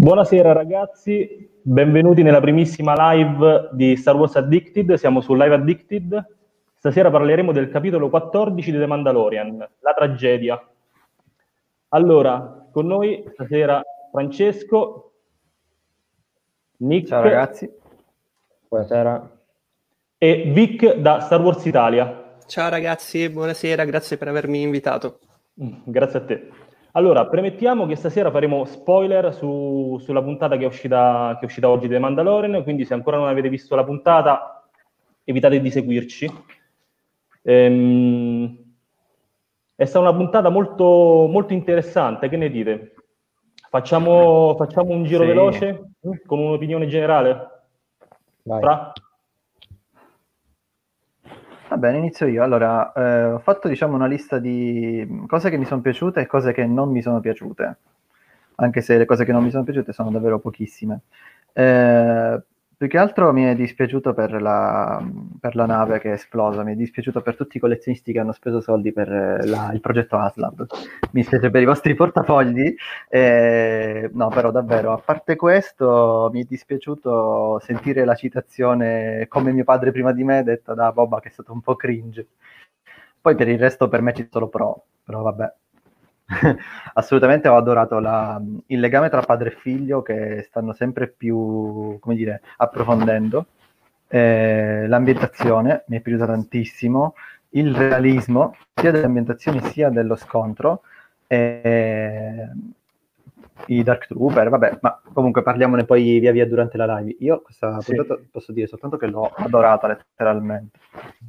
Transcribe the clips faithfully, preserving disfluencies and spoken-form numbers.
Buonasera ragazzi, benvenuti nella primissima live di Star Wars Addicted. Siamo su Live Addicted. Stasera parleremo del capitolo quattordici di The Mandalorian, la tragedia. Allora, con noi stasera Francesco, Nick. Ciao ragazzi. Buonasera. E Vic da Star Wars Italia. Ciao ragazzi, buonasera, grazie per avermi invitato. Grazie a te. Allora, premettiamo che stasera faremo spoiler su, sulla puntata che è, uscita, che è uscita oggi di The Mandalorian, quindi se ancora non avete visto la puntata, evitate di seguirci. Ehm, è stata una puntata molto, molto interessante, che ne dite? Facciamo, facciamo un giro Sì. veloce con un'opinione generale? Vai. Fra? Va bene, inizio io. Allora, eh, ho fatto diciamo una lista di cose che mi sono piaciute e cose che non mi sono piaciute, anche se le cose che non mi sono piaciute sono davvero pochissime. Eh, più che altro mi è dispiaciuto per la, per la nave che è esplosa, mi è dispiaciuto per tutti i collezionisti che hanno speso soldi per eh, la- il progetto Aslab, mi spiace per i vostri portafogli. Eh, no, però davvero, a parte questo, mi è dispiaciuto sentire la citazione come mio padre prima di me, detta da Boba, che è stato un po' cringe. Poi per il resto per me ci sono pro, però vabbè. Assolutamente ho adorato la, il legame tra padre e figlio che stanno sempre più, come dire, approfondendo. Eh, l'ambientazione mi è piaciuta tantissimo, il realismo sia delle ambientazioni sia dello scontro, eh, i Dark Trooper, vabbè, ma comunque parliamone poi via via durante la live. Io questa Sì. puntata posso dire soltanto che l'ho adorata letteralmente.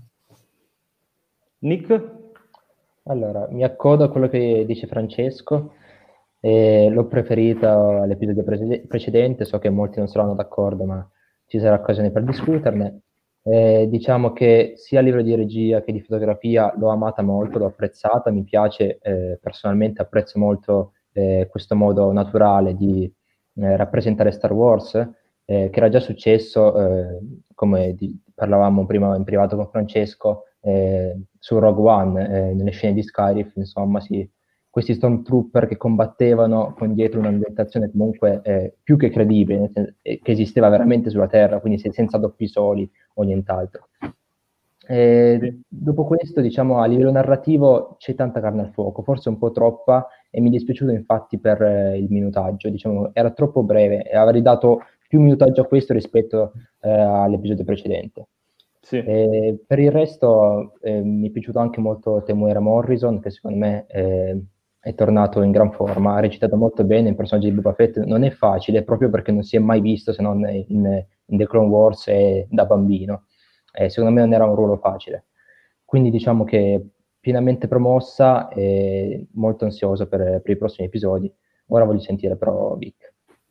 Nick? Allora, mi accodo a quello che dice Francesco, e l'ho preferita all'episodio pre- precedente, so che molti non saranno d'accordo, ma ci sarà occasione per discuterne. Eh, diciamo che sia a livello di regia che di fotografia l'ho amata molto, l'ho apprezzata, mi piace, eh, personalmente apprezzo molto eh, questo modo naturale di eh, rappresentare Star Wars, eh, che era già successo, eh, come di- parlavamo prima in privato con Francesco, eh, su Rogue One, eh, nelle scene di Skyriff, insomma, sì, questi Stormtrooper che combattevano con dietro un'ambientazione comunque eh, più che credibile, nel sen- eh, che esisteva veramente sulla Terra, quindi se- senza doppi soli o nient'altro. Eh, Sì. dopo questo, diciamo, a livello narrativo c'è tanta carne al fuoco, forse un po' troppa, e mi è dispiaciuto infatti per eh, il minutaggio, diciamo, era troppo breve e avrei dato più minutaggio a questo rispetto eh, all'episodio precedente. Sì. Eh, per il resto eh, mi è piaciuto anche molto Temuera Morrison, che secondo me eh, è tornato in gran forma, ha recitato molto bene il personaggio di Boba Fett. Non è facile proprio perché non si è mai visto se non in, in The Clone Wars e da bambino. Eh, secondo me non era un ruolo facile, quindi diciamo che pienamente promossa e molto ansioso per, per i prossimi episodi. Ora voglio sentire però Vic.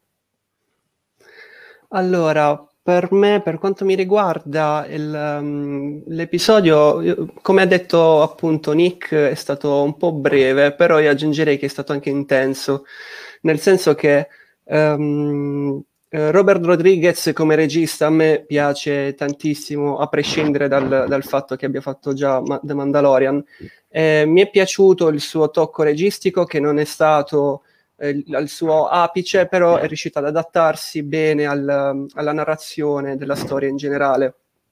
Allora, per me, per quanto mi riguarda, il, um, l'episodio, io- come ha detto appunto Nick, è stato un po' breve, però io aggiungerei che è stato anche intenso, nel senso che ehm, eh, Robert Rodriguez come regista a me piace tantissimo, a prescindere dal, dal fatto che abbia fatto già Ma- The Mandalorian. Eh, mi è piaciuto il suo tocco registico, che non è stato eh, al suo apice, però è riuscito ad adattarsi bene al- alla narrazione della storia in generale.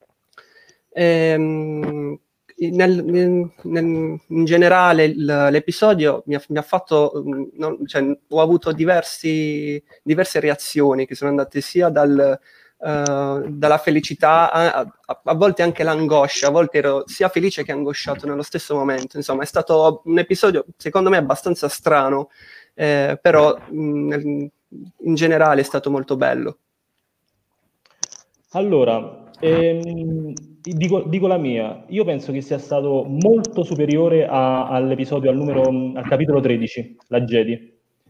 Ehm, nel- nel- nel- in generale il- l'episodio mi ha, mi ha fatto, mm, non- cioè, ho avuto diversi, diverse reazioni che sono andate sia dal, eh, dalla felicità a, a- a volte anche l'angoscia, a volte ero sia felice che angosciato nello stesso momento. Insomma, è stato un episodio secondo me abbastanza strano, eh, però mh, nel- in generale è stato molto bello. Allora, ehm, dico, dico la mia, io penso che sia stato molto superiore a- all'episodio, al numero, al capitolo tredici, la Jedi.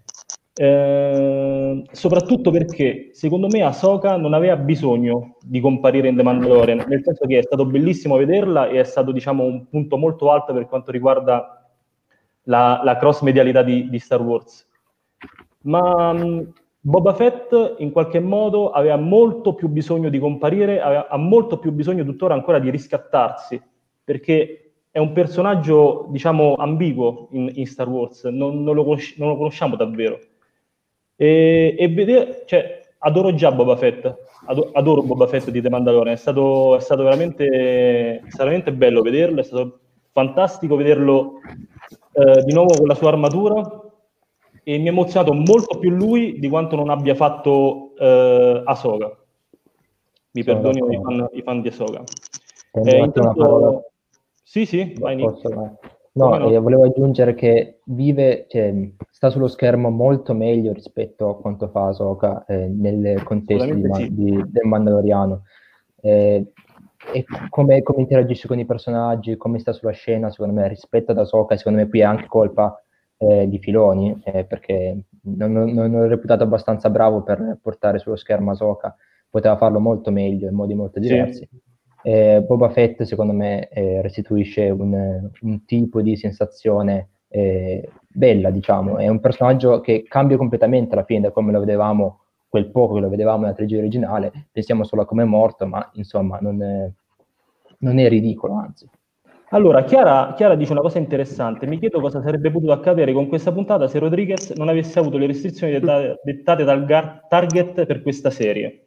Eh, soprattutto perché secondo me Ahsoka non aveva bisogno di comparire in The Mandalorian, nel senso che è stato bellissimo vederla e è stato, diciamo, un punto molto alto per quanto riguarda la, la cross-medialità di, di Star Wars. Ma mh, Boba Fett in qualche modo aveva molto più bisogno di comparire, aveva, ha molto più bisogno tuttora ancora di riscattarsi, perché è un personaggio, diciamo, ambiguo in, in Star Wars, non, non, lo conosci- non lo conosciamo davvero. E, e vedere, cioè, adoro già Boba Fett, adoro, adoro Boba Fett di The Mandalorian, è stato, è stato veramente, è stato veramente bello vederlo, è stato fantastico vederlo eh, di nuovo con la sua armatura, e mi ha emozionato molto più lui di quanto non abbia fatto eh, Ahsoka. Mi Sono perdonino i d'accordo. fan, i fan di Ahsoka. Prendo Eh, un attimo la parola. intanto, sì, sì, vai Nick. Posso, vai. Come No, no? eh, volevo aggiungere che vive, cioè, sta sullo schermo molto meglio rispetto a quanto fa Ahsoka eh, nel contesto di, Assolutamente Ma- sì. di- del Mandaloriano. Eh, e come, come interagisce con i personaggi, come sta sulla scena, secondo me, rispetto ad Ahsoka, secondo me qui è anche colpa eh, di Filoni, eh, perché non, non, non l'ho reputato abbastanza bravo per portare sullo schermo Ahsoka, poteva farlo molto meglio, in modi molto diversi. Sì. Eh, Boba Fett secondo me eh, restituisce un, un tipo di sensazione eh, bella, diciamo, è un personaggio che cambia completamente alla fine da come lo vedevamo, quel poco che lo vedevamo nella trilogia originale, pensiamo solo a come è morto, ma insomma non è, non è ridicolo, anzi. Allora, Chiara, Chiara dice una cosa interessante. Mi chiedo cosa sarebbe potuto accadere con questa puntata se Rodriguez non avesse avuto le restrizioni detta- dettate dal gar- target per questa serie.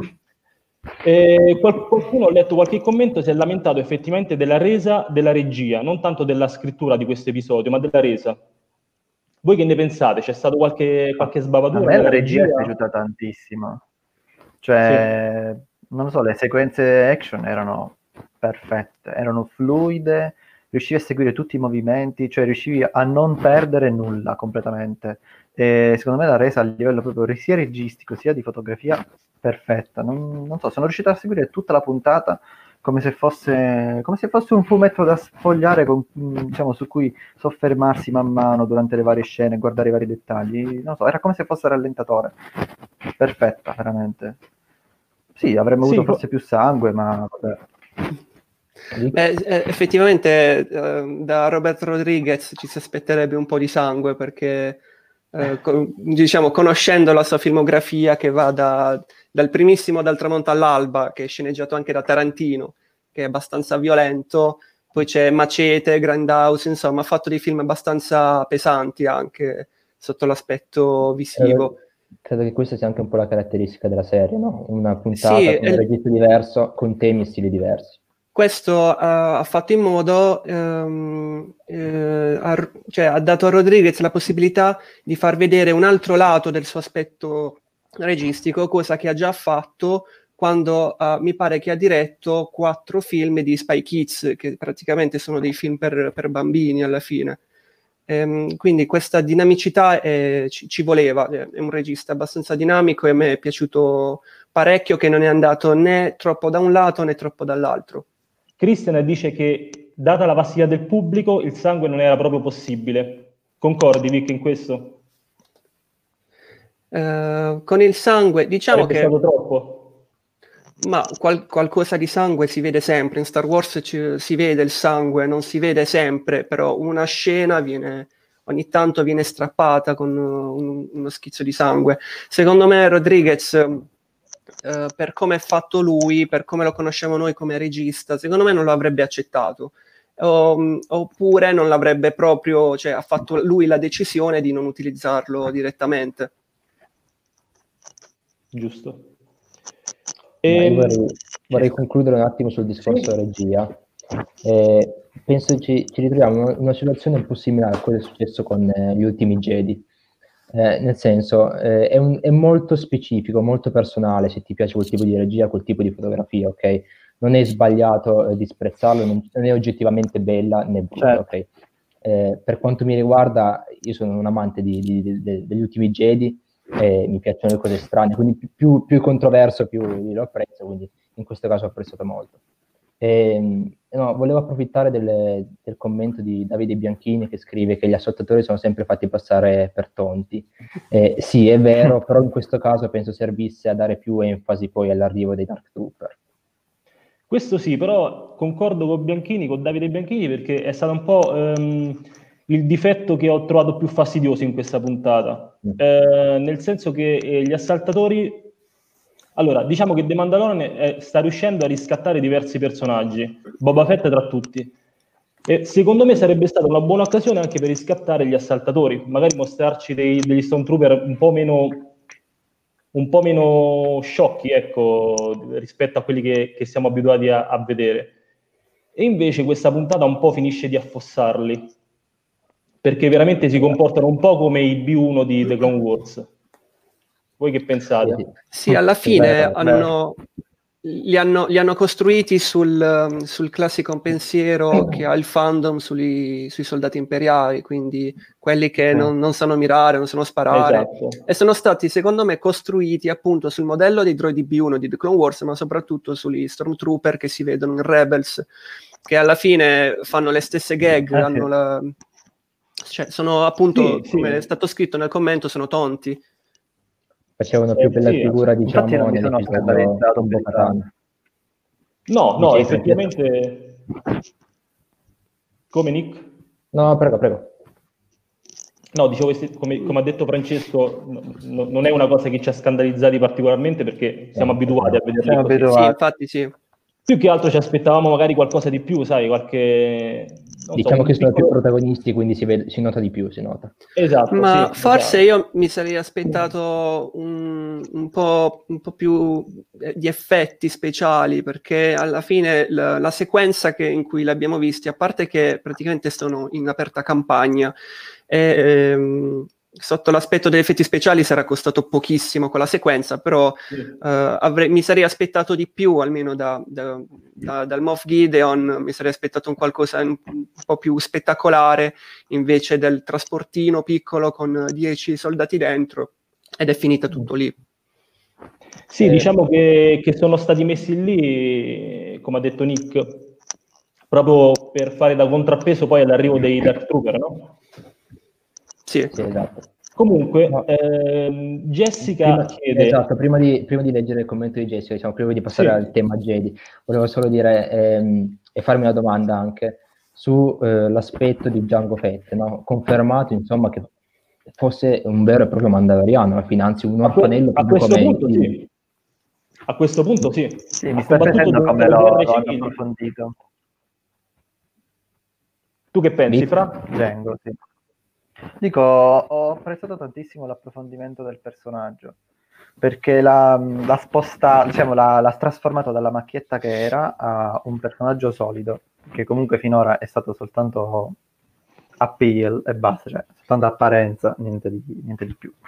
E qual- qualcuno, ho letto qualche commento, si è lamentato effettivamente della resa della regia, non tanto della scrittura di questo episodio, ma della resa. Voi che ne pensate? C'è stato qualche, qualche A sbavatura me la nella regia regia? è piaciuta tantissimo. Sì. Cioè, non lo so, le sequenze action erano perfette, erano fluide, riuscivi a seguire tutti i movimenti, cioè riuscivi a non perdere nulla completamente. E secondo me la resa a livello proprio sia registico sia di fotografia perfetta. Non, non so, sono riuscito a seguire tutta la puntata come se fosse, come se fosse un fumetto da sfogliare con, diciamo, su cui soffermarsi man mano durante le varie scene, guardare i vari dettagli. Non so, era come se fosse rallentatore. Perfetta, veramente. Sì, avremmo Sì, avuto co- forse più sangue, ma vabbè. Eh, eh, effettivamente eh, da Robert Rodriguez ci si aspetterebbe un po' di sangue perché eh, co- diciamo, conoscendo la sua filmografia che va da- dal primissimo Dal tramonto all'alba, che è sceneggiato anche da Tarantino, che è abbastanza violento, poi c'è Macete, Grindhouse, insomma ha fatto dei film abbastanza pesanti anche sotto l'aspetto visivo. Credo, credo che questa sia anche un po' la caratteristica della serie, no? Una Sì, puntata con un e- regista diverso, con temi e stili diversi. questo eh, ha fatto in modo, ehm, eh, ha, cioè, ha dato a Rodriguez la possibilità di far vedere un altro lato del suo aspetto registico, cosa che ha già fatto quando eh, mi pare che ha diretto quattro film di Spy Kids, che praticamente sono dei film per, per bambini alla fine. Ehm, quindi questa dinamicità è- ci, ci voleva, è un regista abbastanza dinamico e a me è piaciuto parecchio, che non è andato né troppo da un lato né troppo dall'altro. Christian dice che, data la vastità del pubblico, il sangue non era proprio possibile. Concordi, Vic, in questo? Eh, con il sangue, diciamo Sarebbe che stato troppo? ma qual- qualcosa di sangue si vede sempre. In Star Wars ci- si vede il sangue, non si vede sempre, però una scena viene, ogni tanto viene strappata con uh, un- uno schizzo di sangue. Secondo me Rodriguez, eh, per come è fatto lui, per come lo conosciamo noi come regista, secondo me non lo avrebbe accettato. O- oppure non l'avrebbe proprio, cioè ha fatto lui la decisione di non utilizzarlo direttamente. Giusto. Ma io Ehm, vorrei, vorrei concludere un attimo sul discorso Sì. regia. Eh, penso ci, ci ritroviamo in una situazione un po' simile a quello che è successo con eh, gli ultimi Jedi. Eh, nel senso, eh, è, un- è molto specifico, molto personale se ti piace quel tipo di regia, quel tipo di fotografia, ok? Non è sbagliato eh, disprezzarlo, non, non è oggettivamente bella né brutta, Certo. ok? Eh, per quanto mi riguarda, io sono un amante di- di- di- de- degli ultimi Jedi, e mi piacciono le cose strane, quindi più, più, più controverso più lo apprezzo, quindi in questo caso ho apprezzato molto. E, no, volevo approfittare del, del commento di Davide Bianchini che scrive che gli ascoltatori sono sempre fatti passare per tonti. Eh, sì, è vero, però in questo caso penso servisse a dare più enfasi poi all'arrivo dei Dark Trooper. Questo sì, però concordo con Bianchini, con Davide Bianchini, perché è stato un po' ehm, il difetto che ho trovato più fastidioso in questa puntata. Mm. Eh, nel senso che eh, gli assaltatori... Allora, diciamo che The Mandalorian eh, sta riuscendo a riscattare diversi personaggi, Boba Fett tra tutti. E secondo me sarebbe stata una buona occasione anche per riscattare gli assaltatori, magari mostrarci dei, degli Stormtrooper un po' meno, un po' meno sciocchi, ecco, rispetto a quelli che, che siamo abituati a, a vedere. E invece questa puntata un po' finisce di affossarli, perché veramente si comportano un po' come i B uno di The Clone Wars. Voi che pensate? Sì, alla fine Beh, beh. hanno, li, hanno, li hanno costruiti sul, sul classico pensiero che ha il fandom sui, sui soldati imperiali, quindi quelli che Sì. non, non sanno mirare, non sanno sparare, Esatto. e sono stati secondo me costruiti appunto sul modello dei droidi B uno di The Clone Wars, ma soprattutto sugli Stormtrooper che si vedono in Rebels, che alla fine fanno le stesse gag, Ah, hanno sì. la... cioè sono appunto, Sì, come sì. è stato scritto nel commento, sono tonti. Facevano Eh, più bella sì, figura, Infatti diciamo, non mi sono nell'episodio scandalizzato un po' per Katan. No, no, Dicevi, effettivamente... Come, Nick? No, prego, prego. No, dicevo, che, come, come ha detto Francesco, no- no- non è una cosa che ci ha scandalizzati particolarmente perché siamo No, abituati a no. vederli Siamo così. abituati. Sì, infatti sì. Più che altro ci aspettavamo magari qualcosa di più, sai, qualche... non so, Diciamo un che sono più piccolo... protagonisti, quindi si, vede, si nota di più, si nota. Esatto, Ma sì, forse esatto. io mi sarei aspettato un, un po', un po' più eh, di effetti speciali, perché alla fine la, la sequenza che, in cui l'abbiamo visti, a parte che praticamente sono in aperta campagna, e, ehm, sotto l'aspetto degli effetti speciali sarà costato pochissimo quella sequenza, però Sì. eh, avrei, mi sarei aspettato di più, almeno da, da, da, dal Moff Gideon, mi sarei aspettato un qualcosa un, un po' più spettacolare, invece del trasportino piccolo con dieci soldati dentro, ed è finita tutto lì. Sì, Eh, diciamo che, che sono stati messi lì, come ha detto Nick, proprio per fare da contrappeso poi all'arrivo dei Dark Trooper, no? Sì. Sì, esatto. Comunque, No. ehm, Jessica Prima, chiede... esatto, prima di, prima di leggere il commento di Jessica, diciamo, prima di passare Sì. al tema Jedi, volevo solo dire ehm, e farmi una domanda anche sull'aspetto di Jango Fett, no? Confermato, insomma, che fosse un vero e proprio mandaloriano, alla fine, anzi un A, que- orfanello a proprio questo come punto il- sì. A questo punto sì. Sì, Ha mi sta combattuto piacendo come durante le lo, guerre lo hanno civili. approfondito. Tu che pensi, Vic? Fra? Django, sì. Dico, ho apprezzato tantissimo l'approfondimento del personaggio, perché l'ha, l'ha spostato, diciamo, l'ha, l'ha trasformato dalla macchietta che era a un personaggio solido, che comunque finora è stato soltanto appeal e basta, cioè soltanto apparenza, niente di, niente di più.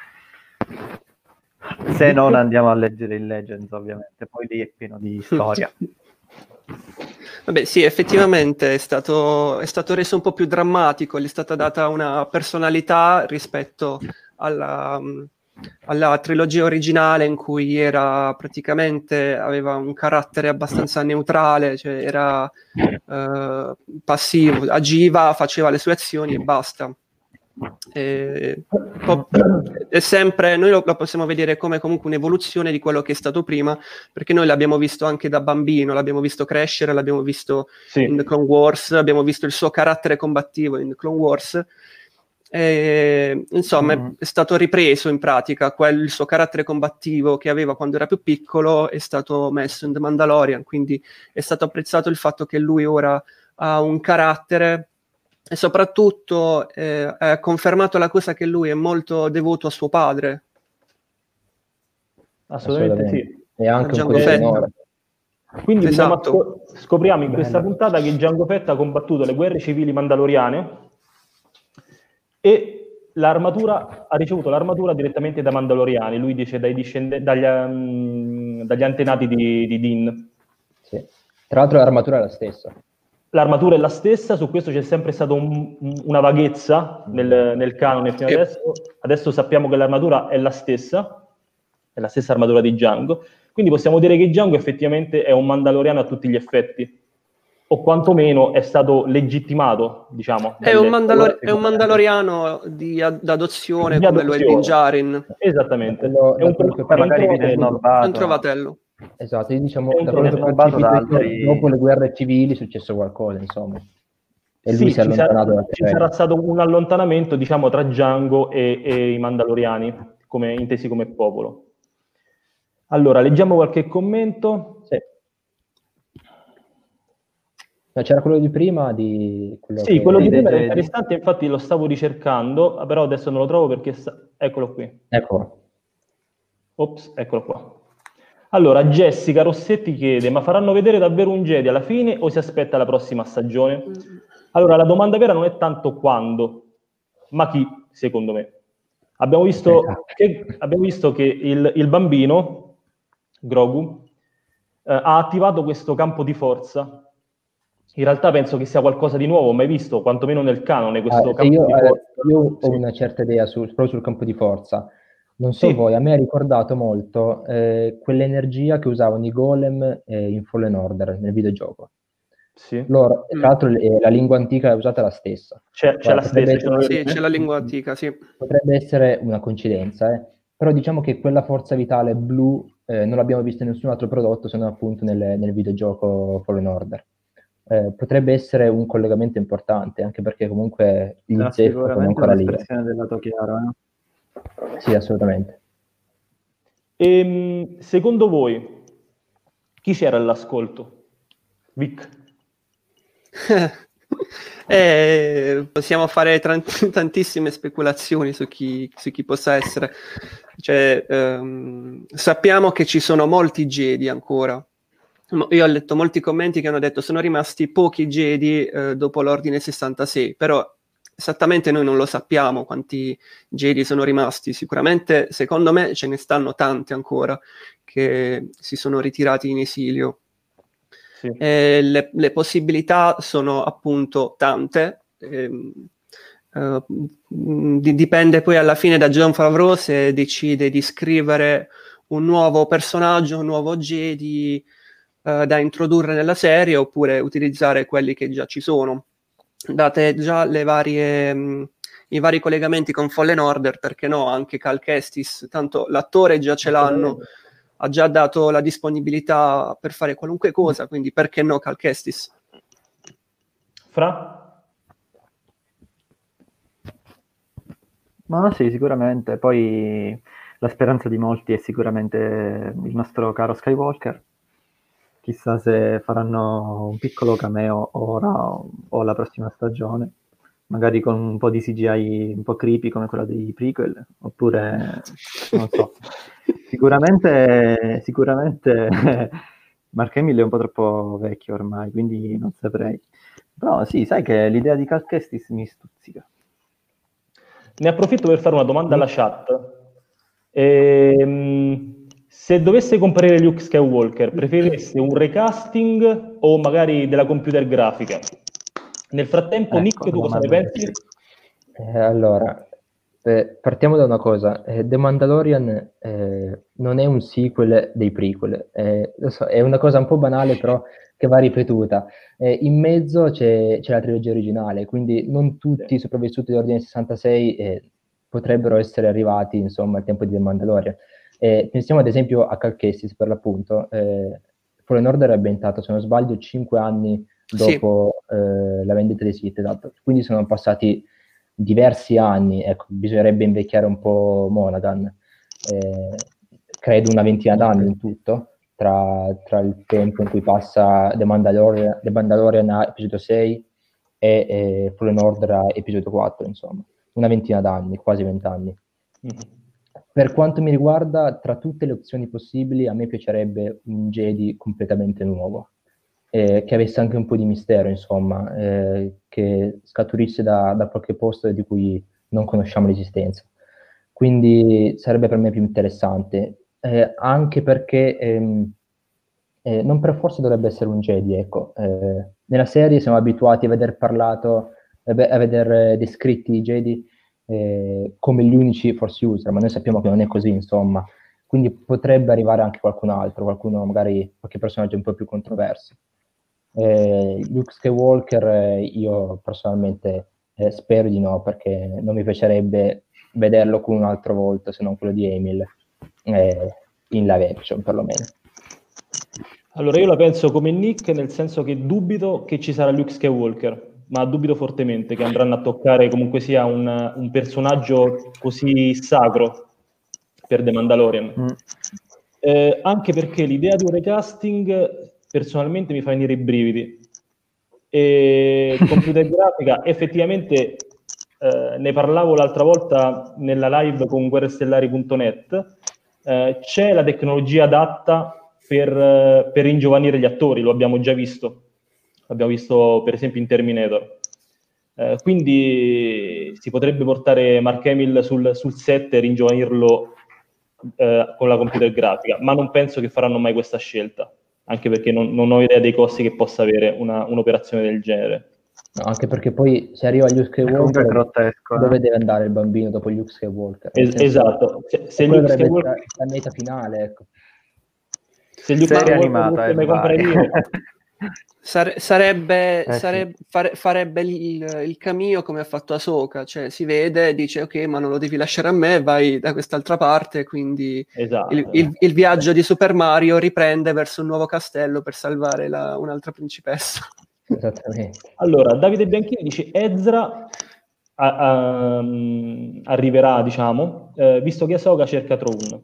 Se non andiamo a leggere il Legends, ovviamente, poi lì è pieno di storia. Vabbè, sì, effettivamente è stato, è stato reso un po' più drammatico, gli è stata data una personalità rispetto alla, alla trilogia originale, in cui era praticamente, aveva un carattere abbastanza neutrale, cioè era eh, passivo, agiva, faceva le sue azioni e basta. E, po- è sempre, noi lo, lo possiamo vedere come comunque un'evoluzione di quello che è stato prima, perché noi l'abbiamo visto anche da bambino, l'abbiamo visto crescere, l'abbiamo visto Sì. in The Clone Wars, abbiamo visto il suo carattere combattivo in The Clone Wars, e, insomma Mm. è stato ripreso in pratica quel, il suo carattere combattivo che aveva quando era più piccolo, è stato messo in The Mandalorian, quindi è stato apprezzato il fatto che lui ora ha un carattere. E soprattutto eh, ha confermato la cosa che lui è molto devoto a suo padre. Assolutamente sì. E anche un Jango codice Fett. d'onore. Quindi dobbiamo Esatto. asco- scopriamo in Bello. questa puntata che Jango Fett ha combattuto le guerre civili mandaloriane e l'armatura, ha ricevuto l'armatura direttamente da mandaloriani, lui dice dai discende- dagli, um, dagli antenati di, di Din. Sì. Tra l'altro l'armatura è la stessa. L'armatura è la stessa, su questo c'è sempre stata un, una vaghezza nel, nel canone fino Sì. adesso. Adesso sappiamo che l'armatura è la stessa, è la stessa armatura di Jango, quindi possiamo dire che Jango effettivamente è un mandaloriano a tutti gli effetti, o quantomeno è stato legittimato, diciamo. È un, dalle- Mandalor- è un mandaloriano di ad- d'adozione, di come lo è Din adozione. Djarin. Esattamente. Da quello- È un, da quello che è Poi un magari viene trovatello. snobbato. È un trovatello. Esatto, io diciamo, È un da quello che ho snobbato da percepito, altri- dopo le guerre civili è successo qualcosa, insomma. E lui Sì, si è ci sarà, allontanato dal ci terreno. sarà stato un allontanamento, diciamo, tra Django e, e i Mandaloriani, come, intesi come popolo. Allora, leggiamo qualche commento. Sì. No, c'era quello di prima di... Quello Sì, che... quello di dei prima era Jedi. interessante, infatti lo stavo ricercando, però adesso non lo trovo perché... sta- Eccolo qui. Ecco, Ops, eccolo qua. Allora, Jessica Rossetti chiede, ma faranno vedere davvero un Jedi alla fine o si aspetta la prossima stagione? Allora, la domanda vera non è tanto quando, ma chi, secondo me. Abbiamo visto Esatto. che, abbiamo visto che il, il bambino, Grogu, eh, ha attivato questo campo di forza. In realtà penso che sia qualcosa di nuovo, mai visto, quantomeno nel canone, questo Ah, se campo io, di eh, forza. io ho Sì. una certa idea su- proprio sul campo di forza. Non so Sì. voi, a me ha ricordato molto eh, quell'energia che usavano i golem eh, in Fallen Order nel videogioco. Sì. Loro, Mm. tra l'altro, eh, la lingua antica usata è la stessa. C'è, c'è Ora, la potrebbe stessa, c'è essere, Sì, c'è la lingua antica, sì. potrebbe essere una coincidenza, eh. Però diciamo che quella forza vitale blu eh, non l'abbiamo vista in nessun altro prodotto se non appunto nel, nel videogioco Fallen Order. Eh, potrebbe essere un collegamento importante, anche perché comunque gli Sarà zeffo sono sicuramente ancora lì. eh. un'espressione del lato chiaro. Eh? Sì, assolutamente. Ehm, secondo voi, chi c'era all'ascolto? Vic? Eh, possiamo fare tran- tantissime speculazioni su chi, su chi possa essere. Cioè, ehm, sappiamo che ci sono molti Jedi ancora. Mo- Io ho letto molti commenti che hanno detto sono rimasti pochi Jedi eh, dopo l'Ordine sessantasei, però esattamente noi non lo sappiamo quanti Jedi sono rimasti. Sicuramente, secondo me, ce ne stanno tanti ancora che si sono ritirati in esilio. Sì. Eh, le, le possibilità sono appunto tante. ehm, eh, di- dipende poi alla fine da Jon Favreau se decide di scrivere un nuovo personaggio, un nuovo Jedi eh, da introdurre nella serie oppure utilizzare quelli che già ci sono. Date già le varie, mh, i vari collegamenti con Fallen Order, perché no, anche Cal Kestis, tanto l'attore già ce l'hanno, ha già dato la disponibilità per fare qualunque cosa, quindi perché no Cal Kestis? Fra? Ma sì, sicuramente. Poi la speranza di molti è sicuramente il nostro caro Skywalker. Chissà se faranno un piccolo cameo ora o la prossima stagione, magari con un po' di C G I un po' creepy come quella dei prequel, oppure non so. Sicuramente, sicuramente Mark Hamill è un po' troppo vecchio ormai, quindi non saprei. Però sì, sai che l'idea di Cal Kestis mi stuzzica. Ne approfitto per fare una domanda alla chat. Ehm, se dovesse comparire Luke Skywalker, preferireste un recasting o magari della computer grafica? Nel frattempo, Ecco, Nick, tu cosa ne domanda. pensi? Eh, allora, eh, partiamo da una cosa. Eh, The Mandalorian eh, non è un sequel dei prequel. Eh, lo so, è una cosa un po' banale, però che va ripetuta. Eh, in mezzo c'è, c'è la trilogia originale, quindi non tutti i sopravvissuti dell'Ordine sessantasei eh, potrebbero essere arrivati, insomma, al tempo di The Mandalorian. Eh, pensiamo ad esempio a Cal Kestis, per l'appunto. Eh, Fallen Order è ambientato, se non sbaglio, cinque anni Sì. dopo eh, la vendita dei Sith, esatto. Quindi sono passati diversi anni, ecco, bisognerebbe invecchiare un po' Monaghan, eh, credo una ventina d'anni in tutto, tra, tra il tempo in cui passa The Mandalorian, The Mandalorian a episodio sei e, e Fallen Order a episodio quattro, insomma, una ventina d'anni, quasi vent'anni. Mm-hmm. Per quanto mi riguarda, tra tutte le opzioni possibili, a me piacerebbe un Jedi completamente nuovo, eh, che avesse anche un po' di mistero, insomma, eh, che scaturisse da, da qualche posto di cui non conosciamo l'esistenza. Quindi sarebbe per me più interessante, eh, anche perché ehm, eh, non per forza dovrebbe essere un Jedi, ecco. Eh, nella serie siamo abituati a veder parlato, a veder descritti i Jedi eh, come gli unici Force user, ma noi sappiamo che non è così, insomma. Quindi potrebbe arrivare anche qualcun altro, qualcuno, magari qualche personaggio un po' più controverso. Eh, Luke Skywalker, eh, io personalmente eh, spero di no, perché non mi piacerebbe vederlo con un altro volto, se non quello di Emil, eh, in live action perlomeno. Allora, io la penso come Nick, nel senso che dubito che ci sarà Luke Skywalker, ma dubito fortemente che andranno a toccare comunque sia un, un personaggio così sacro per The Mandalorian. Mm. Eh, anche perché l'idea di un recasting personalmente mi fa venire i brividi. E computer grafica, effettivamente eh, ne parlavo l'altra volta nella live con guerrestellari punto net, eh, c'è la tecnologia adatta per, eh, per ringiovanire gli attori, lo abbiamo già visto, l'abbiamo visto per esempio in Terminator. Eh, quindi si potrebbe portare Mark Hamill sul, sul set e ringiovanirlo eh, con la computer grafica, ma non penso che faranno mai questa scelta, anche perché non, non ho idea dei costi che possa avere una, un'operazione del genere. No, anche perché poi se arriva Luke Skywalker, grottesco, dove eh? deve andare il bambino dopo Luke Skywalker? Nel Es- senso, esatto, se, se quello Luke dovrebbe Skywalker, essere la meta finale, ecco. se Luke Serie Skywalker animata, non e mai vai. comprare, Sare- sarebbe, Eh, sì. sareb- fare- farebbe il, il cameo come ha fatto Ahsoka, cioè si vede e dice ok, ma non lo devi lasciare a me, vai da quest'altra parte, quindi esatto. il, il- il viaggio di Super Mario riprende verso un nuovo castello per salvare la- un'altra principessa. Esattamente. Allora, Davide Bianchini dice Ezra a- a- um, arriverà, diciamo, eh, visto che Ahsoka cerca Thrawn.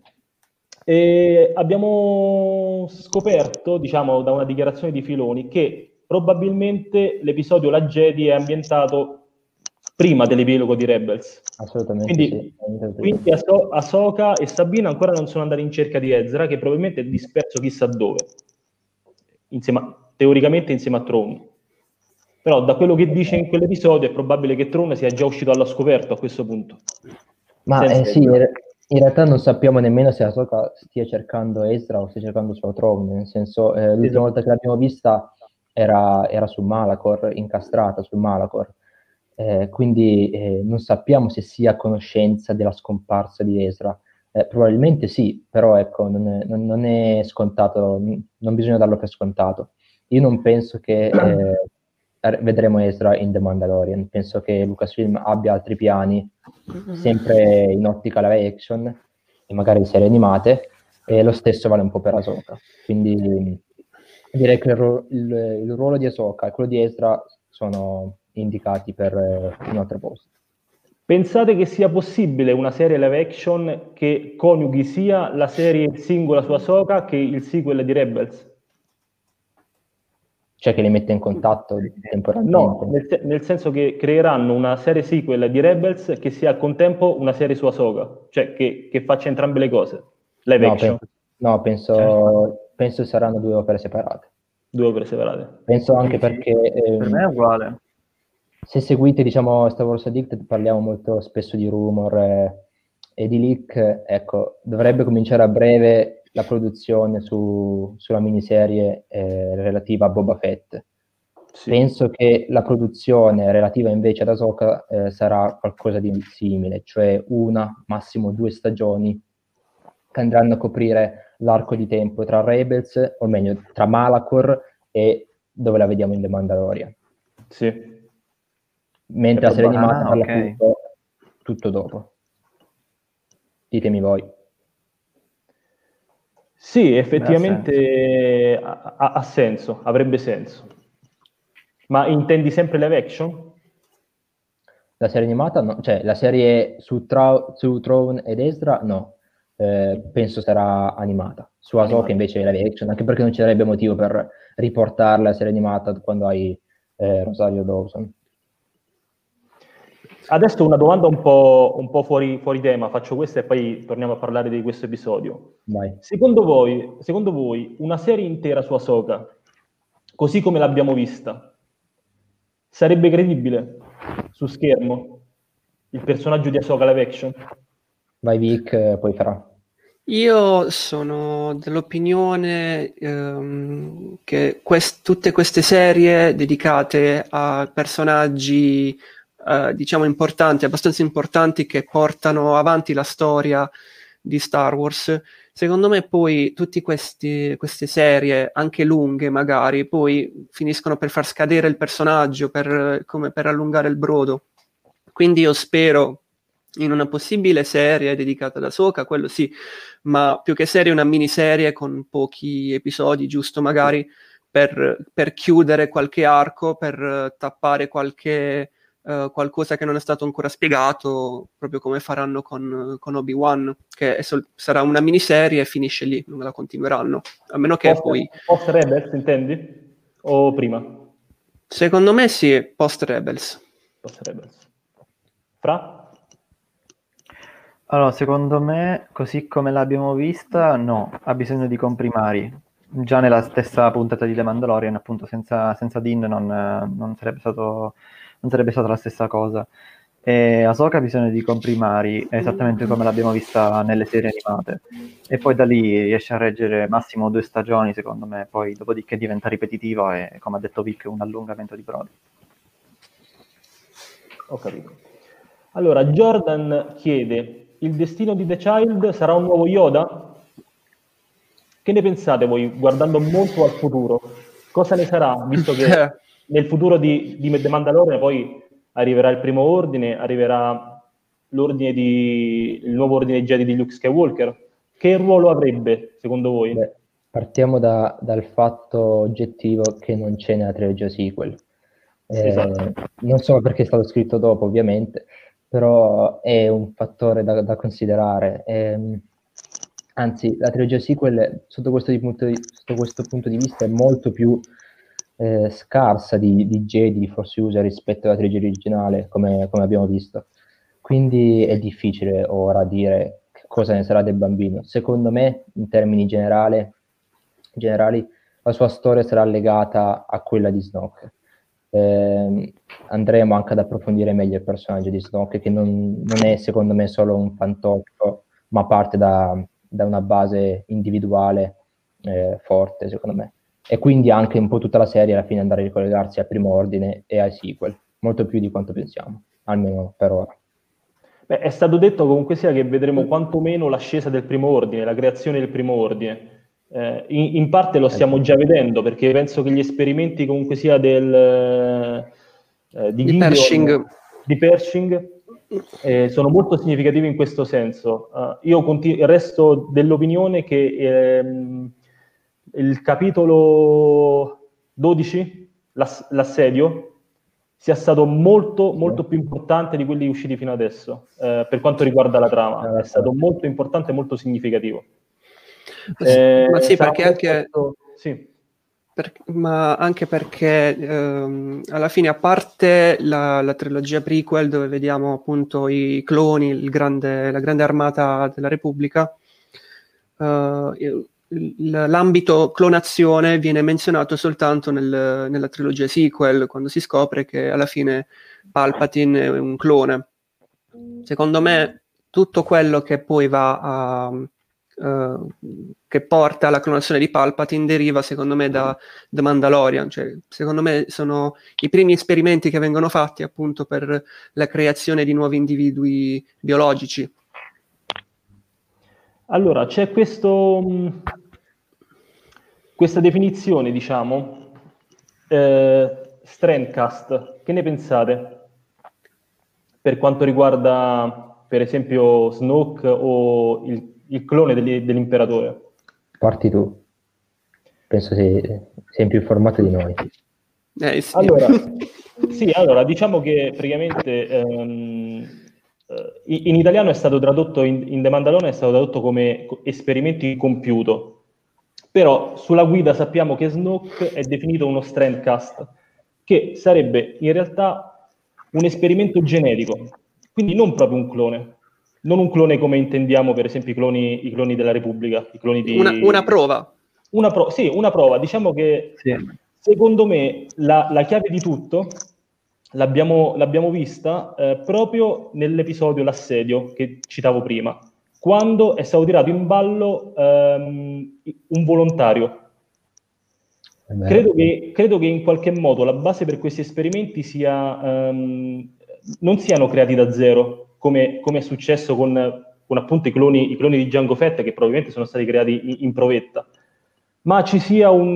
E abbiamo scoperto, diciamo, da una dichiarazione di Filoni, che probabilmente l'episodio La Jedi è ambientato prima dell'epilogo di Rebels. Assolutamente Quindi, sì. quindi Ahso- Ahsoka e Sabina ancora non sono andati in cerca di Ezra, che probabilmente è disperso chissà dove, insieme a- teoricamente insieme a Thrawn. Però da quello che dice in quell'episodio è probabile che Thrawn sia già uscito allo scoperto a questo punto. Ma Senza eh, sì, Ezra. in in realtà non sappiamo nemmeno se Ahsoka stia cercando Ezra o stia cercando solo Thrawn, nel senso, eh, l'ultima Esatto. volta che l'abbiamo vista era, era su Malachor, incastrata su Malachor, eh, quindi eh, non sappiamo se sia a conoscenza della scomparsa di Ezra. Eh, probabilmente sì, però ecco, non è, non- non è scontato, non bisogna darlo per scontato. Io non penso che eh, vedremo Ezra in The Mandalorian, penso che Lucasfilm abbia altri piani, sempre in ottica live action e magari serie animate, e lo stesso vale un po' per Ahsoka. Quindi direi che il, ru- il- il ruolo di Ahsoka e quello di Ezra sono indicati per eh, un altro posto. Pensate che sia possibile una serie live action che coniughi sia la serie singola su Ahsoka che il sequel di Rebels? Cioè che li mette in contatto temporalmente. No, nel, se- nel senso che creeranno una serie sequel di Rebels che sia al contempo una serie su Ahsoka, cioè che, che faccia entrambe le cose, live No, action, penso, no, penso, penso saranno due opere separate. due opere separate. Penso anche perché ehm, Per me è uguale. se seguite, diciamo, Star Wars Addicted, parliamo molto spesso di rumor eh, e di leak. Ecco, dovrebbe cominciare a breve la produzione su, sulla miniserie eh, relativa a Boba Fett. Sì. Penso che la produzione relativa invece ad Ahsoka eh, sarà qualcosa di simile, cioè una, massimo due stagioni che andranno a coprire l'arco di tempo tra Rebels, o meglio, tra Malachor e dove la vediamo in The Mandalorian. Sì. Mentre la serie Ah, animata per ok. l'appunto tutto dopo. Ditemi voi. Sì, effettivamente ha, ha- ha senso, avrebbe senso. Ma intendi sempre live action? La serie animata no, cioè la serie su, Tra- su Thrawn ed Ezra no, Eh, penso sarà animata. Su Ahsoka Animata. invece è live action, anche perché non ci sarebbe motivo per riportarla la serie animata quando hai eh, Rosario Dawson. Adesso una domanda un po', un po' fuori, fuori tema, faccio questa e poi torniamo a parlare di questo episodio. Vai. Secondo voi, secondo voi una serie intera su Ahsoka, così come l'abbiamo vista, sarebbe credibile su schermo il personaggio di Ahsoka live action? Vai Vic, eh, poi farà. Io sono dell'opinione ehm, che quest- tutte queste serie dedicate a personaggi, eh, diciamo, importanti, abbastanza importanti, che portano avanti la storia di Star Wars, secondo me poi tutte queste serie, anche lunghe magari, poi finiscono per far scadere il personaggio, per, come per allungare il brodo. Quindi io spero in una possibile serie dedicata ad Ahsoka, quello sì, ma più che serie una miniserie con pochi episodi, giusto magari per, per chiudere qualche arco, per eh, tappare qualche eh, qualcosa che non è stato ancora spiegato, proprio come faranno con, con Obi-Wan, che è sol- sarà una miniserie e finisce lì, non la continueranno, a meno che Post, poi... post Rebels, intendi? O prima? Secondo me sì, post Rebels. Post Rebels. Fra? Allora, secondo me, così come l'abbiamo vista, no, ha bisogno di comprimari. Già nella stessa puntata di The Mandalorian, appunto, senza, senza Din non, non sarebbe stato, non sarebbe stata la stessa cosa. E Ahsoka ha bisogno di comprimari, esattamente come l'abbiamo vista nelle serie animate. E poi da lì riesce a reggere massimo due stagioni, secondo me, poi dopodiché diventa ripetitiva e, come ha detto Vic, un allungamento di brodi. Ho capito. Allora, Jordan chiede: il destino di The Child sarà un nuovo Yoda? Che ne pensate voi, guardando molto al futuro? Cosa ne sarà, visto che nel futuro di, di The Mandalorian poi arriverà il primo ordine, arriverà l'ordine di, il nuovo ordine Jedi di Luke Skywalker? Che ruolo avrebbe, secondo voi? Beh, partiamo da, dal fatto oggettivo che non c'è nella trilogia sequel. Eh, Esatto. Non so perché è stato scritto dopo, ovviamente, però è un fattore da, da considerare. Eh, anzi, la trilogia sequel, sotto questo, di punto, di, sotto questo punto di vista, è molto più eh, scarsa di, di Jedi, di Force User rispetto alla trilogia originale, come, come abbiamo visto. Quindi è difficile ora dire che cosa ne sarà del bambino. Secondo me, in termini generale, generali, la sua storia sarà legata a quella di Snoke. Eh, andremo anche ad approfondire meglio il personaggio di Snoke, che non, non è secondo me solo un fantoccio, ma parte da, da una base individuale eh, forte, secondo me. E quindi anche un po' tutta la serie alla fine andrà a ricollegarsi al primo ordine e ai sequel, molto più di quanto pensiamo, almeno per ora. Beh, è stato detto comunque sia che vedremo quantomeno l'ascesa del primo ordine, la creazione del primo ordine. Eh, in, in parte lo stiamo già vedendo, perché penso che gli esperimenti comunque sia del eh, di, Di Gideon, Pershing, di Pershing eh, sono molto significativi in questo senso. Uh, io continu- resto dell'opinione che ehm, il capitolo dodici, l'ass- l'assedio, sia stato molto, molto più importante di quelli usciti fino adesso, eh, per quanto riguarda la trama. È stato molto importante e molto significativo. Eh, ma sì, sarà perché un anche, aspetto... sì. per, ma anche perché ehm, alla fine, a parte la, la trilogia prequel, dove vediamo appunto i cloni, il grande, la grande armata della Repubblica, eh, l'ambito clonazione viene menzionato soltanto nel, nella trilogia sequel, quando si scopre che alla fine Palpatine è un clone. Secondo me tutto quello che poi va a uh, che porta alla clonazione di Palpatine deriva, secondo me, da The Mandalorian. Cioè, secondo me sono i primi esperimenti che vengono fatti appunto per la creazione di nuovi individui biologici. Allora, c'è questo, mh, questa definizione, diciamo, eh, Strandcast. Che ne pensate? Per quanto riguarda, per esempio, Snoke o il, il clone degli, dell'imperatore. Parti tu. Penso sei, sei più informato di noi. Eh, sì. Allora, sì, allora, diciamo che praticamente ehm, in italiano è stato tradotto, in, in The Mandalorian è stato tradotto come esperimento incompiuto, però sulla guida sappiamo che Snoke è definito uno Strandcast, che sarebbe in realtà un esperimento genetico, quindi non proprio un clone, non un clone come intendiamo per esempio i cloni, i cloni della Repubblica, i cloni di... Una, una prova. Una pro- sì, una prova, diciamo che Sì. secondo me la, la chiave di tutto l'abbiamo, l'abbiamo vista eh, proprio nell'episodio L'assedio che citavo prima, quando è stato tirato in ballo ehm, un volontario. Credo che, credo che in qualche modo la base per questi esperimenti sia ehm, non siano creati da zero, come, come è successo con, con appunto i cloni, i cloni di Jango Fett, che probabilmente sono stati creati in, in provetta, ma ci sia un,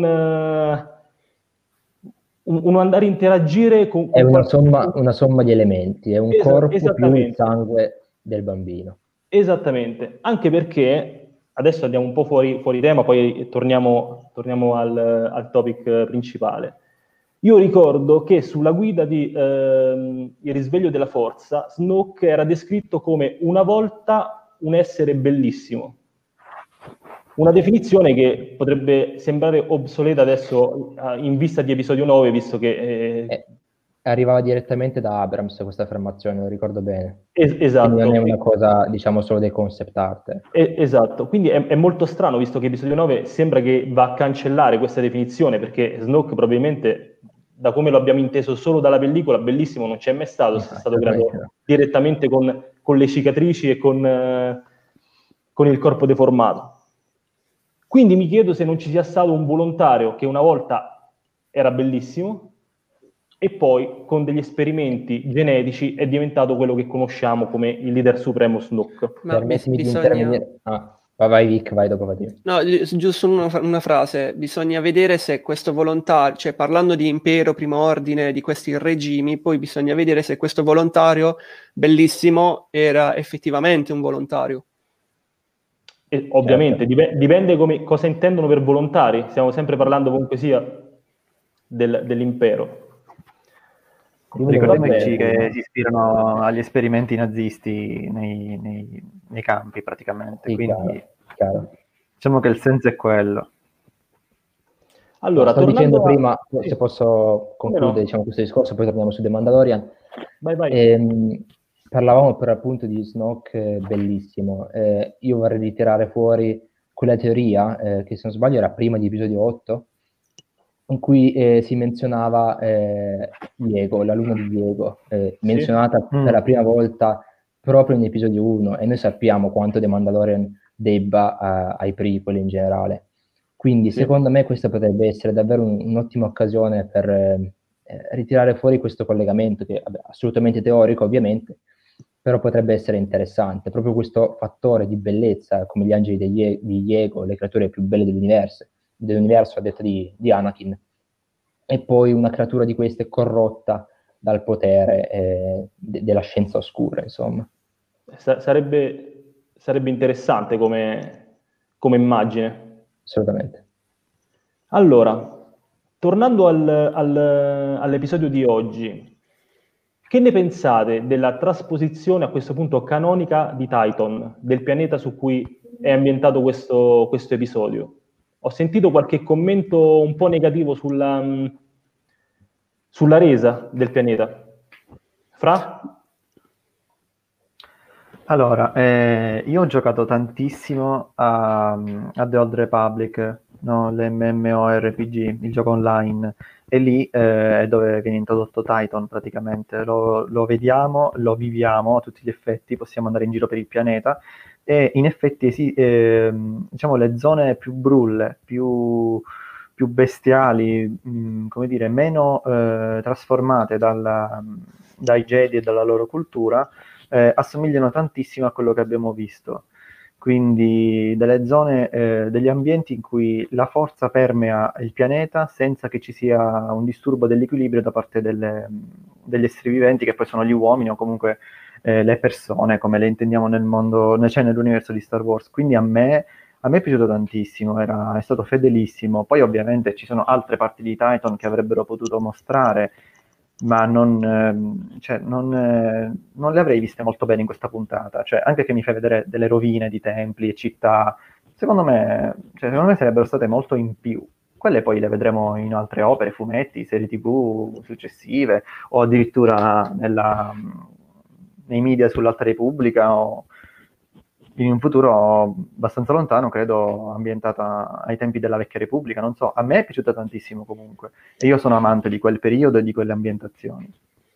uh, un, un andare a interagire con, con è una qualcuno. somma, una somma di elementi, è un Esa- corpo più il sangue del bambino. Esattamente, anche perché adesso andiamo un po' fuori, fuori tema, poi torniamo, torniamo al, al topic principale. Io ricordo che sulla guida di ehm, Il risveglio della forza, Snoke era descritto come una volta un essere bellissimo. Una definizione che potrebbe sembrare obsoleta adesso in vista di episodio nove, visto che... Eh... Eh, arrivava direttamente da Abrams questa affermazione, lo ricordo bene. Es- esatto. Quindi non è una cosa, diciamo, solo dei concept art. Eh, esatto, quindi è, è molto strano, visto che episodio nove sembra che va a cancellare questa definizione, perché Snoke probabilmente, da come lo abbiamo inteso solo dalla pellicola, bellissimo non c'è mai stato, è stato creato direttamente con, con le cicatrici e con, eh, con il corpo deformato. Quindi mi chiedo se non ci sia stato un volontario che una volta era bellissimo e poi con degli esperimenti genetici è diventato quello che conosciamo come il leader supremo Snoke. Ma Permettimi bisogna... di intervenire. Ah, vai Vic, vai dopo vai. No, giusto una, una frase, bisogna vedere se questo volontario, cioè parlando di impero, primo ordine, di questi regimi, poi bisogna vedere se questo volontario bellissimo era effettivamente un volontario. E ovviamente dip- dipende come, cosa intendono per volontari, stiamo sempre parlando comunque sia del, dell'impero. Ricordiamoci che si ispirano agli esperimenti nazisti nei, nei, nei campi praticamente, sì, quindi chiaro, chiaro. Diciamo che il senso è quello. Allora, stavo dicendo a... prima, sì. Se posso concludere no? diciamo, questo discorso, poi torniamo su The Mandalorian. Vai, vai. Ehm, parlavamo per appunto di Snoke, bellissimo. Eh, io vorrei ritirare fuori quella teoria, eh, che se non sbaglio era prima di episodio otto, in cui eh, si menzionava eh, Diego, la luna di Diego, eh, sì. menzionata mm. per la prima volta proprio in episodio uno, e noi sappiamo quanto The Mandalorian debba uh, ai prequel in generale. Quindi sì. secondo me questa potrebbe essere davvero un, un'ottima occasione per eh, ritirare fuori questo collegamento, che è assolutamente teorico ovviamente, però potrebbe essere interessante. Proprio questo fattore di bellezza, come gli angeli di Diego, le creature più belle dell'universo, dell'universo a detta di, di Anakin, e poi una creatura di queste corrotta dal potere eh, de- della scienza oscura, insomma. S- sarebbe... Sarebbe interessante come, come immagine. Assolutamente. Allora, tornando al, al, all'episodio di oggi, che ne pensate della trasposizione a questo punto canonica di Titan, del pianeta su cui è ambientato questo, questo episodio? Ho sentito qualche commento un po' negativo sulla, sulla resa del pianeta. Fra? Allora, eh, io ho giocato tantissimo a, a The Old Republic, no? L'MMORPG, il gioco online, e lì eh, è dove viene introdotto Titan praticamente. Lo, lo vediamo, lo viviamo a tutti gli effetti, possiamo andare in giro per il pianeta e in effetti sì, eh, diciamo le zone più brulle, più, più bestiali, mh, come dire, meno eh, trasformate dalla, dai Jedi e dalla loro cultura, Eh, assomigliano tantissimo a quello che abbiamo visto, quindi delle zone, eh, degli ambienti in cui la forza permea il pianeta senza che ci sia un disturbo dell'equilibrio da parte delle, degli esseri viventi, che poi sono gli uomini o comunque eh, le persone come le intendiamo nel mondo, cioè nell'universo di Star Wars. Quindi a me, a me è piaciuto tantissimo, era, è stato fedelissimo. Poi ovviamente ci sono altre parti di Titan che avrebbero potuto mostrare, ma non, eh, cioè, non, eh, non le avrei viste molto bene in questa puntata, cioè, anche che mi fai vedere delle rovine di templi e città, secondo me, cioè, secondo me sarebbero state molto in più. Quelle poi le vedremo in altre opere, fumetti, serie tv successive, o addirittura nella, nei media sull'Alta Repubblica, o in un futuro abbastanza lontano, credo, ambientata ai tempi della Vecchia Repubblica, non so, a me è piaciuta tantissimo comunque, e io sono amante di quel periodo e di quelle ambientazioni.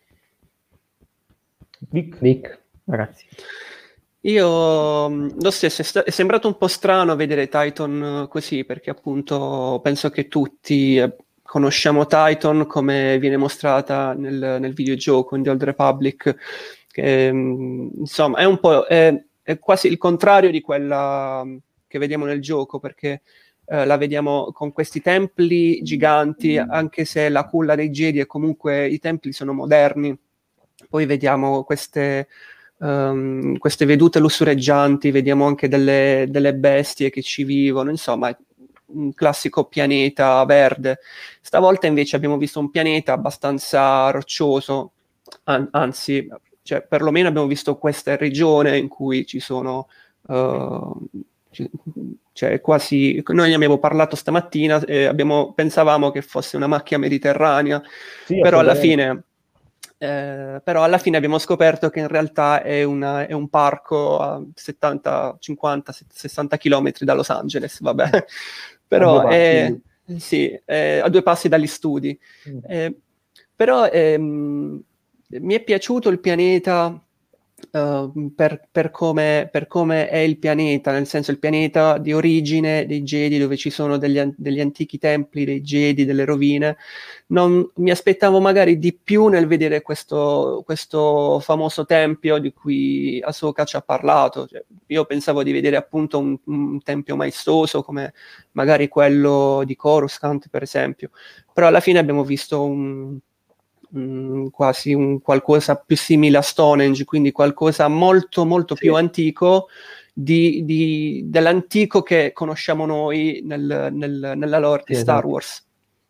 Vic, Vic. Ragazzi. Io lo stesso, è, sta- è sembrato un po' strano vedere Titan così, perché appunto penso che tutti conosciamo Titan come viene mostrata nel, nel videogioco in The Old Republic, che insomma è un po'... È, è quasi il contrario di quella che vediamo nel gioco, perché eh, la vediamo con questi templi giganti, anche se la culla dei Jedi è comunque, i templi sono moderni. Poi vediamo queste, um, queste vedute lussureggianti, vediamo anche delle, delle bestie che ci vivono, insomma è un classico pianeta verde. Stavolta invece abbiamo visto un pianeta abbastanza roccioso, an- anzi... Cioè, perlomeno abbiamo visto questa regione in cui ci sono, uh, ci, cioè quasi, noi ne abbiamo parlato stamattina, eh, abbiamo, pensavamo che fosse una macchia mediterranea, Sì, però alla assolutamente. fine, eh, però alla fine abbiamo scoperto che in realtà è, una- è un parco a settanta, cinquanta, sessanta chilometri da Los Angeles, vabbè, A due però è, passi. sì, è a due passi dagli studi. Mm. Eh, però ehm, mi è piaciuto il pianeta uh, per, per come per come è il pianeta, nel senso il pianeta di origine dei Jedi, dove ci sono degli, an- degli antichi templi dei Jedi, delle rovine. Non, mi aspettavo magari di più nel vedere questo, questo famoso tempio di cui Ahsoka ci ha parlato. Cioè, io pensavo di vedere appunto un, un tempio maestoso come magari quello di Coruscant, per esempio, però alla fine abbiamo visto un, un- quasi un qualcosa più simile a Stonehenge, quindi qualcosa molto molto Sì. più antico di, di- dell'antico che conosciamo noi nel- nel- nella lore di Sì, Star esatto. Wars.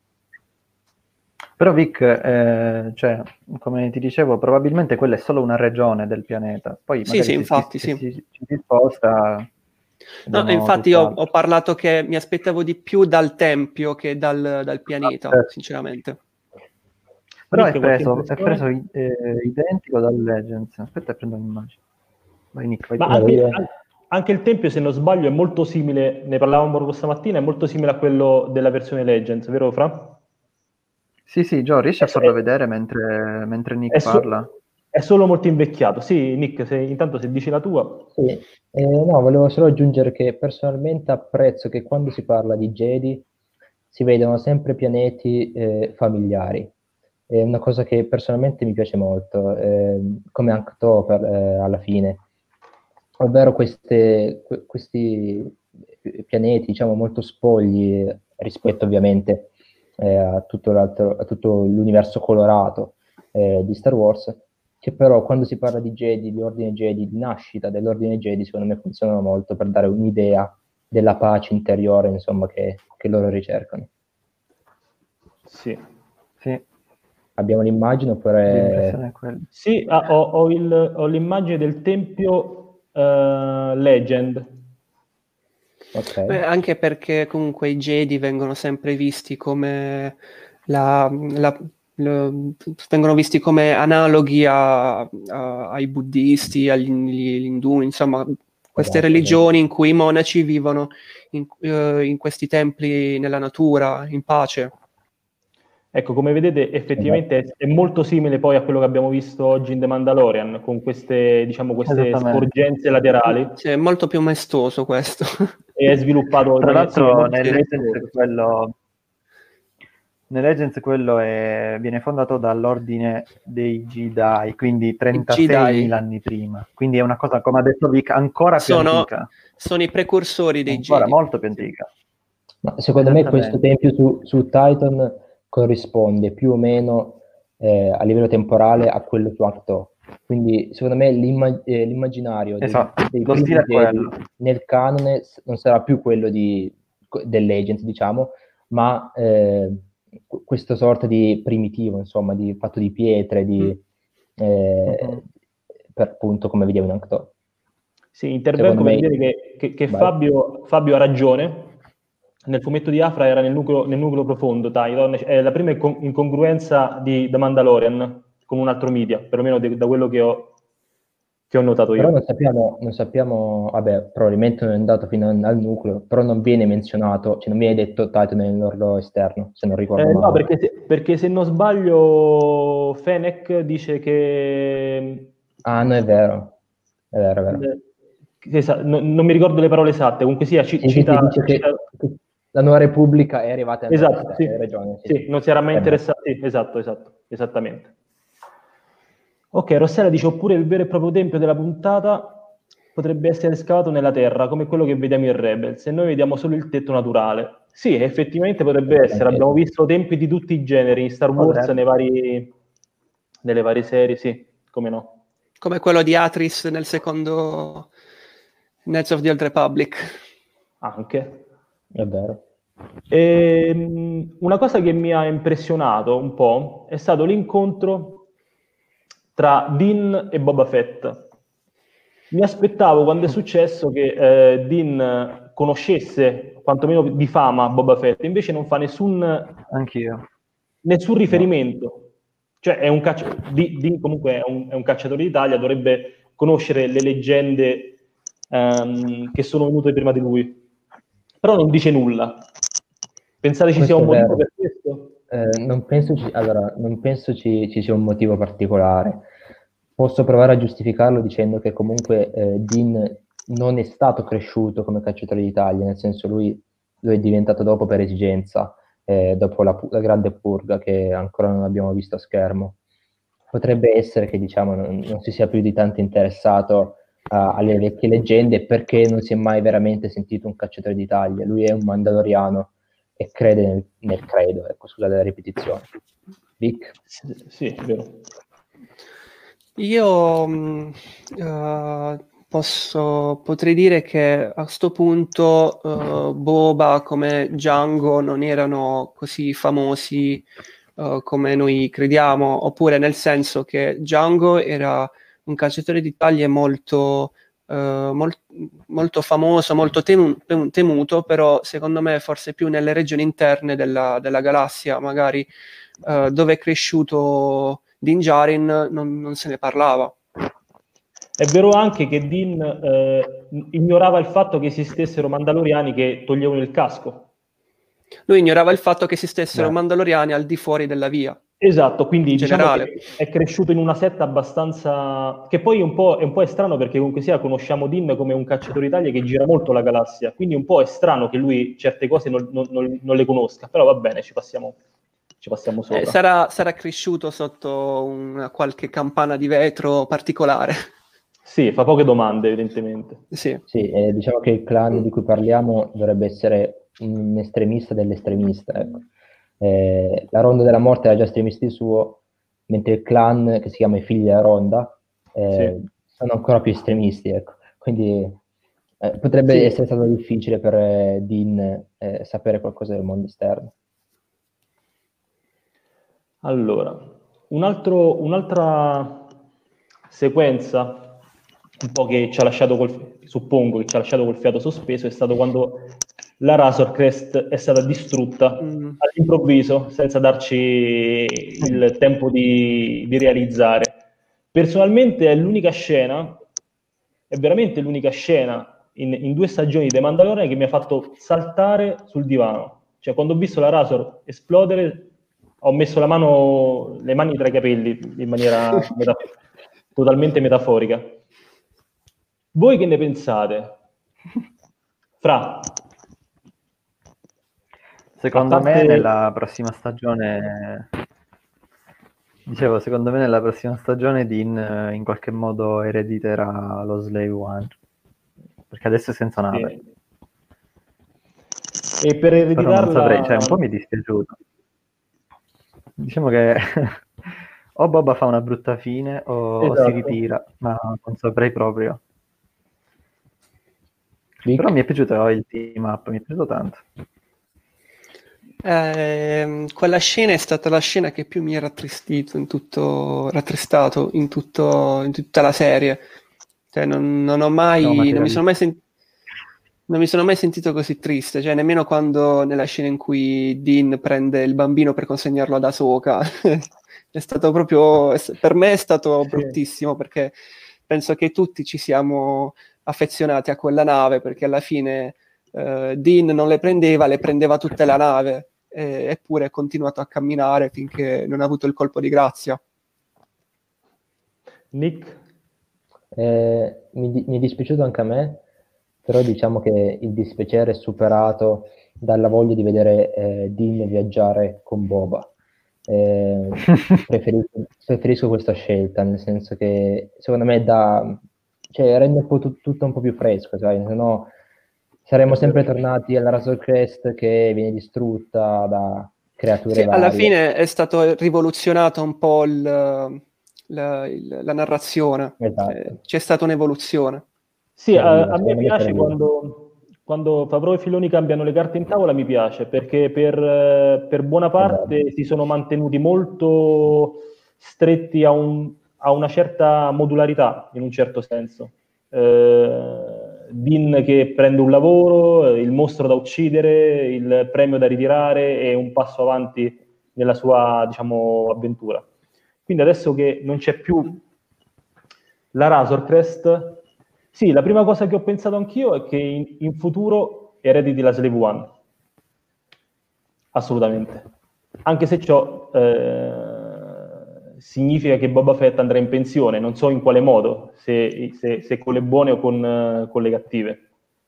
Però Vic, eh, cioè, come ti dicevo, probabilmente quella è solo una regione del pianeta. Poi Sì, magari sì, se, si, infatti, se sì. si, ci si sposta, No, e vediamo infatti io ho tutt'altro. parlato che mi aspettavo di più dal tempio che dal, dal pianeta, Certo. sinceramente. Però Nick, è qualche preso, è impressione? preso eh, identico dal Legends. Aspetta, prendo un'immagine. Vai Nick, vai Ma tu. anche, Io- an- anche il tempio, se non sbaglio, è molto simile, ne parlavamo proprio stamattina, è molto simile a quello della versione Legends, vero Fra? Sì, sì, Gio, riesci È, a so- farlo è- vedere mentre, mentre è Nick so- parla? è solo molto invecchiato. Sì, Nick, se, intanto se dici la tua. Sì, eh, no, volevo solo aggiungere che personalmente apprezzo che quando si parla di Jedi si vedono sempre pianeti eh, familiari. È una cosa che personalmente mi piace molto, ehm, come Ankto per, eh, alla fine, ovvero queste- que- questi pianeti, diciamo, molto spogli rispetto ovviamente eh, a tutto l'altro- a tutto l'universo colorato eh, di Star Wars, che però quando si parla di Jedi, di ordine Jedi, di nascita dell'ordine Jedi, secondo me funzionano molto per dare un'idea della pace interiore, insomma, che, che loro ricercano. Sì. Sì, Abbiamo l'immagine l'impressione oppure... è quella. Sì, ah, ho, ho il- ho l'immagine del tempio eh, Legend. Ok, Beh, anche perché comunque i Jedi vengono sempre visti come la, la- lo- vengono visti come analoghi a- a- ai buddisti, agli, agli indù, insomma, queste esatto, esatto. religioni in cui i monaci vivono in, eh, in questi templi nella natura, in pace. Ecco, come vedete, effettivamente Esatto. è, è molto simile poi a quello che abbiamo visto oggi in The Mandalorian, con queste, diciamo, queste Esattamente. sporgenze laterali, Sì, è molto più maestoso questo. e è sviluppato in Tra maniera, sì, è l'altro molto nel più Legends maestoso, sì. quello, nel Legends quello è- viene fondato dall'ordine dei Jedi, quindi I Jedi trentaseimila anni prima. Quindi è una cosa, come ha detto Vic, ancora più sono, antica. sono i precursori dei Ancora Jedi. molto più Sì. antica. Ma secondo me questo Esattamente. tempio su, su Titan corrisponde più o meno eh, a livello temporale a quello su Acto. Quindi secondo me l'imma- eh, l'immaginario dei, Esatto, dei lo primi stile è Jedi quello. nel canone s- non sarà più quello di, dell'Agent, diciamo, ma eh, qu- questo sorta di primitivo, insomma, di fatto di pietre, di, Mm. eh, Mhm. per appunto come vediamo in Acto. Sì, intervengo Secondo per me, dire che, che- che vai. Fabio, Fabio ha ragione. Nel fumetto di Afra era nel nucleo, nel nucleo profondo, Tyron, è la prima incon- incongruenza di The Mandalorian con un altro media, perlomeno de- da quello che ho, che ho notato Però io. non sappiamo, non sappiamo, vabbè, probabilmente non è andato fino al, al nucleo, però non viene menzionato, cioè non viene detto Titan nell'orlo esterno, se non ricordo Eh, no, male. perché se, perché se non sbaglio Fennec dice che... Ah, no, è vero, è vero, è vero. eh, che sa- no- non mi ricordo le parole esatte, comunque sia, ci- Sì, sì, sì, cita, dice cita- che che la nuova Repubblica è arrivata nell'orlo esatto, esterno, sì, hai ragione, sì, sì, sì. non si era mai Eh beh. interessato, sì, esatto, esatto, esattamente. Ok, Rossella dice, oppure il vero e proprio tempio della puntata potrebbe essere scavato nella terra, come quello che vediamo in Rebels, e noi vediamo solo il tetto naturale. Sì, effettivamente potrebbe essere, abbiamo visto tempi di tutti i generi in Star Wars, Potrebbe. nei vari, nelle varie serie, sì, come no. Come quello di Atris nel secondo Knights of the Old Republic. Anche. È vero. Ehm, una cosa che mi ha impressionato un po' è stato l'incontro tra Din e Boba Fett. Mi aspettavo quando è successo che eh, Din conoscesse quantomeno di fama Boba Fett, invece non fa nessun, Anch'io. nessun riferimento. Cioè è un caccia- di, di, comunque è un, è un cacciatore d'Italia, dovrebbe conoscere le leggende ehm, che sono venute prima di lui, però non dice nulla. Pensate ci sia Questo un è motivo vero. per questo? Eh, non penso ci, allora, non penso ci, ci sia un motivo particolare. Posso provare a giustificarlo dicendo che comunque eh, Dean non è stato cresciuto come cacciatore d'Italia, nel senso lui lo è diventato dopo per esigenza, eh, dopo la, pu- la grande purga che ancora non abbiamo visto a schermo. Potrebbe essere che diciamo non, non si sia più di tanto interessato a- alle vecchie leggende perché non si è mai veramente sentito un cacciatore d'Italia. Lui è un mandaloriano e crede nel, nel credo, ecco, scusate la ripetizione. Vic? Sì, sì, è vero. Io mh, eh, posso, potrei dire che a sto punto eh, Boba come Django non erano così famosi eh, come noi crediamo, oppure nel senso che Django era un calciatore di taglie molto, eh, mol- molto famoso, molto temu- temuto, però secondo me forse più nelle regioni interne della, della galassia, magari eh, dove è cresciuto Din Djarin non, non se ne parlava. È vero anche che Dean eh, ignorava il fatto che esistessero mandaloriani che toglievano il casco. Lui ignorava il fatto che esistessero Beh. mandaloriani al di fuori della via. Esatto, quindi In diciamo generale. che è cresciuto in una setta abbastanza... che poi un po', è un po' è strano perché comunque sia conosciamo Dean come un cacciatore d'Italia che gira molto la galassia, quindi un po' è strano che lui certe cose non, non- non- non le conosca, però va bene, ci passiamo, ci passiamo Eh, sopra. sarà, sarà cresciuto sotto una qualche campana di vetro particolare. Sì, fa poche domande evidentemente. Sì. Sì, eh, diciamo che il clan di cui parliamo dovrebbe essere un estremista dell'estremista, ecco. Eh, la Ronda della Morte era già estremista di suo, mentre il clan che si chiama i Figli della Ronda eh, Sì. sono ancora più estremisti, ecco. Quindi eh, potrebbe Sì. essere stato difficile per eh, Dean eh, sapere qualcosa del mondo esterno. Allora, un altro, un'altra sequenza un po' che ci ha lasciato col, suppongo che ci ha lasciato col fiato sospeso è stato quando la Razor Crest è stata distrutta Mm. all'improvviso senza darci il tempo di, di realizzare. Personalmente è l'unica scena, è veramente l'unica scena in, in due stagioni di The Mandalorian che mi ha fatto saltare sul divano. Cioè quando ho visto la Razor esplodere ho messo la mano, le mani tra i capelli in maniera metaf- totalmente metaforica. Voi che ne pensate? Fra? Secondo A parte- me nella prossima stagione, dicevo, secondo me nella prossima stagione Dean eh, in qualche modo erediterà lo Slave One, perché adesso è senza nave. Sì. E per Però ereditarla... non saprei, cioè un po' mi è dispiaciuto. Diciamo che o Boba fa una brutta fine o, o si Esatto. ritira, ma non saprei proprio. Vic? Però mi è piaciuto il team up, mi è piaciuto tanto. Eh, quella scena è stata la scena che più mi ha rattristito in tutto, rattristato in, tutto, in tutta la serie. Cioè, non, non ho mai, No, non mi sono mai sentito. Non mi sono mai sentito così triste, cioè nemmeno quando nella scena in cui Dean prende il bambino per consegnarlo ad Ahsoka. È stato proprio, per me è stato Sì. bruttissimo perché penso che tutti ci siamo affezionati a quella nave perché alla fine eh, Dean non le prendeva, le prendeva tutta la nave e, eppure ha continuato a camminare finché non ha avuto il colpo di grazia. Nick? Eh, mi, di- mi è dispiaciuto anche a me, però diciamo che il dispiacere è superato dalla voglia di vedere eh, Dean viaggiare con Boba. Eh, preferisco, preferisco questa scelta, nel senso che secondo me dà, cioè, rende un po' tut- tutto un po' più fresco, sai? Se no saremmo sempre tornati alla Razor Crest che viene distrutta da creature Sì, alla varie. fine è stato rivoluzionato un po' il, la, il- la narrazione. Esatto. Eh, c'è stata un'evoluzione. Sì, a, Serviva, a me secondo me piace serviva. quando, quando Favreau e Filoni cambiano le carte in tavola, mi piace, perché per, eh, per buona parte si sono mantenuti molto stretti a, un- a una certa modularità, in un certo senso. Eh, Din che prende un lavoro, il mostro da uccidere, il premio da ritirare e un passo avanti nella sua, diciamo, avventura. Quindi adesso che non c'è più la Razor Crest, sì, la prima cosa che ho pensato anch'io è che in, in futuro erediti la Slave One. Assolutamente. Anche se ciò eh, significa che Boba Fett andrà in pensione, non so in quale modo, se, se, se con le buone o con, con le cattive.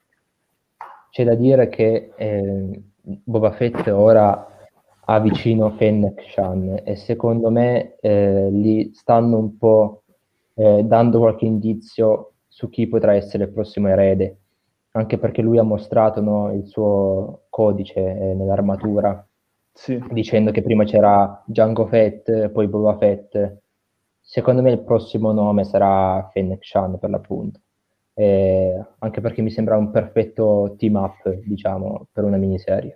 C'è da dire che eh, Boba Fett ora ha vicino Fennec Shan e secondo me eh, gli stanno un po' eh, dando qualche indizio su chi potrà essere il prossimo erede, anche perché lui ha mostrato, no, il suo codice eh, nell'armatura, sì, dicendo che prima c'era Jango Fett, poi Boba Fett. Secondo me il prossimo nome sarà Fennec Shan per l'appunto. Eh, anche perché mi sembra un perfetto team up, diciamo, per una miniserie.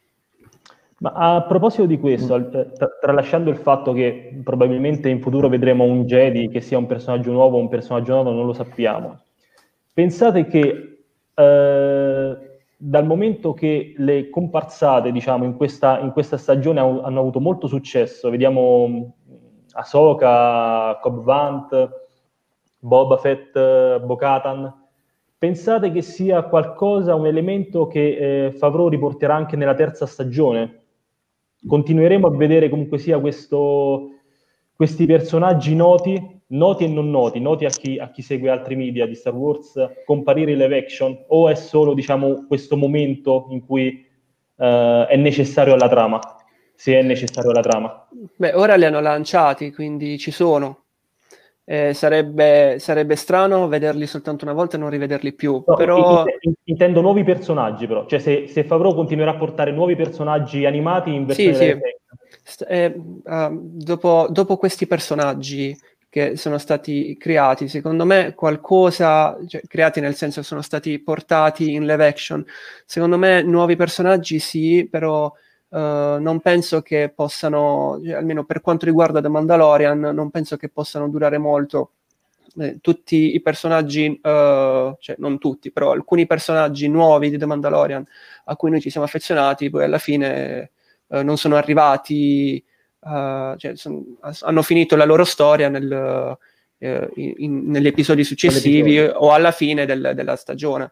Ma a proposito di questo, eh, tra- tralasciando il fatto che probabilmente in futuro vedremo un Jedi che sia un personaggio nuovo o un personaggio nuovo, non lo sappiamo. Pensate che eh, dal momento che le comparsate, diciamo, in questa, in questa stagione hanno, hanno avuto molto successo, vediamo Ahsoka, Cobb Vanth, Boba Fett, Bo-Katan, pensate che sia qualcosa, un elemento che eh, Favreau riporterà anche nella terza stagione? Continueremo a vedere comunque sia questo, questi personaggi noti, noti e non noti, noti a chi, a chi segue altri media di Star Wars, comparire in live action, o è solo, diciamo, questo momento in cui eh, è necessario alla trama, se è necessario alla trama? Beh, ora li hanno lanciati, quindi ci sono. Eh, sarebbe, sarebbe strano vederli soltanto una volta e non rivederli più, No, però... intendo nuovi personaggi, però. Cioè, se, se Favreau continuerà a portare nuovi personaggi animati in Sì, versione sì. live action. Eh, uh, dopo, dopo questi personaggi che sono stati creati, secondo me qualcosa, cioè, creati nel senso che sono stati portati in live action, secondo me nuovi personaggi sì, però uh, non penso che possano, cioè, almeno per quanto riguarda The Mandalorian, non penso che possano durare molto. Eh, tutti i personaggi, uh, cioè non tutti, però alcuni personaggi nuovi di The Mandalorian a cui noi ci siamo affezionati, poi alla fine uh, non sono arrivati, uh, cioè son, hanno finito la loro storia nel, uh, in, in, negli episodi successivi o alla fine del, della stagione.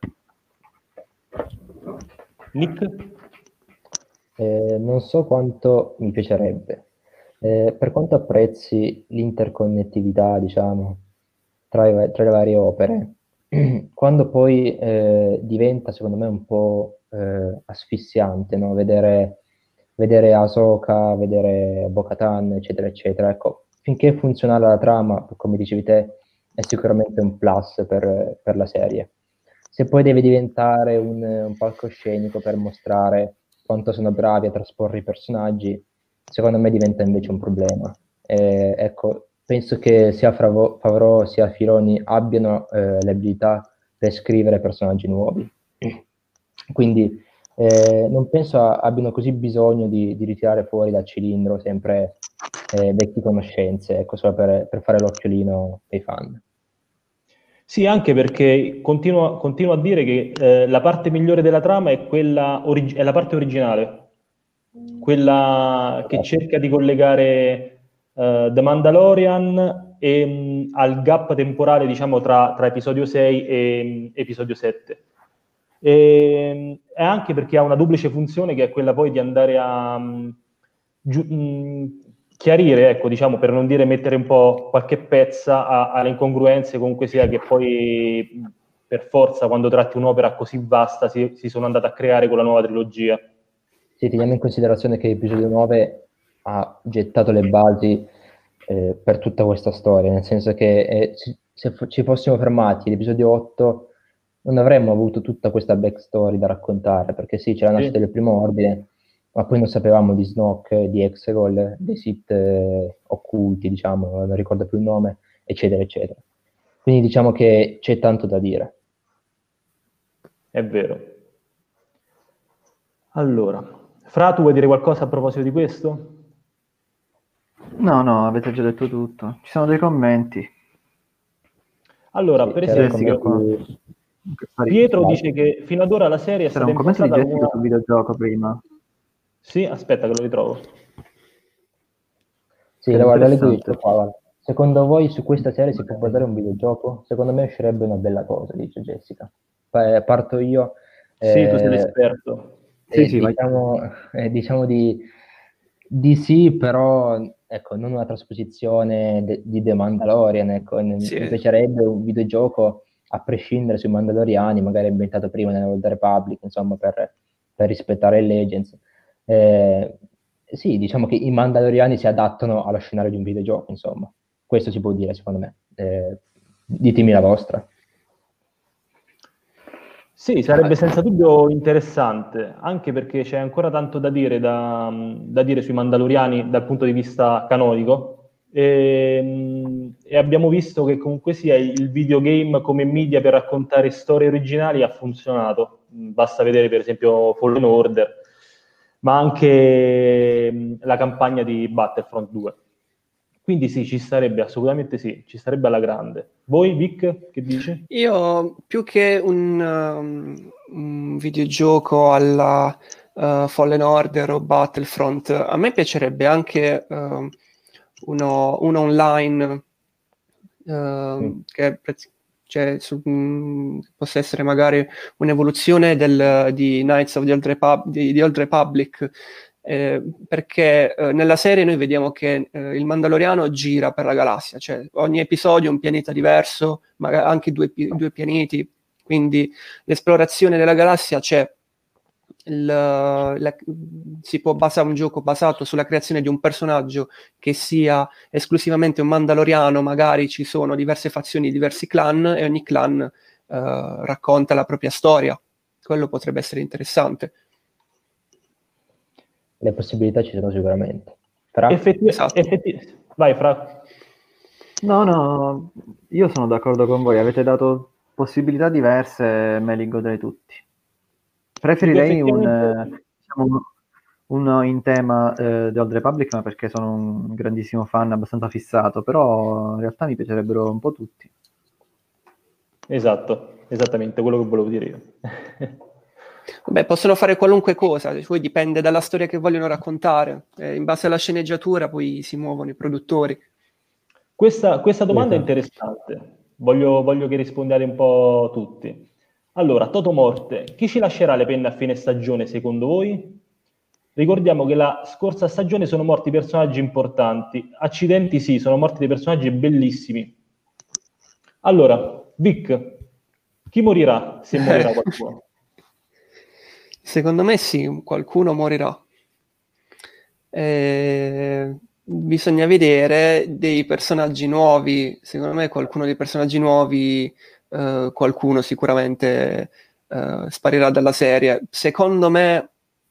Nick? Eh, non so quanto mi piacerebbe. Eh, per quanto apprezzi l'interconnettività, diciamo, tra, i, tra le varie opere, quando poi eh, diventa, secondo me, un po' eh, asfissiante, no? Vedere, vedere Ahsoka, vedere Bo-Katan, eccetera, eccetera. Ecco, finché funziona la trama, come dicevi te, è sicuramente un plus per, per la serie. Se poi deve diventare un, un palcoscenico per mostrare quanto sono bravi a trasporre i personaggi, secondo me diventa invece un problema. E, ecco, penso che sia Favreau sia Filoni abbiano eh, le abilità per scrivere personaggi nuovi. Quindi eh, non penso a, abbiano così bisogno di, di ritirare fuori dal cilindro sempre eh, vecchie conoscenze, ecco, solo per, per fare l'occhiolino ai fan. Sì, anche perché continuo, continuo a dire che eh, la parte migliore della trama è, quella orig- è la parte originale, quella che cerca di collegare uh, The Mandalorian e, mh, al gap temporale, diciamo, tra, tra episodio sei e mh, episodio sette. E, e anche perché ha una duplice funzione, che è quella poi di andare a mh, giu- mh, chiarire, ecco, diciamo, per non dire mettere un po' qualche pezza a, alle incongruenze, comunque sia, che poi per forza, quando tratti un'opera così vasta, si, si sono andate a creare con la nuova trilogia. Sì, teniamo in considerazione che l'episodio nove ha gettato le basi eh, per tutta questa storia, nel senso che eh, se f- ci fossimo fermati all'episodio otto non avremmo avuto tutta questa backstory da raccontare, perché sì, c'è la nascita del primo ordine, ma poi non sapevamo di Snoke, di Exegol, dei Sith eh, occulti, diciamo, non ricordo più il nome, eccetera, eccetera. Quindi diciamo che c'è tanto da dire. È vero. Allora, Fra, tu vuoi dire qualcosa a proposito di questo? No, no, avete già detto tutto. Ci sono dei commenti. Allora, Sì, per c'era il esempio, commento Pietro dice che fino ad ora la serie è C'era stata un commento di impostata Jessica come sul videogioco prima. Sì, aspetta che lo ritrovo. Sì, Che la guarda, leggo io interessante. qua, guarda. Secondo voi su questa serie si può basare un videogioco? Secondo me uscirebbe una bella cosa, dice Jessica. Pa- Parto io. Sì, tu sei Eh, l'esperto. Sì, eh, sì, vai. diciamo, eh, diciamo di, di sì, però ecco, non una trasposizione de- di The Mandalorian. Ecco. Sì. Mi piacerebbe un videogioco a prescindere sui Mandaloriani, magari ambientato prima nella Old Republic, insomma, per, per rispettare le Legends. Eh, sì, diciamo che i Mandaloriani si adattano allo scenario di un videogioco, insomma. Questo si può dire, secondo me. Eh, ditemi la vostra. Sì, sarebbe senza dubbio interessante, anche perché c'è ancora tanto da dire, da, da dire sui Mandaloriani dal punto di vista canonico. E, e abbiamo visto che comunque sia il videogame come media per raccontare storie originali ha funzionato. Basta vedere per esempio Fallen Order, ma anche la campagna di Battlefront due. Quindi sì, ci starebbe, assolutamente sì, ci starebbe alla grande. Voi, Vic, che dici? Io più che un, um, un videogioco alla uh, Fallen Order o Battlefront, a me piacerebbe anche uh, uno, uno online uh, Mm. che cioè, su, mh, possa essere magari un'evoluzione del, di Knights of the Old, Repub- di, di Old Republic. Eh, perché eh, nella serie noi vediamo che eh, il Mandaloriano gira per la galassia, cioè ogni episodio è un pianeta diverso, magari anche due, due pianeti, quindi l'esplorazione della galassia c'è. Il, la, si può basare un gioco basato sulla creazione di un personaggio che sia esclusivamente un Mandaloriano, magari ci sono diverse fazioni, diversi clan e ogni clan eh, racconta la propria storia. Quello potrebbe essere interessante. Le possibilità ci sono sicuramente. Fra? Effetti- Esatto. effetti- Vai, Fra. No, no, io sono d'accordo con voi, avete dato possibilità diverse, me li godrei tutti. Preferirei un, Effettivamente- eh, diciamo, uno in tema eh, di Old Republic, ma perché sono un grandissimo fan, abbastanza fissato, però in realtà mi piacerebbero un po' tutti. Esatto, esattamente quello che volevo dire io. Vabbè, possono fare qualunque cosa, poi dipende dalla storia che vogliono raccontare. Eh, in base alla sceneggiatura poi si muovono i produttori. Questa, questa domanda è Esatto. interessante, voglio, voglio che rispondiate un po' tutti. Allora, Toto Morte, chi ci lascerà le penne a fine stagione secondo voi? Ricordiamo che la scorsa stagione sono morti personaggi importanti, accidenti sì, sono morti dei personaggi bellissimi. Allora, Vic, chi morirà se morirà qualcuno? Secondo me sì, qualcuno morirà. Eh, bisogna vedere dei personaggi nuovi. Secondo me qualcuno dei personaggi nuovi, eh, qualcuno sicuramente eh, sparirà dalla serie. Secondo me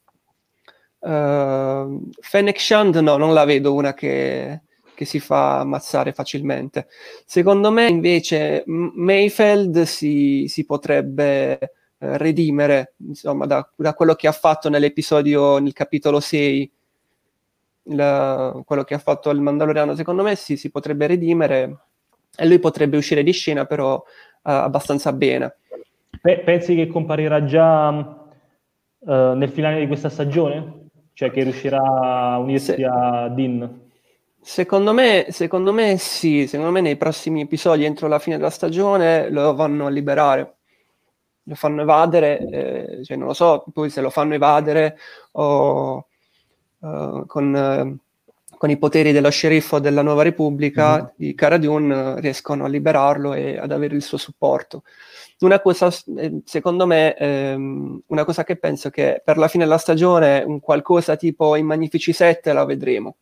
uh, Fennec Shand no, non la vedo una che, che si fa ammazzare facilmente. Secondo me invece M- Mayfeld si, si potrebbe eh, redimere, insomma, da, da quello che ha fatto nell'episodio, nel capitolo sei, la, quello che ha fatto il Mandaloriano, secondo me sì, si potrebbe redimere e lui potrebbe uscire di scena però uh, abbastanza bene. Pe- pensi che comparirà già uh, nel finale di questa stagione? Cioè che riuscirà a unirsi Se, a Dean? secondo me, secondo me sì, secondo me nei prossimi episodi, entro la fine della stagione, lo vanno a liberare. Lo fanno evadere, eh, cioè non lo so, poi se lo fanno evadere o uh, con, uh, con i poteri dello sceriffo della Nuova Repubblica Mm-hmm. di Cara Dune riescono a liberarlo e ad avere il suo supporto. Una cosa, secondo me, ehm, una cosa che penso che per la fine della stagione un qualcosa tipo i Magnifici Sette la vedremo.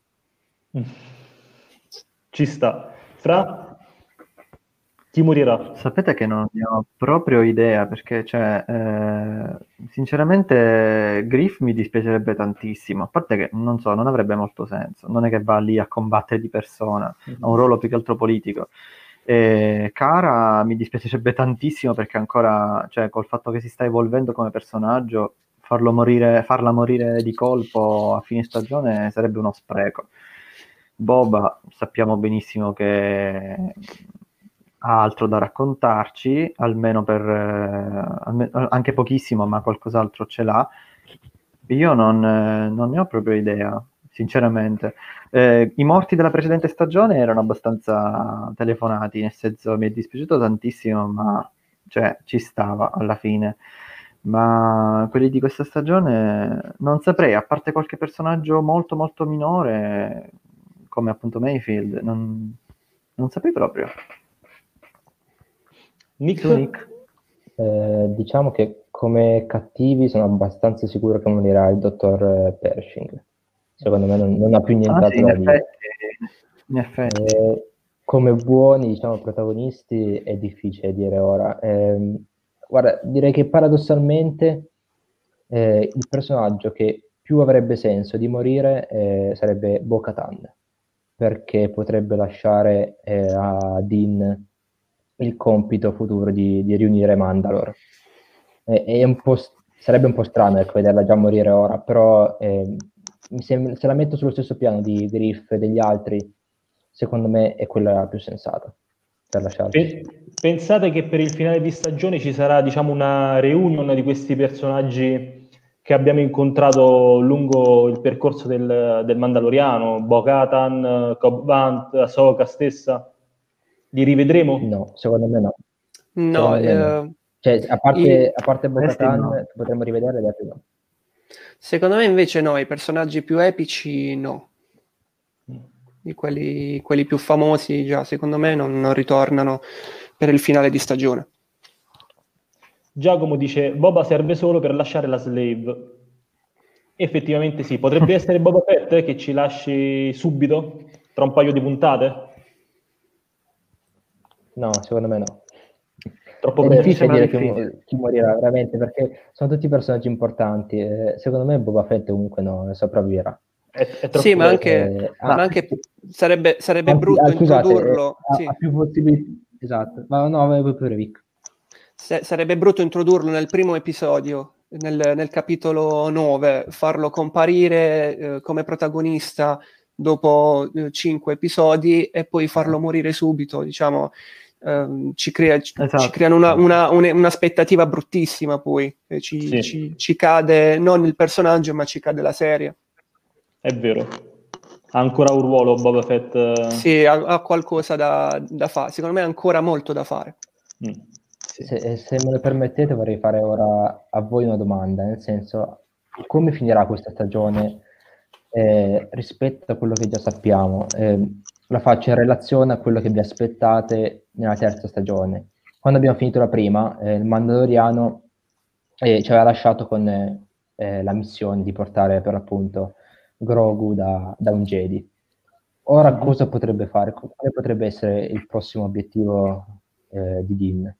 Ci sta. Fra? Chi morirà? Sapete che non ne ho proprio idea, perché, cioè, eh, sinceramente, Griff mi dispiacerebbe tantissimo, a parte che, non so, non avrebbe molto senso, non è che va lì a combattere di persona, ha un ruolo più che altro politico. E Cara mi dispiacerebbe tantissimo perché ancora, cioè, col fatto che si sta evolvendo come personaggio, farlo morire, farla morire di colpo a fine stagione sarebbe uno spreco. Boba sappiamo benissimo che ha altro da raccontarci, almeno per eh, alme- anche pochissimo, ma qualcos'altro ce l'ha. Io non, eh, non ne ho proprio idea, sinceramente. Eh, I morti della precedente stagione erano abbastanza telefonati, nel senso mi è dispiaciuto tantissimo, ma cioè, ci stava alla fine. Ma quelli di questa stagione non saprei, a parte qualche personaggio molto molto minore, come appunto Mayfield, non, non saprei proprio. Nick? Tu, Nick? Eh, diciamo che come cattivi sono abbastanza sicuro che morirà il dottor Pershing. Secondo me non, non ha più Ah, nient'altro sì, in da dire. effetti, in effetti. Eh, come buoni, diciamo, protagonisti è difficile dire ora. Eh, guarda, direi che paradossalmente eh, il personaggio che più avrebbe senso di morire eh, sarebbe Bo-Katan, perché potrebbe lasciare eh, a Din il compito futuro di, di riunire Mandalore. Eh, è un po', sarebbe un po' strano, ecco, vederla già morire ora, però eh, mi sembra- se la metto sullo stesso piano di Griff e degli altri, secondo me è quella più sensata per lasciarci. Pe- Pensate che per il finale di stagione ci sarà, diciamo, una reunion di questi personaggi che abbiamo incontrato lungo il percorso del, del Mandaloriano, Bo-Katan, Cobb Vanth, Ahsoka stessa? Li rivedremo? No, secondo me no. No, Secondo me no. eh, Cioè, a i- parte, a parte Questi Bo-Katan, no. potremmo rivederle, gli altri no. secondo me invece no, i personaggi più epici no. Di quelli, quelli più famosi già, secondo me non, non ritornano per il finale di stagione. Giacomo dice Boba serve solo per lasciare la slave. Effettivamente sì, potrebbe essere Boba Fett che ci lasci subito, tra un paio di puntate? No, secondo me no. Troppo È presto. difficile sembra dire chi, difficile. mo- chi morirà veramente, perché sono tutti personaggi importanti. Eh, secondo me Boba Fett comunque no, sopravviverà. È, è troppo Sì, ma presto. anche, Eh, ma ah, anche sarebbe, sarebbe anzi, brutto ah, scusate, eh, introdurlo. ha, Sì. ha più possibilità. Esatto, ma no, vai pure Vic. Se- sarebbe brutto introdurlo nel primo episodio, nel, nel capitolo nove, farlo comparire eh, come protagonista dopo eh, cinque episodi e poi farlo morire subito, diciamo, ehm, ci, crea, ci, Esatto. ci creano una, una, un- un'aspettativa bruttissima poi, e ci, Sì. ci, ci cade non il personaggio ma ci cade la serie. È vero. Ha ancora un ruolo Boba Fett. eh, Sì, ha, ha qualcosa da, da fare, secondo me ha ancora molto da fare. mm, sì. Se, se me lo permettete, vorrei fare ora a voi una domanda, nel senso, come finirà questa stagione eh, rispetto a quello che già sappiamo? Eh, la faccio in relazione a quello che vi aspettate nella terza stagione. Quando abbiamo finito la prima, eh, il Mandaloriano eh, ci aveva lasciato con eh, eh, la missione di portare per l'appunto Grogu da, da un Jedi. Ora Mhm. cosa potrebbe fare? Quale potrebbe essere il prossimo obiettivo eh, di Din?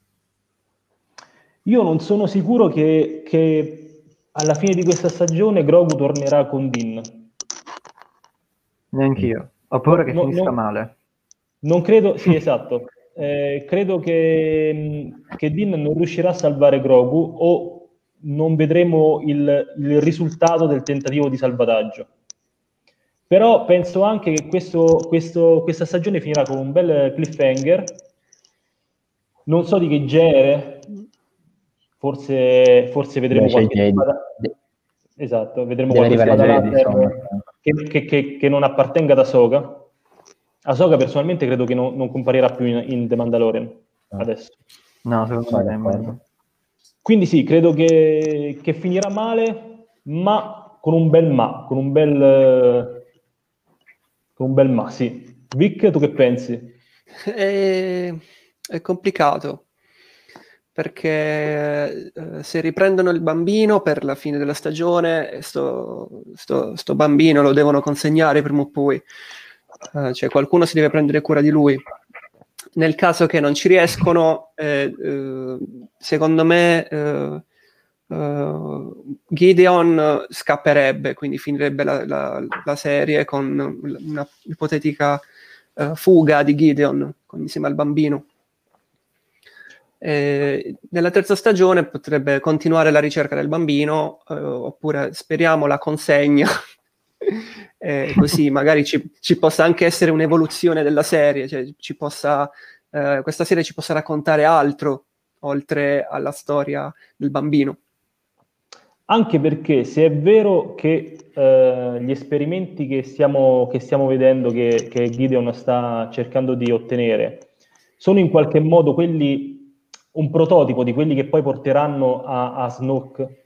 Io non sono sicuro che, che alla fine di questa stagione Grogu tornerà con Din. Neanch'io. Ho paura No, che no, finisca no. male. Non credo, sì, esatto. Eh, credo che, che Din non riuscirà a salvare Grogu o non vedremo il, il risultato del tentativo di salvataggio. Però penso anche che questo, questo, questa stagione finirà con un bel cliffhanger. Non so di che genere, forse, forse vedremo Dove c'è il qualche Jedi. spada. De- Esatto, vedremo deve qualche arrivare spada il Jedi, laser insomma. che, che, che, che non appartenga ad Ahsoka. Ahsoka personalmente credo che non, non comparirà più in, in The Mandalorian Ah. adesso. No, secondo Sono me d'accordo. nemmeno. Quindi sì, credo che, che finirà male, ma con un bel ma, con un bel, eh, con un bel ma, sì. Vic, tu che pensi? È, è complicato perché eh, se riprendono il bambino per la fine della stagione, sto, sto, sto bambino lo devono consegnare prima o poi, eh, cioè qualcuno si deve prendere cura di lui. Nel caso che non ci riescono, eh, eh, secondo me eh, eh, Gideon scapperebbe, quindi finirebbe la, la, la serie con una ipotetica Uh, fuga di Gideon con, insieme al bambino. E nella terza stagione potrebbe continuare la ricerca del bambino, uh, oppure speriamo la consegna, e così magari ci, ci possa anche essere un'evoluzione della serie, cioè ci possa eh, questa serie ci possa raccontare altro, oltre alla storia del bambino. Anche perché se è vero che eh, gli esperimenti che stiamo, che stiamo vedendo, che, che Gideon sta cercando di ottenere, sono in qualche modo quelli, un prototipo di quelli che poi porteranno a, a Snoke,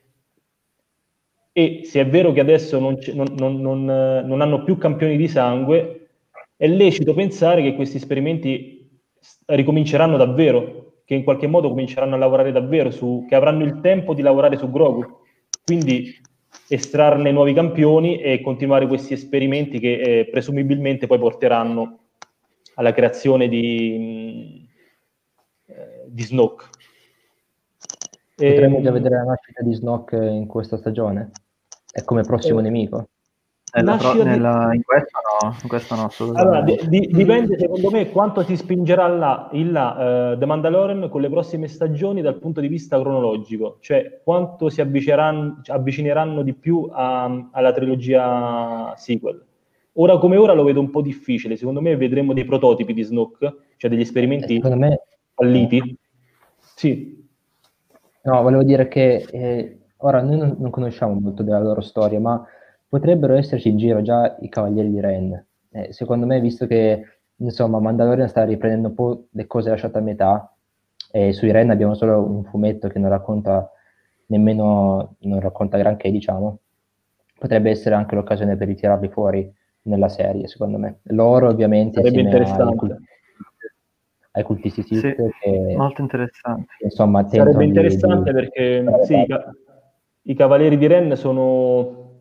e se è vero che adesso non, non, non, non, non hanno più campioni di sangue, è lecito pensare che questi esperimenti ricominceranno davvero, che in qualche modo cominceranno a lavorare davvero, su, che avranno il tempo di lavorare su Grogu. Quindi estrarne nuovi campioni e continuare questi esperimenti che eh, presumibilmente poi porteranno alla creazione di, eh, di Snoke. Potremmo e, già vedere la nascita di Snoke in questa stagione? È come prossimo eh, nemico? Nella pro- nascita di... nella- in questo no, in questo no, Allora, assolutamente. di- di- dipende secondo me quanto si spingerà là, in là eh, The Mandalorian con le prossime stagioni dal punto di vista cronologico, cioè quanto si avvicineranno, avvicineranno di più a- alla trilogia sequel. Ora come ora lo vedo un po' difficile, secondo me vedremo dei prototipi di Snoke, cioè degli esperimenti Secondo me... falliti. Sì, No, volevo dire che eh, ora noi non, non conosciamo molto della loro storia, ma potrebbero esserci in giro già i Cavalieri di Ren. Eh, secondo me, visto che insomma Mandalorian sta riprendendo un po' le cose lasciate a metà, e sui Ren abbiamo solo un fumetto che non racconta nemmeno, non racconta granché, diciamo, potrebbe essere anche l'occasione per ritirarli fuori nella serie, secondo me. Loro ovviamente sarebbe insieme ai interessante. cultisti, ai cultisti Sì, Sith che molto interessante. insomma Sarebbe tentano di, interessante di perché sì, i, ca- i Cavalieri di Ren sono,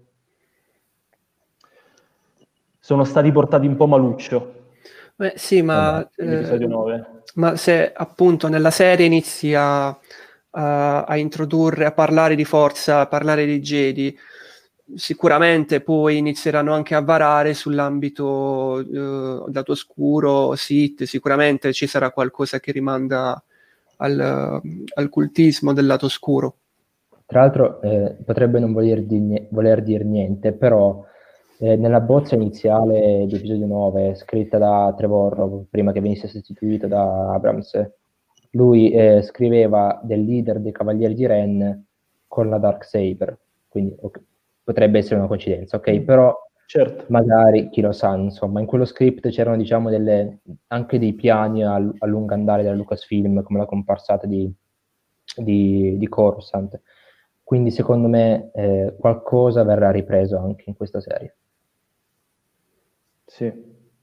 sono stati portati un po' maluccio Beh, sì, ma, nell'episodio eh, nove. ma se appunto nella serie inizi a, a- a introdurre, a parlare di forza, a parlare di Jedi, sicuramente poi inizieranno anche a varare sull'ambito eh, lato oscuro, Sith, sicuramente ci sarà qualcosa che rimanda al, al cultismo del lato oscuro. Tra l'altro eh, potrebbe non voler, di, voler dire niente, però eh, nella bozza iniziale di episodio nove, scritta da Trevorrow, prima che venisse sostituito da Abrams, lui eh, scriveva del leader dei Cavalieri di Ren con la Darksaber, quindi okay, potrebbe essere una coincidenza, ok? Mm. Però Certo. magari, chi lo sa, insomma, in quello script c'erano diciamo delle, anche dei piani a, a lungo andare della Lucasfilm, come la comparsata di, di, di Coruscant. Quindi secondo me eh, qualcosa verrà ripreso anche in questa serie. Sì.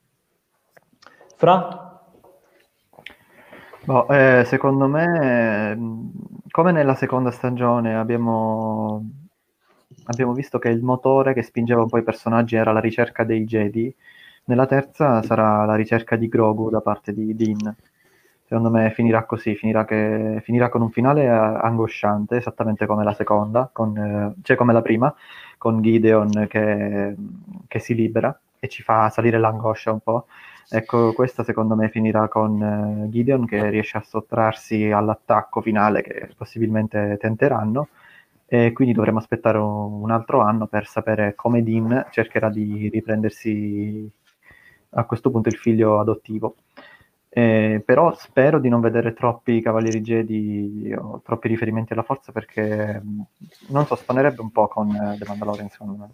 Fra? Boh, eh, secondo me, eh, come nella seconda stagione abbiamo, abbiamo visto che il motore che spingeva un po' i personaggi era la ricerca dei Jedi, nella terza sarà la ricerca di Grogu da parte di Din. Secondo me finirà così, finirà, che, finirà con un finale eh, angosciante, esattamente come la seconda, con, eh, cioè come la prima, con Gideon che, che si libera e ci fa salire l'angoscia un po'. Ecco, questa secondo me finirà con eh, Gideon che riesce a sottrarsi all'attacco finale che possibilmente tenteranno, e quindi dovremo aspettare un, un altro anno per sapere come Din cercherà di riprendersi a questo punto il figlio adottivo. Eh, però spero di non vedere troppi Cavalieri Jedi o troppi riferimenti alla forza, perché mh, non so, spanerebbe un po' con eh, The Mandalorian, secondo me.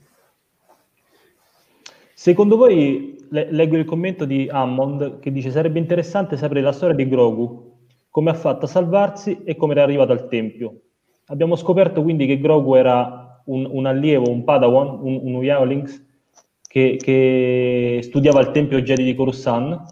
Secondo voi, le- leggo il commento di Hammond che dice: sarebbe interessante sapere la storia di Grogu, come ha fatto a salvarsi e come era arrivato al Tempio. Abbiamo scoperto quindi che Grogu era un, un allievo, un Padawan, un, un Younglings, che, che studiava al Tempio Jedi di Coruscant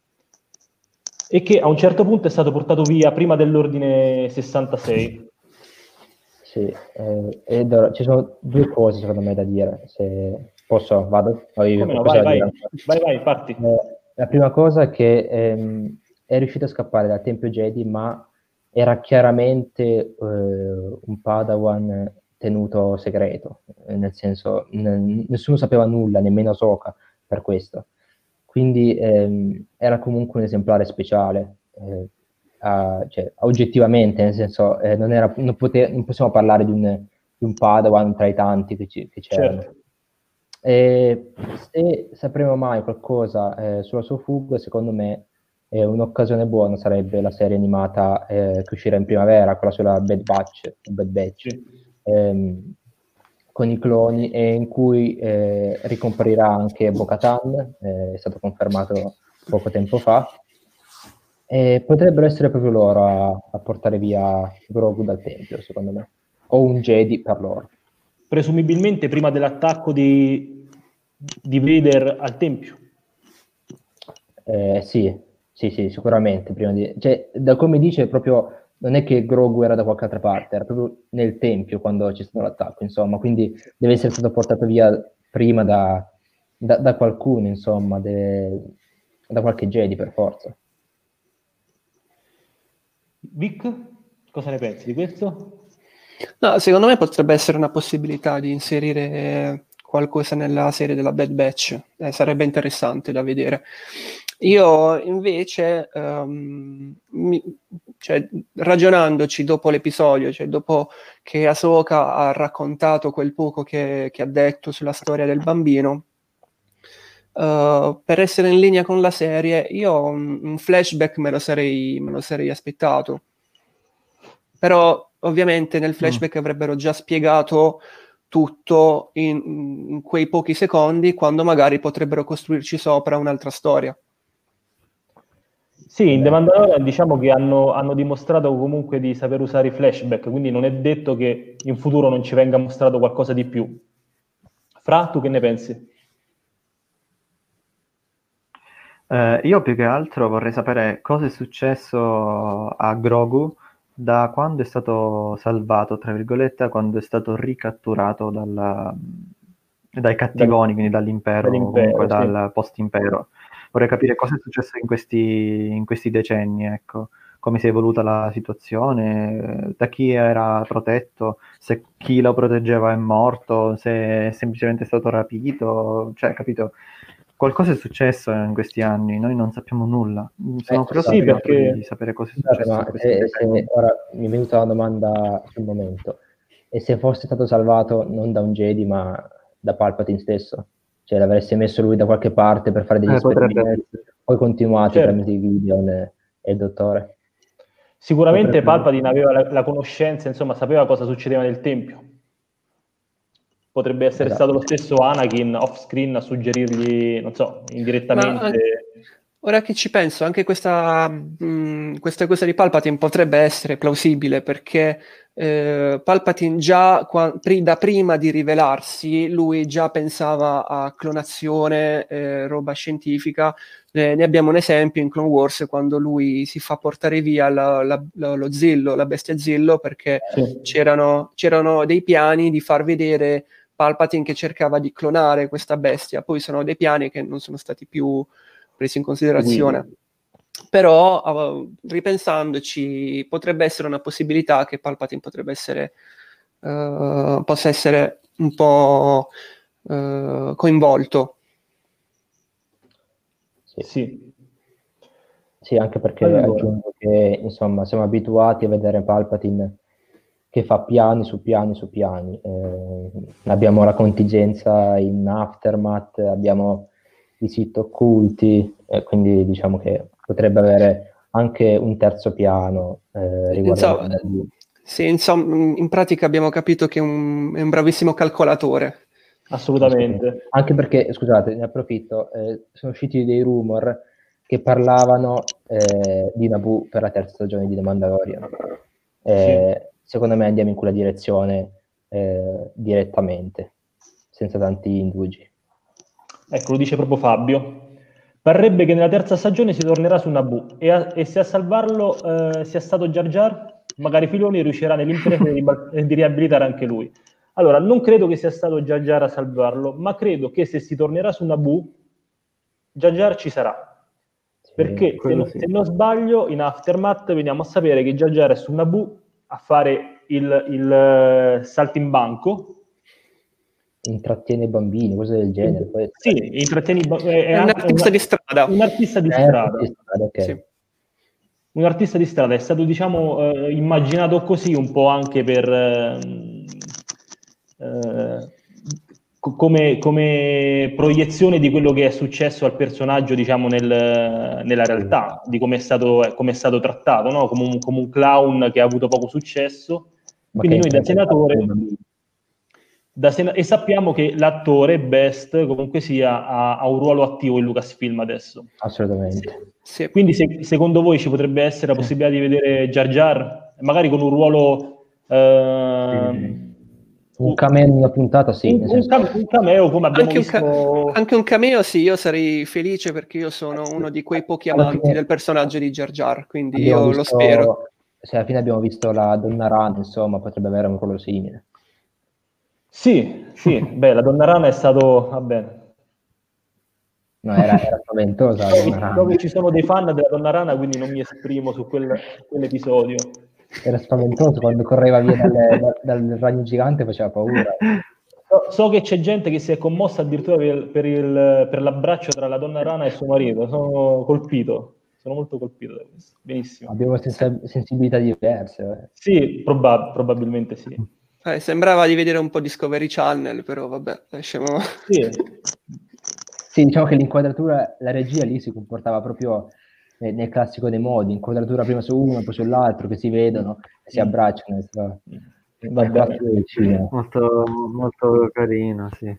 e che a un certo punto è stato portato via prima dell'ordine sessantasei. Sì, eh, ed ora, ci sono due cose secondo me da dire, se posso, vado? O io Come no, cosa vai, da dire vai, ancora? vai, vai, parti. Eh, la prima cosa è che ehm, è riuscito a scappare dal Tempio Jedi, ma era chiaramente eh, un Padawan tenuto segreto, eh, nel senso n- nessuno sapeva nulla, nemmeno Ahsoka per questo. Quindi ehm, era comunque un esemplare speciale, eh, a- cioè, oggettivamente, nel senso eh, non, era, non, pote- non possiamo parlare di un, di un Padawan tra i tanti che, ci, che c'erano. Certo. E se sapremo mai qualcosa eh, sulla sua fuga, secondo me E un'occasione buona sarebbe la serie animata eh, che uscirà in primavera, quella sulla Bad Batch, Bad Batch Sì. ehm, con i cloni, e in cui eh, ricomparirà anche Bo-Katan, eh, è stato confermato poco tempo fa, e potrebbero essere proprio loro a, a portare via Grogu dal Tempio, secondo me, o un Jedi per loro. Presumibilmente prima dell'attacco di, di Vader al Tempio. Eh, sì, sì, sì, sicuramente. Prima di... cioè, da come dice, proprio non è che Grogu era da qualche altra parte, era proprio nel Tempio quando c'è stato l'attacco, insomma, quindi deve essere stato portato via prima da, da, da qualcuno, insomma, deve... da qualche Jedi per forza. Vic, cosa ne pensi di questo? No, secondo me potrebbe essere una possibilità di inserire qualcosa nella serie della Bad Batch, eh, sarebbe interessante da vedere. Io invece, um, mi, cioè, ragionandoci dopo l'episodio, cioè dopo che Ahsoka ha raccontato quel poco che, che ha detto sulla storia del bambino, uh, per essere in linea con la serie, io un, un flashback me lo sarei, me lo sarei aspettato. Però ovviamente nel flashback mm. avrebbero già spiegato tutto in, in quei pochi secondi, quando magari potrebbero costruirci sopra un'altra storia. Sì, in The Mandalorian diciamo che hanno, hanno dimostrato comunque di saper usare i flashback, quindi non è detto che in futuro non ci venga mostrato qualcosa di più. Fra, tu che ne pensi? Eh, io più che altro vorrei sapere cosa è successo a Grogu da quando è stato salvato, tra virgolette, quando è stato ricatturato dal, dai cattivoni, quindi dall'impero, dall'impero, comunque sì. dal post-impero. Vorrei capire cosa è successo in questi, in questi decenni, ecco, come si è evoluta la situazione, da chi era protetto, se chi lo proteggeva è morto, se è semplicemente stato rapito, cioè, capito? Qualcosa è successo in questi anni, noi non sappiamo nulla. Sono Eh, curioso sì, più che altro perché- di sapere cosa è Scusate, successo ma in questi se, decenni. se ora mi è venuta una domanda sul momento. E se fosse stato salvato non da un Jedi, ma da Palpatine stesso? Cioè l'avreste messo lui da qualche parte per fare degli Eh, potrebbe esperimenti, essere. poi continuati Certo. tramite Gideon e, e il dottore? Sicuramente Potrebbe Palpatine aveva la, la conoscenza, insomma, sapeva cosa succedeva nel Tempio. Potrebbe essere Esatto. stato lo stesso Anakin off-screen a suggerirgli, non so, indirettamente... Ma ora che ci penso, anche questa, mh, questa cosa di Palpatine potrebbe essere plausibile, perché eh, Palpatine già qua, pri, da prima di rivelarsi, lui già pensava a clonazione, eh, roba scientifica. Eh, ne abbiamo un esempio in Clone Wars, quando lui si fa portare via la, la, la, lo Zillo, la bestia Zillo, perché Sì. c'erano, c'erano dei piani di far vedere Palpatine che cercava di clonare questa bestia. Poi sono dei piani che non sono stati più presi in considerazione. Quindi. Però uh, ripensandoci, potrebbe essere una possibilità che Palpatine potrebbe essere uh, possa essere un po' uh, coinvolto. Sì. Sì. Sì, anche perché Allora. aggiungo che insomma siamo abituati a vedere Palpatine che fa piani su piani su piani. Eh, abbiamo la contingenza in Aftermath, abbiamo i siti occulti, eh, quindi diciamo che potrebbe avere anche un terzo piano eh, riguardo. Insomma, sì, insomma, in pratica abbiamo capito che è un, è un bravissimo calcolatore. Assolutamente. Anche perché, scusate, ne approfitto, eh, sono usciti dei rumor che parlavano eh, di Naboo per la terza stagione di The Mandalorian. Eh, sì. Secondo me andiamo in quella direzione eh, direttamente, senza tanti indugi. Ecco, lo dice proprio Fabio. Parrebbe che nella terza stagione si tornerà su Naboo e, a, e se a salvarlo eh, sia stato Jar Jar, magari Filoni riuscirà nell'impresa di, di riabilitare anche lui. Allora, non credo che sia stato Jar Jar a salvarlo, ma credo che se si tornerà su Naboo, Jar Jar ci sarà. Sì, perché se, no, sì. se non sbaglio, in Aftermath veniamo a sapere che Jar Jar è su Naboo a fare il, il uh, salto in banco. Intrattiene i bambini, cose del genere. Poi... Sì, intrattiene i bambini. È, è un artista una, di strada. Un artista di è strada. Di strada okay. Sì. Un artista di strada, è stato, diciamo, eh, immaginato così un po' anche per... Eh, eh, co- come, come proiezione di quello che è successo al personaggio, diciamo, nel- nella realtà, di come è stato, eh, come è stato trattato, no? Come un, come un clown che ha avuto poco successo. Ma Quindi che noi da influenza ha fatto senatore... sui bambini? Da sena- e sappiamo che l'attore Best comunque sia ha, ha un ruolo attivo in Lucasfilm adesso. Assolutamente. Sì. Quindi se- secondo voi ci potrebbe essere la possibilità di vedere Jar Jar, magari con un ruolo ehm, Un cameo in una puntata, sì. un, nel un senso- cam- un cameo come abbiamo Anche un, ca- visto. anche un cameo, sì, io sarei felice perché io sono uno di quei pochi Alla amanti fine del personaggio di Jar Jar, quindi abbiamo io lo spero. visto, se alla fine abbiamo visto la Donna Rana, insomma, potrebbe avere un ruolo simile. Sì, sì, beh, la Donna Rana è stato, va bene. No, era, era spaventosa la So Donna che, Rana. so che ci sono dei fan della Donna Rana, quindi non mi esprimo su, quel, su quell'episodio. Era spaventoso quando correva via dalle- da- dal ragno gigante, faceva paura. So, so che c'è gente che si è commossa addirittura per, per il- per l'abbraccio tra la Donna Rana e suo marito. Sono colpito, sono molto colpito da questo. Benissimo. Abbiamo sensa- sensibilità diverse. eh. Sì, probab- probabilmente sì. Eh, sembrava di vedere un po' Discovery Channel, però vabbè, lasciamo... Sì, Sì, diciamo che l'inquadratura, la regia lì si comportava proprio eh, nel classico dei modi, inquadratura prima su uno, poi sull'altro, che si vedono e si abbracciano. e si fa- va il bene. classico del cinema. Molto, molto carino, sì.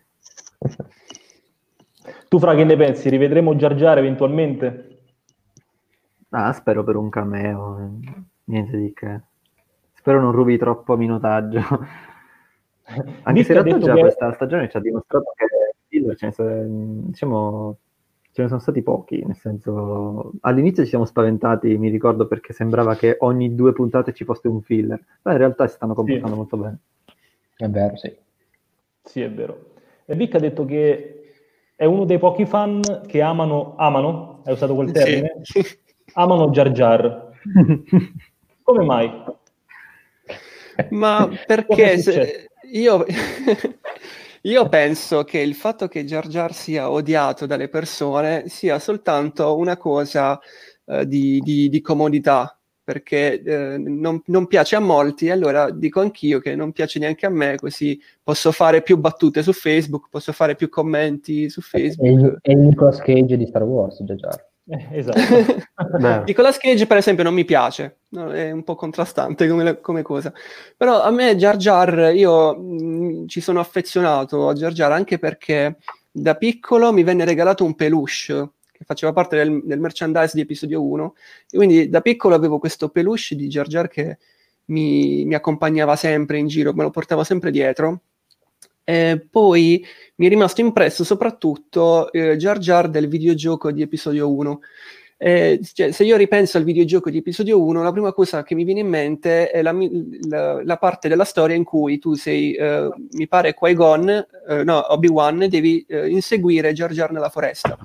Tu, Fra, che ne pensi? Rivedremo Jar Jar eventualmente? Ah, spero per un cameo, eh, niente di che. Spero non rubi troppo minutaggio. Anche Vic se in ha realtà detto già che- questa stagione ci ha dimostrato che filler ce ne, sono, diciamo, ce ne sono stati pochi, nel senso all'inizio ci siamo spaventati, mi ricordo, perché sembrava che ogni due puntate ci fosse un filler, ma in realtà si stanno comportando Sì. molto bene. È vero, sì. Sì, è vero. E Vic ha detto che è uno dei pochi fan che amano, amano, hai usato quel termine? Sì. Amano Jar Jar. Come mai? Ma Cosa è perché successo? se- io, io penso che il fatto che Jar Jar sia odiato dalle persone sia soltanto una cosa eh, di, di- di comodità, perché eh, non, non piace a molti, e allora dico anch'io che non piace neanche a me, così posso fare più battute su Facebook, posso fare più commenti su È Facebook. il, è il Nicolas Cage di Star Wars, Jar Jar. Eh, esatto. Beh. Nicolas Cage, per esempio, non mi piace, no? È un po' contrastante come, come cosa. Però a me Jar Jar, io mh, ci sono affezionato a Jar Jar anche perché da piccolo mi venne regalato un peluche che faceva parte del, del merchandise di episodio uno, e quindi da piccolo avevo questo peluche di Jar Jar che mi, mi accompagnava sempre in giro, me lo portavo sempre dietro. E poi mi è rimasto impresso soprattutto eh, Jar Jar del videogioco di episodio uno. Eh, cioè, se io ripenso al videogioco di episodio uno, la prima cosa che mi viene in mente è la, la, la parte della storia in cui tu sei, eh, mi pare, Qui-Gon, eh, no, Obi-Wan, e devi eh, inseguire Jar Jar nella foresta.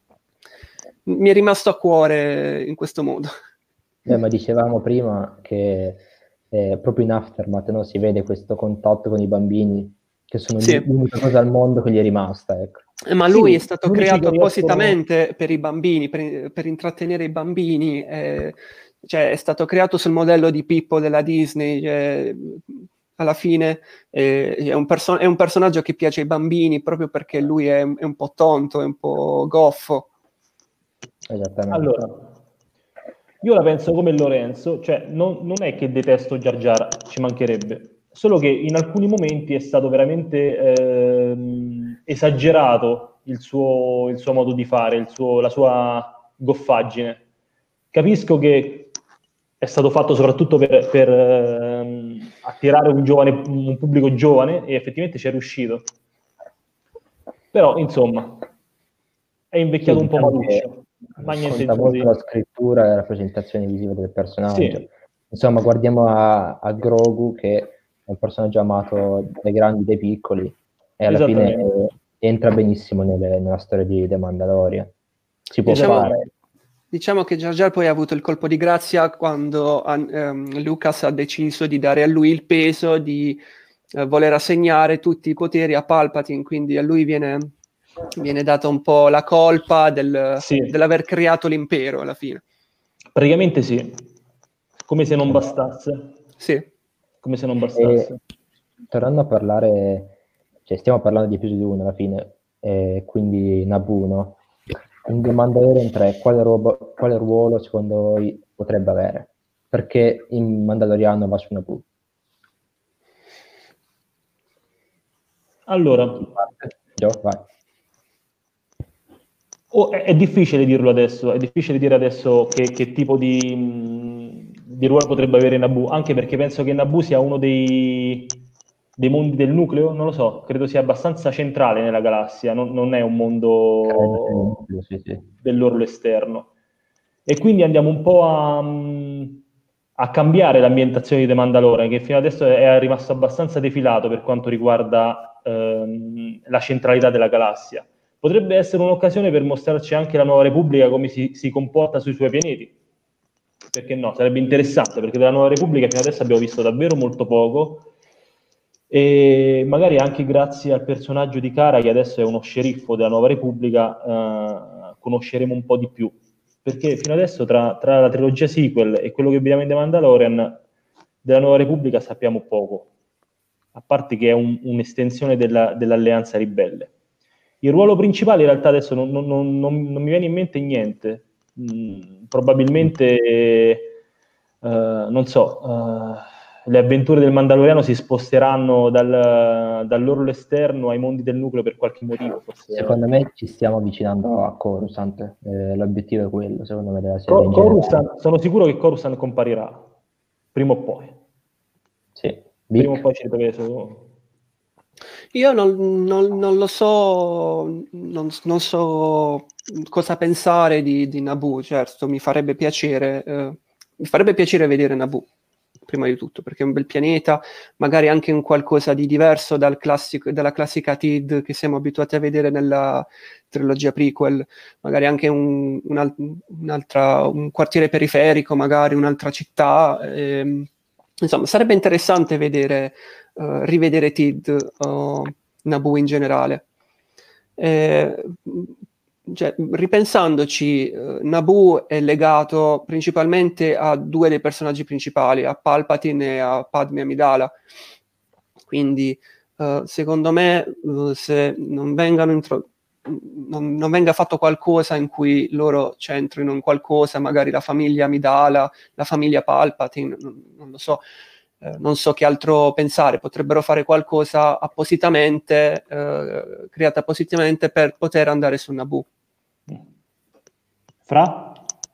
Mi è rimasto a cuore in questo modo. Beh, ma dicevamo prima che eh, proprio in Aftermath, no, si vede questo contatto con i bambini, che sono Sì. l'unica cosa al mondo che gli è rimasta, ecco. Eh, Ma Sì, lui è stato l'unici creato che riescono- appositamente per i bambini, per, per intrattenere i bambini, eh, cioè è stato creato sul modello di Pippo della Disney, cioè, alla fine eh, è, un perso- è un personaggio che piace ai bambini proprio perché lui è, è un po' tonto, è un po' goffo. Esattamente. Allora, io la penso come Lorenzo, cioè non, non è che detesto Jar Jar, ci mancherebbe, solo che in alcuni momenti è stato veramente ehm, esagerato il suo, il suo modo di fare, il suo- la sua goffaggine. Capisco che è stato fatto soprattutto per, per, ehm, attirare un, giovane, un pubblico giovane e effettivamente ci è riuscito. Però, insomma, è invecchiato Sì, un po' diciamo maluccio. Ma niente conta di molto la scrittura e la presentazione visiva del personaggio. Sì. Insomma, guardiamo a, a Grogu, che è un personaggio amato dai grandi e dai piccoli, e alla fine Esattamente. eh, entra benissimo nelle- nella storia di The Mandalorian. Si può Diciamo, fare. diciamo che Jar Jar poi ha avuto il colpo di grazia quando ehm, Lucas ha deciso di dare a lui il peso di eh, voler assegnare tutti i poteri a Palpatine, quindi a lui viene, viene data un po' la colpa del, Sì. dell'aver creato l'impero alla fine. Praticamente sì, come se non bastasse. Sì. Come se non bastasse. E, tornando a parlare, cioè stiamo parlando di episodio uno alla fine, eh, quindi Naboo, no? In The Mandalorian tre, quale, ruolo, quale ruolo secondo voi potrebbe avere? Perché in Mandaloriano va su Naboo? Allora, Gio, vai. oh, è, è difficile dirlo adesso, è difficile dire adesso che, che tipo di, mh, di ruolo potrebbe avere Naboo, anche perché penso che Naboo sia uno dei, dei mondi del nucleo, non lo so, credo sia abbastanza centrale nella galassia, non, non è un mondo Credo, sì, sì. dell'orlo esterno. E quindi andiamo un po' a, a cambiare l'ambientazione di The Mandalorian, che fino adesso è rimasto abbastanza defilato per quanto riguarda ehm, la centralità della galassia. Potrebbe essere un'occasione per mostrarci anche la Nuova Repubblica come si, si comporta sui suoi pianeti. Perché no? Sarebbe interessante, perché della Nuova Repubblica fino adesso abbiamo visto davvero molto poco, e magari anche grazie al personaggio di Cara, che adesso è uno sceriffo della Nuova Repubblica, eh, conosceremo un po' di più. Perché fino adesso tra, tra la trilogia sequel e quello che vediamo in The Mandalorian, della Nuova Repubblica sappiamo poco, a parte che è un, un'estensione della, dell'alleanza ribelle. Il ruolo principale in realtà adesso non, non, non, non mi viene in mente niente. Mm, probabilmente, eh, non so, eh, le avventure del Mandaloriano si sposteranno dal, dall'orlo esterno ai mondi del nucleo per qualche motivo. Forse. Secondo me ci stiamo avvicinando a Coruscant, eh, l'obiettivo è quello, secondo me, della serie. Co- Coruscant, sono sicuro che Coruscant comparirà, prima o poi. Sì. Prima o poi ci ritroverete su... Io non, non, non lo so, non, non so cosa pensare di, di Naboo, certo, mi farebbe piacere, eh, mi farebbe piacere vedere Naboo, prima di tutto, perché è un bel pianeta, magari anche un qualcosa di diverso dal classico, dalla classica T I D che siamo abituati a vedere nella trilogia prequel, magari anche un, un, un'altra, un quartiere periferico, magari un'altra città, ehm, insomma, sarebbe interessante vedere, uh, rivedere T I D o Naboo in generale. Eh, cioè, ripensandoci, uh, Naboo è legato principalmente a due dei personaggi principali, a Palpatine e a Padme Amidala. Quindi, uh, secondo me, uh, se non vengano intro- non, non venga fatto qualcosa in cui loro c'entrino in qualcosa, magari la famiglia Amidala, la famiglia Palpatine, non, non lo so, eh, non so che altro pensare, potrebbero fare qualcosa appositamente, eh, creata appositamente per poter andare su Naboo. Fra?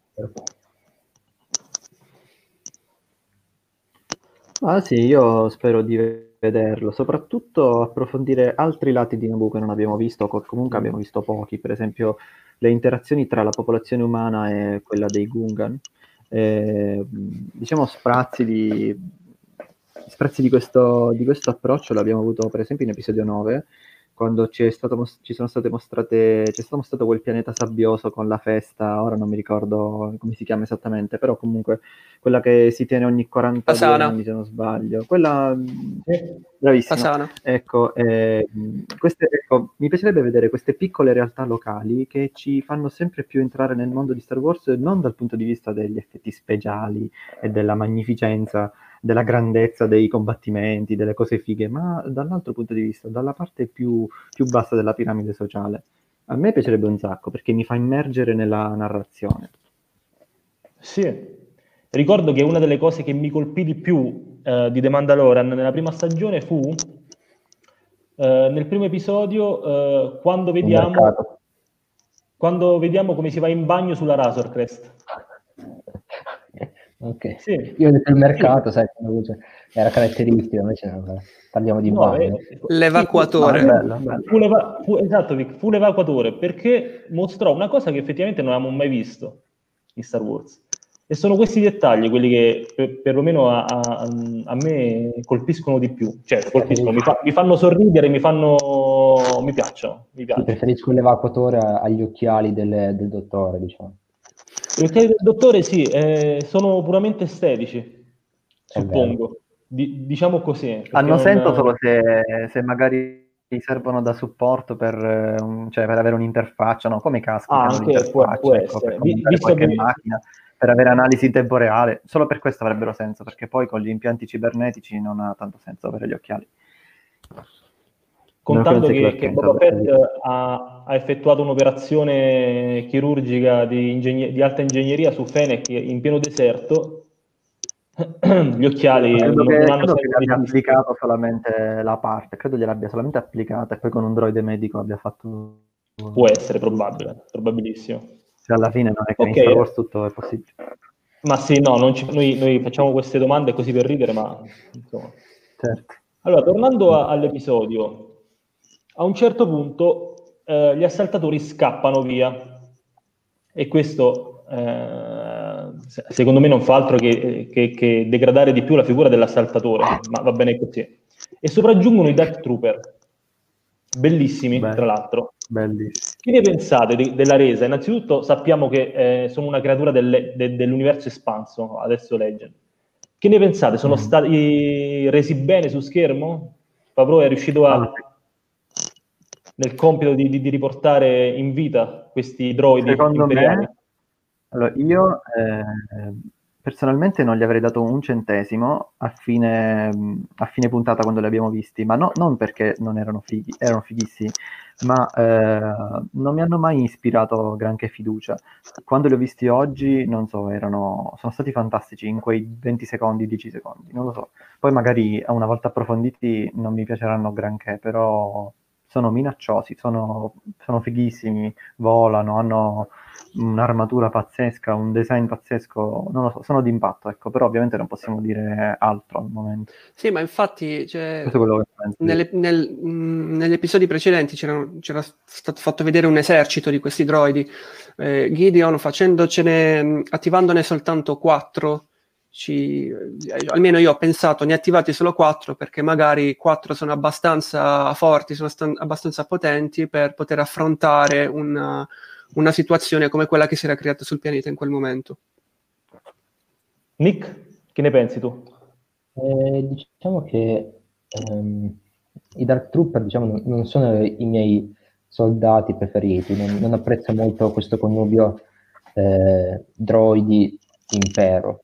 Ah sì, io spero di vederlo, soprattutto approfondire altri lati di Naboo che non abbiamo visto, o comunque abbiamo visto pochi, per esempio le interazioni tra la popolazione umana e quella dei Gungan, eh, diciamo sprazzi di, sprazzi di questo, di questo approccio l'abbiamo avuto per esempio in episodio nove, quando ci, è stato, ci sono state mostrate, c'è stato mostrato quel pianeta sabbioso con la festa, ora non mi ricordo come si chiama esattamente, però comunque quella che si tiene ogni quarantadue Asana. anni se non sbaglio, quella bravissima. Asana. Ecco, eh, queste, ecco, mi piacerebbe vedere queste piccole realtà locali che ci fanno sempre più entrare nel mondo di Star Wars, non dal punto di vista degli effetti speciali e della magnificenza, della grandezza dei combattimenti, delle cose fighe, ma dall'altro punto di vista, dalla parte più, più bassa della piramide sociale. A me piacerebbe un sacco, perché mi fa immergere nella narrazione. Sì. Ricordo che una delle cose che mi colpì di più eh, di The Mandalorian nella prima stagione fu eh, nel primo episodio eh, quando vediamo quando vediamo come si va in bagno sulla Razor Crest. Ok, sì. Io ho detto il mercato, sì. Sai, era caratteristico, invece no, parliamo di no, bagno. Eh, l'evacuatore. Sì, no, bello, bello. Fu, l'eva- fu, esatto, Vic, fu l'evacuatore, perché mostrò una cosa che effettivamente non avevamo mai visto in Star Wars. E sono questi dettagli quelli che per, perlomeno a, a, a me colpiscono di più. Cioè, colpiscono, mi, fa, mi fanno sorridere, mi fanno... mi piacciono. Mi piacciono. Preferisco l'evacuatore agli occhiali del, del dottore, diciamo. Gli occhiali del dottore, sì, eh, sono puramente estetici, suppongo. Di, diciamo così. Hanno non... senso solo se, se magari servono da supporto per, um, cioè per avere un'interfaccia, no? Come i caschi ah, che hanno anche l'interfaccia, può, può ecco, per essere. comandare Visto qualche che... macchina, per avere analisi in tempo reale. Solo per questo avrebbero senso, perché poi con gli impianti cibernetici non ha tanto senso avere gli occhiali. contando che, che Boba Fett ha, ha effettuato un'operazione chirurgica di, ingegner- di alta ingegneria su Fennec in pieno deserto, gli occhiali credo non, che, non hanno credo che senso di abbia vista. applicato solamente la parte, credo gliel'abbia solamente applicata e poi con un droide medico abbia fatto... Può essere probabile, probabilissimo. Cioè, alla fine non è che Ok. in Star Wars tutto è possibile. Ma sì, no, non ci- noi, noi facciamo queste domande così per ridere, ma insomma. Certo. Allora, tornando a- all'episodio, a un certo punto eh, gli assaltatori scappano via e questo eh, se- secondo me non fa altro che, che- che degradare di più la figura dell'assaltatore, ma va bene così. E sopraggiungono i Dark Trooper, bellissimi Beh, tra l'altro. bellissimo. Che ne pensate de- della resa? Innanzitutto sappiamo che eh, sono una creatura del- de- dell'universo espanso, adesso Legend. Che ne pensate? Sono Mm. stati resi bene su schermo? Favreau è riuscito a, Allora, nel compito di, di- di riportare in vita questi droidi secondo imperiali? me, allora, io eh, personalmente non gli avrei dato un centesimo a fine, a fine puntata quando li abbiamo visti, ma no- non perché non erano fighi, erano fighissimi, ma eh, non mi hanno mai ispirato granché fiducia. Quando li ho visti oggi, non so, erano, sono stati fantastici in quei venti secondi, dieci secondi, non lo so. Poi magari a una volta approfonditi non mi piaceranno granché, però sono minacciosi, sono, sono fighissimi, volano, hanno un'armatura pazzesca, un design pazzesco, non lo so, sono d'impatto, ecco, però ovviamente non possiamo dire altro al momento. Sì, ma infatti, cioè, Questo è quello che penso. nelle- nel- mh, negli episodi precedenti c'era, c'era stato fatto vedere un esercito di questi droidi. Eh, Gideon, facendocene, mh, attivandone soltanto quattro, ci, eh, almeno io ho pensato, ne ha attivati solo quattro perché magari quattro sono abbastanza forti, sono stan- abbastanza potenti per poter affrontare una, una situazione come quella che si era creata sul pianeta in quel momento. Nick, che ne pensi tu? Eh, diciamo che ehm, i Dark Trooper, diciamo, non, non sono i miei soldati preferiti, non, non apprezzo molto questo connubio eh, droidi-impero.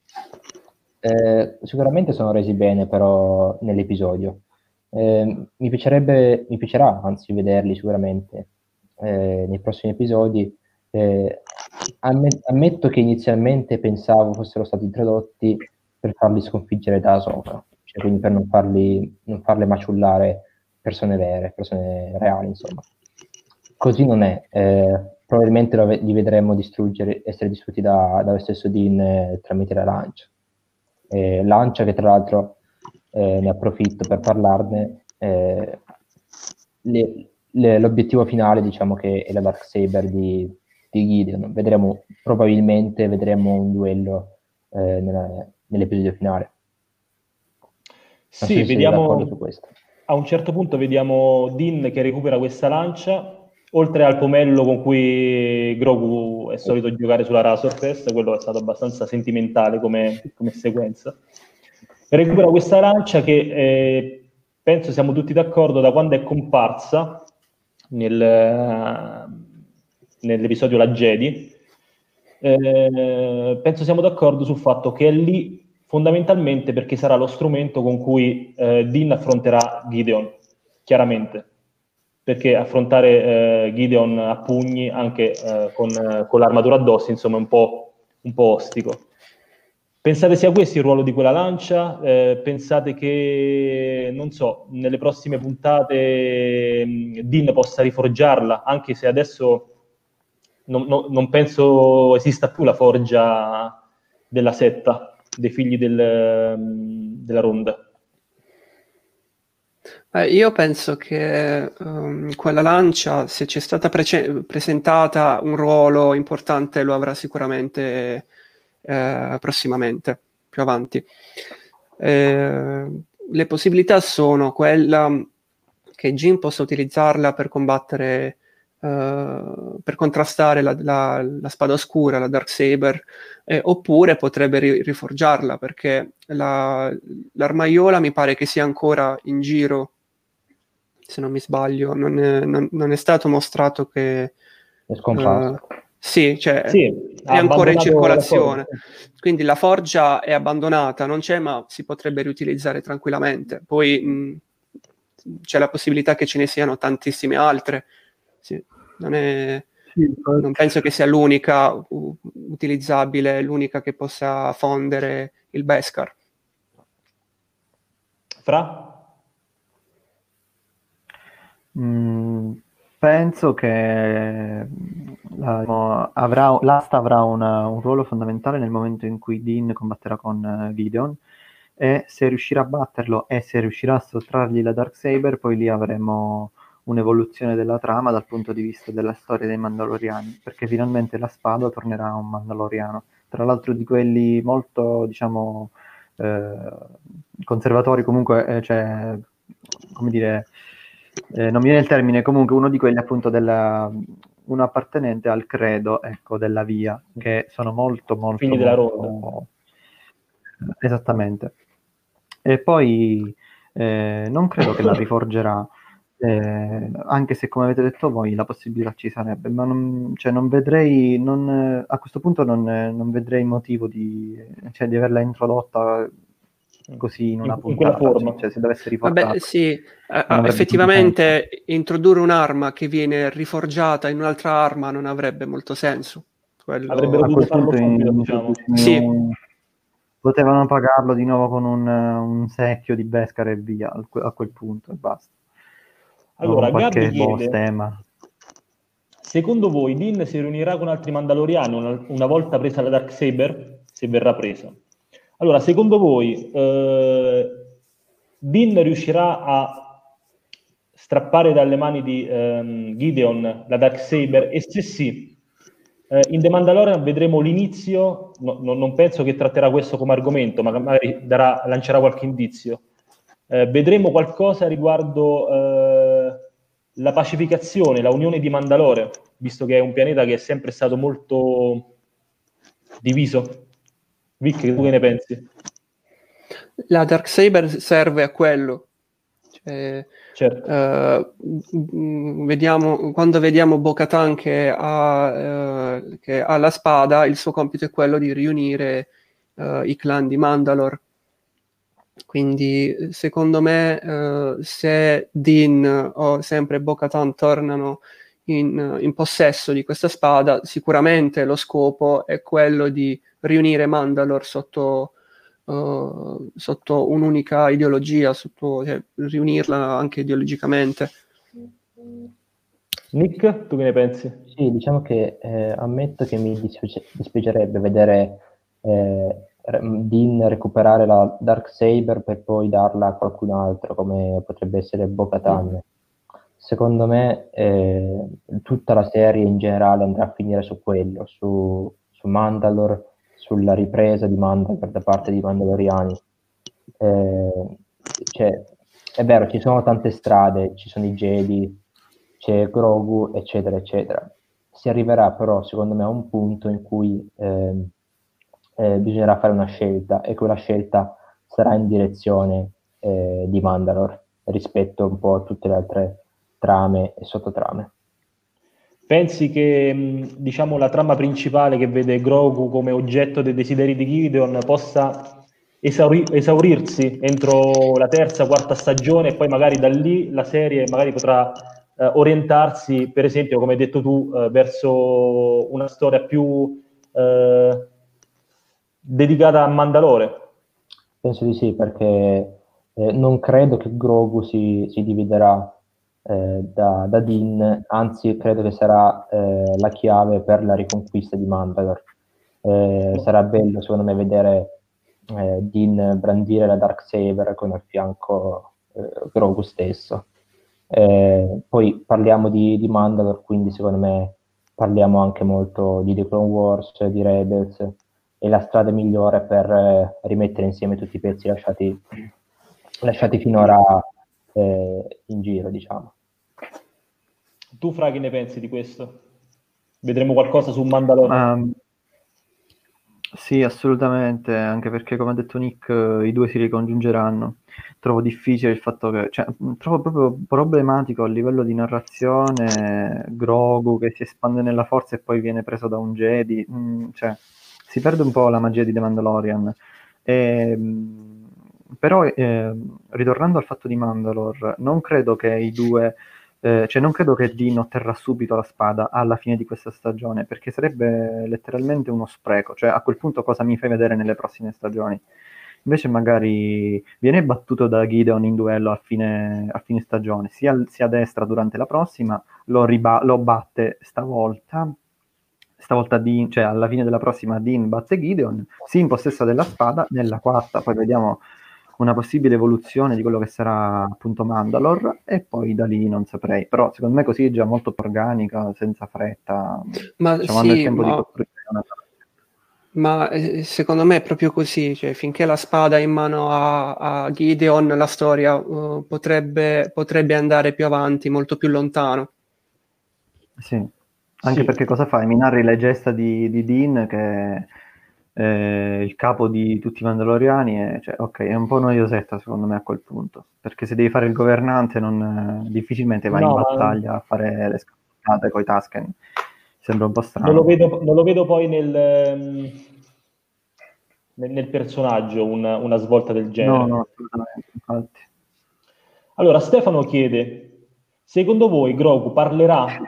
Eh, sicuramente sono resi bene però nell'episodio. Eh, mi piacerebbe, mi piacerà anzi vederli sicuramente eh, nei prossimi episodi. Eh, amme- ammetto che inizialmente pensavo fossero stati introdotti per farli sconfiggere da Ahsoka, cioè quindi per non farli, non farle maciullare persone vere, persone reali, insomma. Così non è. Eh, probabilmente lo ve- li vedremo distruggere, essere distrutti da, dallo stesso Dean eh, tramite la lancia. Eh, lancia che tra l'altro eh, ne approfitto per parlarne. Eh, le- le- l'obiettivo finale, diciamo che è la Darksaber di, di Gideon. Vedremo, probabilmente vedremo un duello eh, nella- nell'episodio finale. Non so Sì, se siete d'accordo vediamo, su questo. a un certo punto vediamo Din che recupera questa lancia, oltre al pomello con cui Grogu è solito giocare sulla Razor Crest, quello è stato abbastanza sentimentale come, come sequenza. Recupera questa lancia che eh, penso siamo tutti d'accordo da quando è comparsa nel, nell'episodio La Jedi. Eh, penso siamo d'accordo sul fatto che è lì fondamentalmente perché sarà lo strumento con cui eh, Din affronterà Gideon, chiaramente, perché affrontare eh, Gideon a pugni anche eh, con, eh, con l'armatura addosso, insomma, è un po', un po' ostico. Pensate sia questo il ruolo di quella lancia? Eh, pensate che, non so, nelle prossime puntate mh, Din possa riforgiarla, anche se adesso non, non, non penso esista più la forgia della setta, dei figli del, della ronda. Eh, io penso che um, quella lancia, se c'è stata prece- presentata un ruolo importante, lo avrà sicuramente eh, prossimamente, più avanti. Eh, le possibilità sono quella che Jin possa utilizzarla per combattere, eh, per contrastare la, la, la spada oscura, la Darksaber, eh, oppure potrebbe ri- riforgiarla, perché la, l'armaiola mi pare che sia ancora in giro, se non mi sbaglio, non è, non, non è stato mostrato che... È scomparso. Uh, sì, cioè Sì, è ancora in circolazione. la Quindi la forgia è abbandonata, non c'è, ma si potrebbe riutilizzare tranquillamente. Poi mh, c'è la possibilità che ce ne siano tantissime altre. Sì, non è... Non penso che sia l'unica u- utilizzabile, l'unica che possa fondere il Beskar. Fra? Mm, penso che la, diciamo, avrà, l'asta avrà una- un ruolo fondamentale nel momento in cui Dean combatterà con eh, Gideon, e se riuscirà a batterlo e se riuscirà a sottrargli la Darksaber, poi lì avremo un'evoluzione della trama dal punto di vista della storia dei Mandaloriani, perché finalmente la spada tornerà a un Mandaloriano, tra l'altro di quelli molto, diciamo, eh, conservatori, comunque, eh, cioè, come dire, eh, non mi viene il termine, comunque uno di quelli appunto della, uno appartenente al credo, ecco, della via, che sono molto molto Figli della molto, ronda. esattamente. E poi eh, non credo che la riforgerà, eh, anche se come avete detto voi la possibilità ci sarebbe, ma non, cioè, non vedrei, non, eh, a questo punto non, eh, non vedrei motivo di, cioè, di averla introdotta così in una In, in quella puntata, forma. cioè, se dovesse riformarla. Vabbè, sì, eh, non avrebbe effettivamente introdurre un'arma che viene riforgiata in un'altra arma non avrebbe molto senso. Quello... Avrebbero A dovuto quel farlo punto subito, in- diciamo. Sì. un- potevano pagarlo di nuovo con un, un secchio di Beskar e via, al- a quel punto, e basta. Allora, O qualche Gabby boh, chiede, stemma. secondo voi Din si riunirà con altri Mandaloriani una, una volta presa la Darksaber? Se verrà presa. Allora, secondo voi eh, Din riuscirà a strappare dalle mani di ehm, Gideon la Darksaber? E se sì, eh, in The Mandalorian vedremo l'inizio, no, no, non penso che tratterà questo come argomento, ma magari darà, lancerà qualche indizio. Eh, vedremo qualcosa riguardo eh, la pacificazione, la unione di Mandalore, visto che è un pianeta che è sempre stato molto diviso. Vic, tu che ne pensi? La Darksaber serve a quello. Cioè, Certo. eh, m- vediamo, quando vediamo Bo-Katan che ha, eh, che ha la spada, il suo compito è quello di riunire eh, i clan di Mandalore. Quindi, secondo me, eh, se Din o sempre Bo-Katan tornano in, in possesso di questa spada, sicuramente lo scopo è quello di riunire Mandalore sotto, uh, sotto un'unica ideologia, sotto, cioè, riunirla anche ideologicamente. Nick, tu che ne pensi? Sì, diciamo che eh, ammetto che mi dispiace- dispiacerebbe vedere eh, Dean recuperare la Darksaber per poi darla a qualcun altro, come potrebbe essere Bo-Katan. Secondo me eh, tutta la serie in generale andrà a finire su quello, su, su Mandalore, sulla ripresa di Mandalore da parte dei Mandaloriani. Eh, cioè, è vero, ci sono tante strade, ci sono i Jedi, c'è Grogu, eccetera, eccetera. Si arriverà però, secondo me, a un punto in cui ehm, eh, bisognerà fare una scelta, e quella scelta sarà in direzione eh, di Mandalore rispetto un po' a tutte le altre trame e sottotrame. Pensi che mh, diciamo, la trama principale che vede Grogu come oggetto dei desideri di Gideon possa esauri- esaurirsi entro la terza, quarta stagione, e poi magari da lì la serie magari potrà eh, orientarsi, per esempio, come hai detto tu, eh, verso una storia più eh, dedicata a Mandalore? Penso di sì, perché eh, non credo che Grogu si, si dividerà eh, da, da Din, anzi credo che sarà eh, la chiave per la riconquista di Mandalore. Eh, sarà bello secondo me vedere eh, Din brandire la Darksaber con al fianco eh, Grogu stesso. Eh, poi parliamo di, di Mandalore, quindi secondo me parliamo anche molto di The Clone Wars, di Rebels, è la strada migliore per eh, rimettere insieme tutti i pezzi lasciati, lasciati finora eh, in giro, diciamo. Tu, Fra, che ne pensi di questo? Vedremo qualcosa su Mandalore? Ma, sì, assolutamente, anche perché come ha detto Nick, eh, i due si ricongiungeranno. Trovo difficile il fatto che, cioè, mh, trovo proprio problematico a livello di narrazione Grogu che si espande nella forza e poi viene preso da un Jedi, mh, cioè si perde un po' la magia di The Mandalorian. E, mh, però eh, ritornando al fatto di Mandalore, non credo che i due, eh, cioè non credo che Dean otterrà subito la spada alla fine di questa stagione, perché sarebbe letteralmente uno spreco, cioè a quel punto cosa mi fai vedere nelle prossime stagioni? Invece magari viene battuto da Gideon in duello a fine, a fine stagione, sia, sia a destra durante la prossima, lo, riba- lo batte stavolta, stavolta Dean, cioè alla fine della prossima Dean batte Gideon, si impossessa della spada, nella quarta poi vediamo una possibile evoluzione di quello che sarà appunto Mandalore, e poi da lì non saprei, però secondo me così è già molto più organica, senza fretta, Ma diciamo hanno il sì, tempo di ma, costruire una... ma eh, secondo me è proprio così, cioè finché la spada è in mano a, a Gideon, la storia uh, potrebbe, potrebbe andare più avanti, molto più lontano. Sì, anche Sì. perché cosa fai? Mi narri le gesta di, di Dean, che è il capo di tutti i Mandaloriani, e cioè, ok, è un po' noiosetta secondo me a quel punto, perché se devi fare il governante non, difficilmente vai in No, ma battaglia a fare le scappate con i Tusken, sembra un po' non lo strano. vedo, non lo vedo poi nel, ehm, nel, nel personaggio una, una svolta del No, genere. no, assolutamente, infatti. Allora, Stefano chiede, secondo voi Grogu parlerà?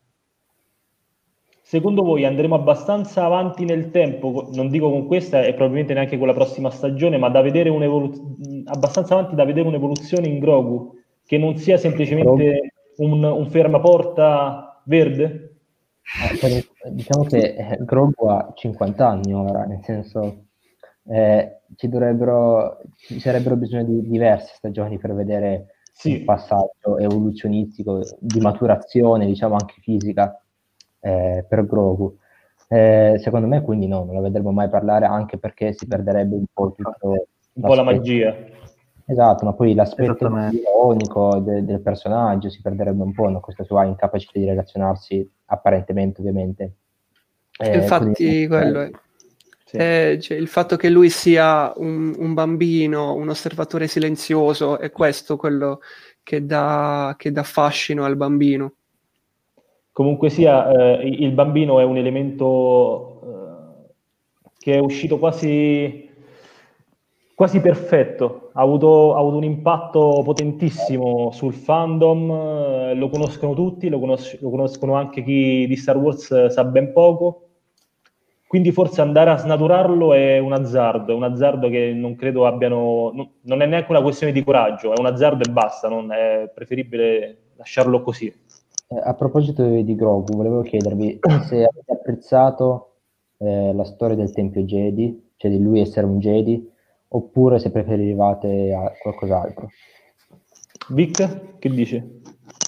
Secondo voi andremo abbastanza avanti nel tempo, non dico con questa e probabilmente neanche con la prossima stagione, ma da vedere un'evoluzione, abbastanza avanti da vedere un'evoluzione in Grogu, che non sia semplicemente un, un fermaporta verde? Eh, per- diciamo che eh, Grogu ha cinquanta anni ora, nel senso eh, ci dovrebbero, ci sarebbero bisogno di diverse stagioni per vedere un Sì, passaggio evoluzionistico, di maturazione, diciamo anche fisica, eh, per Grogu. Eh, secondo me quindi no, non lo vedremo mai parlare, anche perché si perderebbe un po' tutto un po' la l'aspetto. magia. Esatto, ma poi l'aspetto Esattamente. ironico de- del personaggio si perderebbe un po', no? Questa sua incapacità di relazionarsi, apparentemente ovviamente. Eh, quindi, Infatti quello è. Sì. Eh, cioè, il fatto che lui sia un, un bambino, un osservatore silenzioso, è questo quello che dà, che dà fascino al bambino. Comunque sia, eh, il bambino è un elemento eh, che è uscito quasi, quasi perfetto, ha avuto, ha avuto un impatto potentissimo sul fandom, eh, lo conoscono tutti, lo, conos- lo conoscono anche chi di Star Wars eh, sa ben poco, quindi forse andare a snaturarlo è un azzardo, è un azzardo che non credo abbiano, no- non è neanche una questione di coraggio, è un azzardo e basta, non è preferibile lasciarlo così. eh, a proposito di Grogu, volevo chiedervi se avete apprezzato eh, la storia del Tempio Jedi, cioè di lui essere un Jedi, oppure se preferivate a qualcos'altro. Vic, che dici?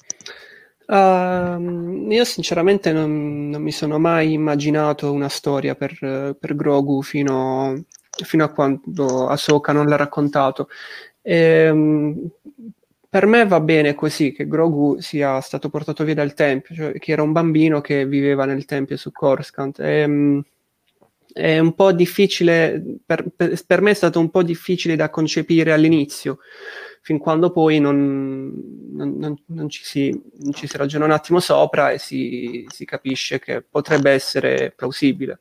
Uh, io sinceramente non, non mi sono mai immaginato una storia per, per Grogu fino, fino a quando Ahsoka non l'ha raccontato. E, per me va bene così, che Grogu sia stato portato via dal Tempio, cioè che era un bambino che viveva nel Tempio su Coruscant. E, è un po' difficile, per, per, per me è stato un po' difficile da concepire all'inizio, fin quando poi non, non, non, non, ci, si, non ci si ragiona un attimo sopra e si, si capisce che potrebbe essere plausibile.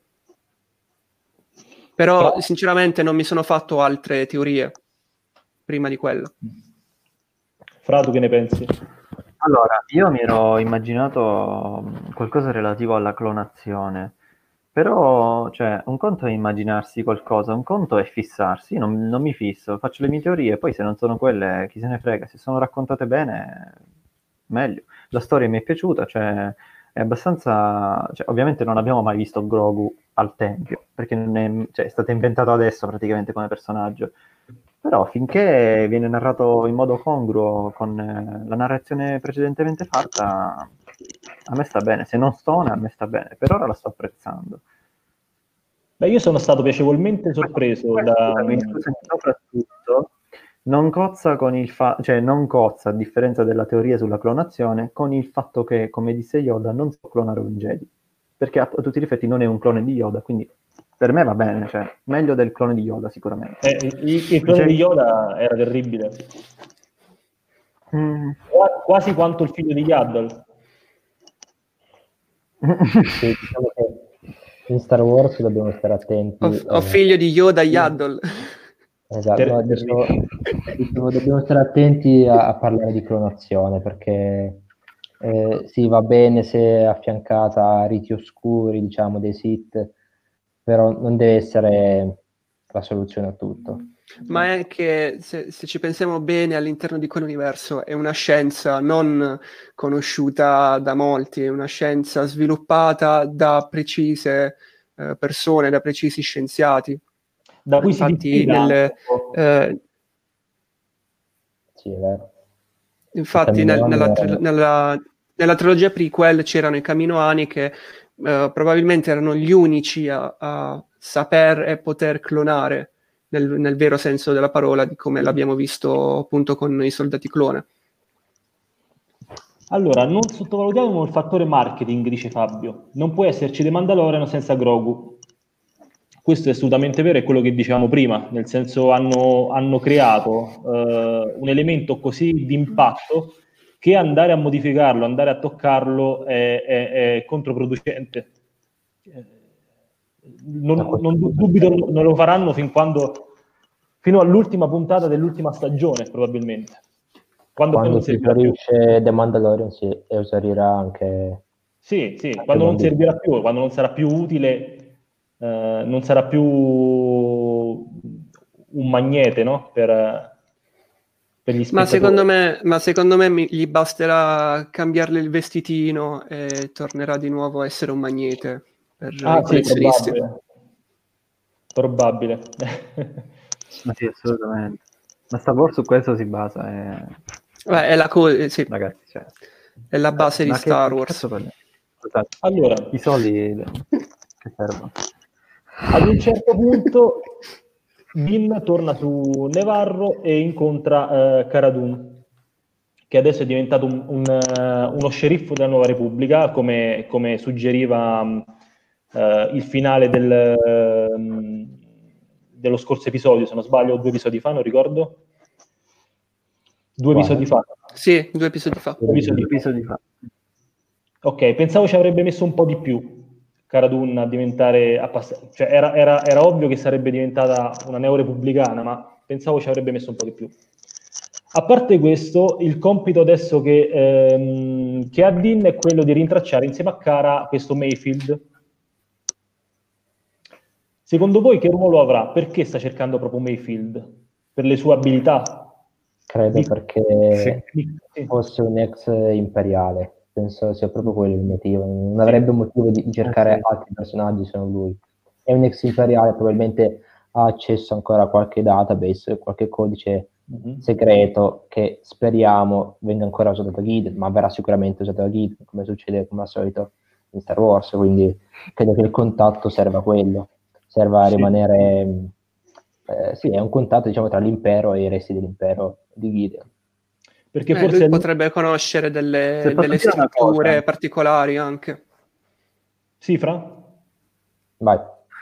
Però Fra- sinceramente non mi sono fatto altre teorie prima di quello. Fra, tu che ne pensi? Allora, io mi ero immaginato qualcosa relativo alla clonazione, però, cioè, un conto è immaginarsi qualcosa, un conto è fissarsi. Io non, non mi fisso, faccio le mie teorie, poi se non sono quelle, chi se ne frega, se sono raccontate bene, meglio. La storia mi è piaciuta, cioè, è abbastanza... Cioè, ovviamente non abbiamo mai visto Grogu al Tempio, perché non è, cioè, è stato inventato adesso praticamente come personaggio. Però finché viene narrato in modo congruo con eh, la narrazione precedentemente fatta, a me sta bene. Se non stona, a me sta bene. Per ora la sto apprezzando. Beh, io sono stato piacevolmente sorpreso da... Scusami, scusami, soprattutto non cozza con il fa- cioè non cozza, a differenza della teoria sulla clonazione, con il fatto che, come disse Yoda, non si può clonare un Jedi. Perché a, a tutti gli effetti non è un clone di Yoda, quindi per me va bene, cioè meglio del clone di Yoda sicuramente. eh, il, il clone Dice- di Yoda era terribile, Mm. Qua- quasi quanto il figlio di Yaddle. Sì, diciamo che in Star Wars dobbiamo stare attenti. Ho, ho eh, figlio di Yoda Yaddle. Esatto, Ter- no, dicevo, dicevo, dobbiamo stare attenti a, a parlare di clonazione, perché eh, sì, va bene se è affiancata a riti oscuri, diciamo, dei Sith, però non deve essere la soluzione a tutto. Ma è anche, se, se ci pensiamo bene, all'interno di quell'universo è una scienza non conosciuta da molti, è una scienza sviluppata da precise eh, persone, da precisi scienziati. da cui si Infatti, diffida nel, anche un po'. eh, Sì, è vero. I infatti nel- Caminoani nella, erano- tri- nella- nella trilogia prequel c'erano i Caminoani che eh, probabilmente erano gli unici a, a saper e poter clonare nel, nel vero senso della parola, di come l'abbiamo visto appunto con i soldati clone. Allora, non sottovalutiamo il fattore marketing, dice Fabio. Non può esserci The Mandalorian senza Grogu. Questo è assolutamente vero, è quello che dicevamo prima, nel senso hanno, hanno creato eh, un elemento così d'impatto che andare a modificarlo, andare a toccarlo è, è, è controproducente. Non, non dubito non lo faranno fin quando, fino all'ultima puntata dell'ultima stagione, probabilmente. Quando, Quando non si servirà più. esaurisce The Mandalorian si esaurirà anche... Sì, sì, anche quando non Bambino. servirà più, quando non sarà più utile, eh, non sarà più un magnete, no? Per, per gli Ma spettatori. secondo me, ma secondo me mi- gli basterà cambiarle il vestitino e tornerà di nuovo a essere un magnete per Ah, i sì, collezionisti. probabile. Probabile. Ma sì, assolutamente. Ma Star Wars su questo si basa, e... Beh, è la, co- eh, sì, ragazzi, cioè... è la base di Ma che, Star che Wars. cazzo parliamo? Scusate, Allora, i soldi che servono? ad un certo punto Din torna su Nevarro e incontra eh, Cara Dune, che adesso è diventato un, un, uh, uno sceriffo della Nuova Repubblica, come, come suggeriva um, uh, il finale del, um, dello scorso episodio, se non sbaglio, due episodi fa, non ricordo. Due Quale? episodi fa. Sì, due episodi fa. Due episodi Due episodi fa. Ok, pensavo ci avrebbe messo un po' di più Cara Dune a diventare, a pass- cioè era, era, era ovvio che sarebbe diventata una neorepubblicana, ma pensavo ci avrebbe messo un po' di più. A parte questo, il compito adesso che, ehm, che ha Din è quello di rintracciare insieme a Cara questo Mayfield. Secondo voi che ruolo avrà? Perché sta cercando proprio Mayfield? Per le sue abilità? Credo Di- perché Sì. fosse un ex imperiale. Penso sia proprio quello il motivo. Non avrebbe motivo di cercare Eh, sì. altri personaggi se non lui. È un ex imperiale, probabilmente ha accesso ancora a qualche database, qualche codice Mhm. segreto che speriamo venga ancora usato da Gideon, ma verrà sicuramente usato da Gideon, come succede come al solito in Star Wars, quindi credo che il contatto serva a quello, serva a Sì. rimanere... Eh, sì, è un contatto, diciamo, tra l'impero e i resti dell'impero di Gideon. Perché Eh, forse lui è lui- potrebbe conoscere Se delle, posso delle dire una strutture cosa, particolari anche. Sì, Fra? Vai.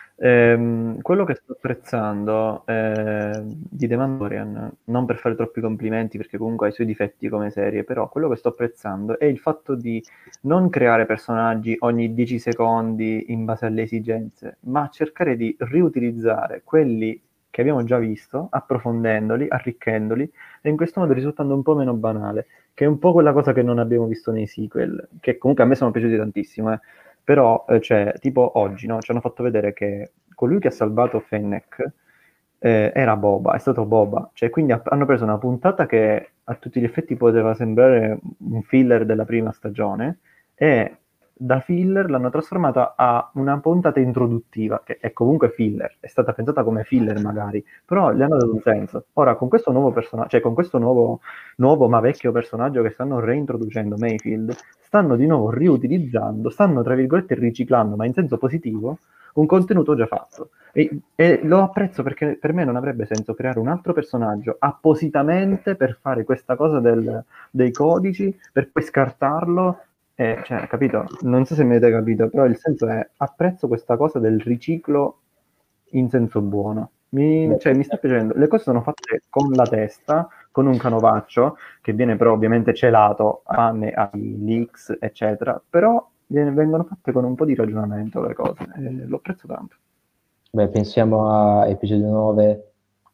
ehm, quello che sto apprezzando eh, di The Mandalorian, non per fare troppi complimenti perché comunque ha i suoi difetti come serie, però quello che sto apprezzando è il fatto di non creare personaggi ogni dieci secondi in base alle esigenze, ma cercare di riutilizzare quelli che abbiamo già visto, approfondendoli, arricchendoli, e in questo modo risultando un po' meno banale, che è un po' quella cosa che non abbiamo visto nei sequel, che comunque a me sono piaciuti tantissimo, eh. Però, eh, cioè, tipo oggi, no? Ci hanno fatto vedere che colui che ha salvato Fennec eh, era Boba, è stato Boba. Cioè, quindi ha- hanno preso una puntata che a tutti gli effetti poteva sembrare un filler della prima stagione e da filler l'hanno trasformata a una puntata introduttiva, che è comunque filler, è stata pensata come filler magari, però le hanno dato un senso. Ora, con questo nuovo personaggio, cioè con questo nuovo, nuovo ma vecchio personaggio che stanno reintroducendo, Mayfield, stanno di nuovo riutilizzando, stanno tra virgolette riciclando, ma in senso positivo, un contenuto già fatto. E, e lo apprezzo perché per me non avrebbe senso creare un altro personaggio appositamente per fare questa cosa del, dei codici, per poi scartarlo. Eh, cioè, capito? Non so se mi avete capito, però il senso è apprezzo questa cosa del riciclo in senso buono. Mi, cioè, mi sta piacendo. Le cose sono fatte con la testa, con un canovaccio, che viene però ovviamente celato a, ai leaks, eccetera, però viene, vengono fatte con un po' di ragionamento le cose. Eh, lo apprezzo tanto. Beh, pensiamo a episodio nove,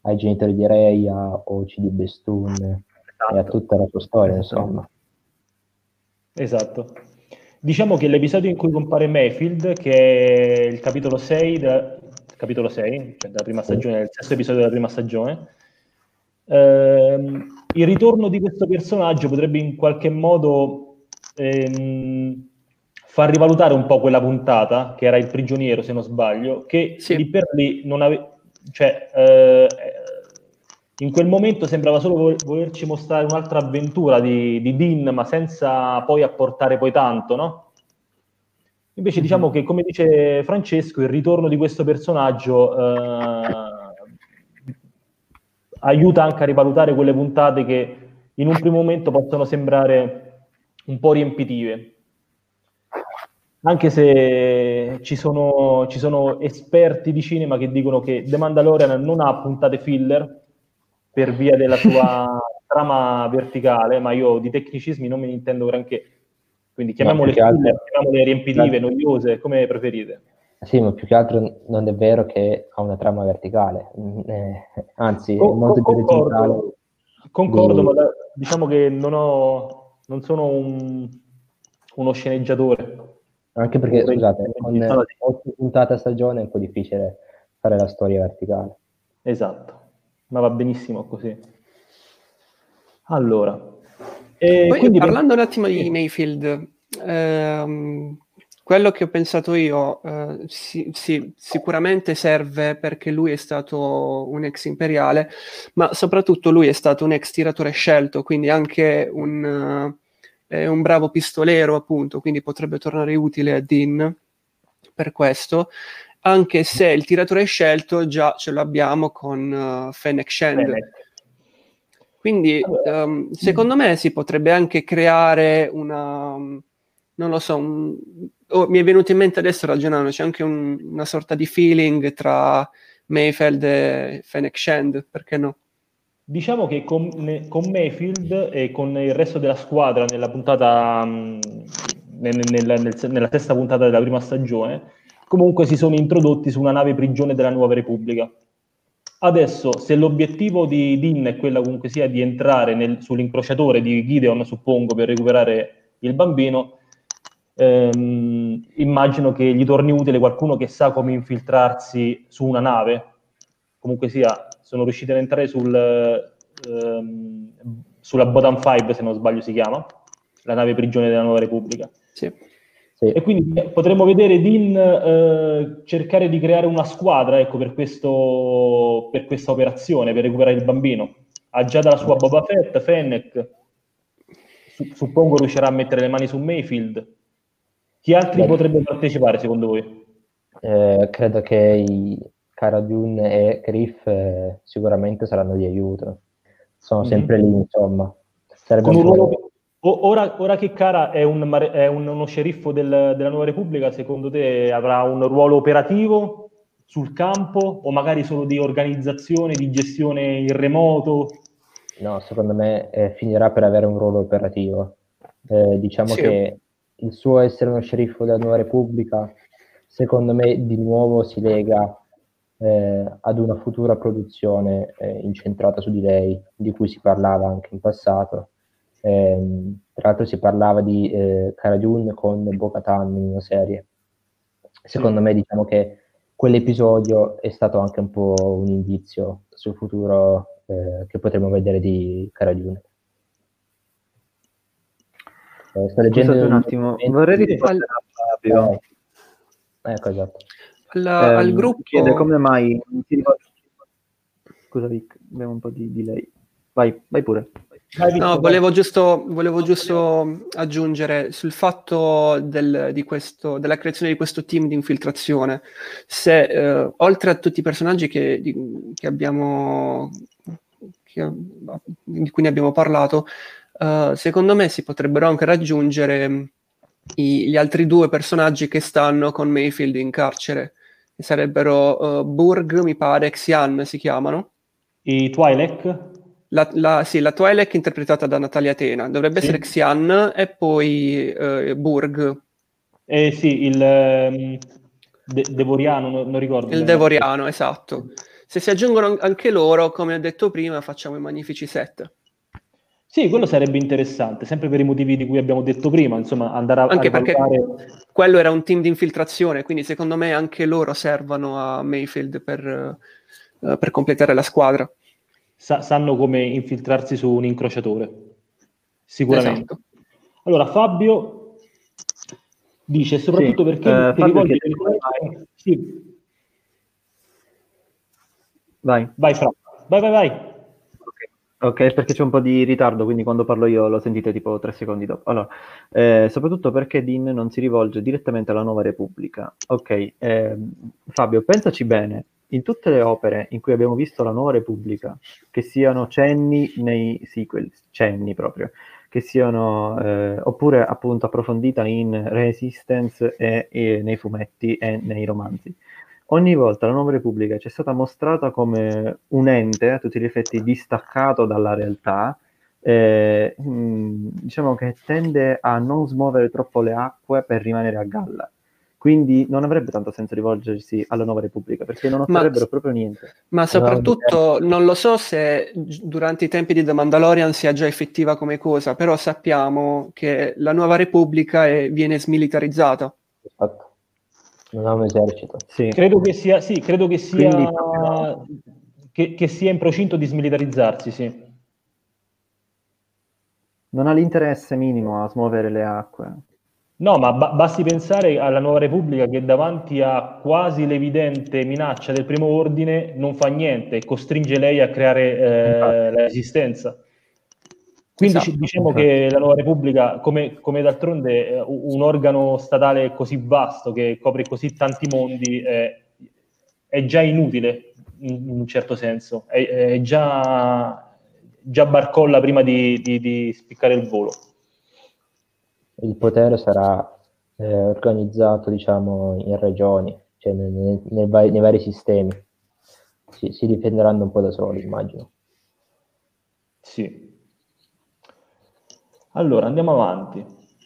ai genitori di Rhea, o C D Bestun, esatto. E a tutta la sua storia, insomma. Esatto. Diciamo che l'episodio in cui compare Mayfield, che è il capitolo sei, da, capitolo sei, cioè della prima stagione, sì. Il sesto episodio della prima stagione, ehm, il ritorno di questo personaggio potrebbe in qualche modo ehm, far rivalutare un po' quella puntata, che era il prigioniero, se non sbaglio, che sì. Lì per lì non aveva... Cioè, eh, in quel momento sembrava solo volerci mostrare un'altra avventura di, di Dean, ma senza poi apportare poi tanto, no? Invece mm-hmm. diciamo che, come dice Francesco, il ritorno di questo personaggio eh, aiuta anche a rivalutare quelle puntate che in un primo momento possono sembrare un po' riempitive. Anche se ci sono, ci sono esperti di cinema che dicono che The Mandalorian non ha puntate filler per via della sua trama verticale, ma io di tecnicismi non me ne intendo granché. Quindi chiamiamole filler, altro, chiamiamole riempitive, altro. noiose, come preferite. Sì, ma più che altro non è vero che ha una trama verticale, eh, anzi con, è molto con, più orizzontale. Concordo, di... ma da, diciamo che non, ho, non sono un, uno sceneggiatore. Anche perché, scusate, con otto puntate a stagione è un po' difficile fare la storia verticale. Esatto, ma va benissimo così. Allora, eh, Poi, quindi parlando un attimo di Mayfield, ehm, quello che ho pensato io, eh, sì, sì, sicuramente serve perché lui è stato un ex imperiale, ma soprattutto lui è stato un ex tiratore scelto, quindi anche un, eh, un bravo pistolero, appunto, quindi potrebbe tornare utile a Dean per questo, anche se il tiratore scelto già ce l'abbiamo con uh, Fennec Shand. Fennec. Quindi allora, um, secondo me si potrebbe anche creare una, non lo so, un, oh, mi è venuto in mente adesso ragionando, c'è anche un, una sorta di feeling tra Mayfield e Fennec Shand, perché no? Diciamo che con, ne, con Mayfield e con il resto della squadra nella puntata, mh, nel, nel, nel, nella sesta puntata della prima stagione, comunque si sono introdotti su una nave prigione della Nuova Repubblica. Adesso, se l'obiettivo di Dean è quella comunque sia di entrare nel, sull'incrociatore di Gideon, suppongo, per recuperare il bambino, ehm, immagino che gli torni utile qualcuno che sa come infiltrarsi su una nave. Comunque sia, sono riusciti ad entrare sul, ehm, sulla Bottom cinque, se non sbaglio si chiama, la nave prigione della Nuova Repubblica. Sì. E quindi potremmo vedere Dean eh, cercare di creare una squadra, ecco, per, questo, per questa operazione, per recuperare il bambino. Ha già dalla sua Boba Fett, Fennec, su, suppongo riuscirà a mettere le mani su Mayfield. Chi altri Beh, potrebbe partecipare, secondo voi? Eh, credo che i Cara Dune e Griff eh, sicuramente saranno di aiuto. Sono mm-hmm. sempre lì, insomma. Sarebbe Con un un ruolo... Ora, ora che Cara è, un, è un, uno sceriffo del, della Nuova Repubblica, secondo te avrà un ruolo operativo sul campo o magari solo di organizzazione, di gestione in remoto? No, secondo me eh, finirà per avere un ruolo operativo. Eh, diciamo sì. che il suo essere uno sceriffo della Nuova Repubblica, secondo me, di nuovo si lega eh, ad una futura produzione eh, incentrata su di lei, di cui si parlava anche in passato. Eh, tra l'altro si parlava di eh, Cara Dune con Bo-Katan in una serie. Secondo sì. me diciamo che quell'episodio è stato anche un po' un indizio sul futuro eh, che potremo vedere di Cara Dune. Eh, sto leggendo un attimo, vorrei rispondere a Fabio. Eh, ecco, esatto. Al, eh, al gruppo chiede come mai scusa Vic, abbiamo un po' di delay. Vai, vai pure. No, volevo giusto, volevo giusto aggiungere sul fatto del, di questo, della creazione di questo team di infiltrazione. Se eh, oltre a tutti i personaggi che, di, che abbiamo, che, di cui ne abbiamo parlato, uh, secondo me si potrebbero anche raggiungere i, gli altri due personaggi che stanno con Mayfield in carcere. Che sarebbero uh, Burg, mi pare, e Xian si chiamano. I Twi'lek? La, la, sì, la Twi'lek interpretata da Natalia Tena, dovrebbe sì. essere Xian e poi eh, Burg. Eh sì, il um, De- Devoriano, non, non ricordo. Il Devoriano, esatto. se si aggiungono anche loro, come ho detto prima, facciamo i magnifici sette. Sì, quello sarebbe interessante, sempre per i motivi di cui abbiamo detto prima, insomma, andare a, anche a perché rivalutare... quello era un team di infiltrazione, quindi secondo me anche loro servono a Mayfield per, uh, per completare la squadra. Sa- sanno come infiltrarsi su un incrociatore, sicuramente. Esatto. Allora, Fabio dice, soprattutto Sì, perché eh, ti Fabio rivolgi... chiede come mai... Sì, Vai. vai Fra, vai, vai, vai. Ok, perché c'è un po' di ritardo, quindi quando parlo io lo sentite tipo tre secondi dopo. Allora, eh, soprattutto perché Dean non si rivolge direttamente alla Nuova Repubblica. Ok, ehm, Fabio, pensaci bene. In tutte le opere in cui abbiamo visto la Nuova Repubblica, che siano cenni nei sequel, cenni proprio, che siano eh, oppure appunto approfondita in Resistance e, e nei fumetti e nei romanzi. Ogni volta la Nuova Repubblica ci è stata mostrata come un ente a tutti gli effetti distaccato dalla realtà, eh, mh, diciamo che tende a non smuovere troppo le acque per rimanere a galla. Quindi non avrebbe tanto senso rivolgersi alla Nuova Repubblica, perché non otterrebbero Ma, proprio niente. ma soprattutto non lo so se durante i tempi di The Mandalorian sia già effettiva come cosa, però sappiamo che la Nuova Repubblica è, viene smilitarizzata. Esatto. Non ha un esercito. Sì. Credo che sia, sì, credo che sia, Quindi proprio- che, che sia in procinto di smilitarizzarsi, sì. non ha l'interesse minimo a smuovere le acque. No, ma ba- basti pensare alla Nuova Repubblica che davanti a quasi l'evidente minaccia del primo ordine non fa niente e costringe lei a creare eh, la resistenza. Quindi Esatto. ci- diciamo Infatti. che la Nuova Repubblica, come, come d'altronde eh, un organo statale così vasto che copre così tanti mondi, eh, è già inutile in, in un certo senso, è, è già, già barcolla prima di, di, di spiccare il volo. Il potere sarà eh, organizzato, diciamo, in regioni, cioè nel- nel- nel vari- nei vari sistemi. Si, si difenderanno un po' da soli, immagino. Sì. Allora, andiamo avanti.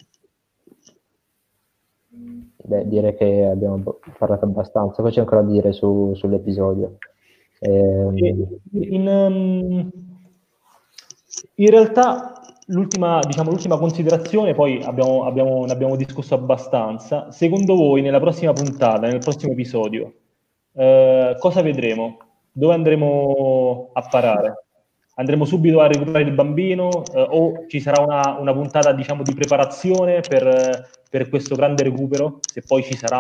Beh, direi che abbiamo bo- parlato abbastanza. Cosa c'è ancora da dire su- sull'episodio? Ehm, In, um, in realtà l'ultima, diciamo, l'ultima considerazione, poi abbiamo, abbiamo, ne abbiamo discusso abbastanza. Secondo voi nella prossima puntata, nel prossimo episodio, eh, cosa vedremo? Dove andremo a parare? Andremo subito a recuperare il bambino eh, o ci sarà una, una puntata, diciamo, di preparazione per, per questo grande recupero, se poi ci sarà?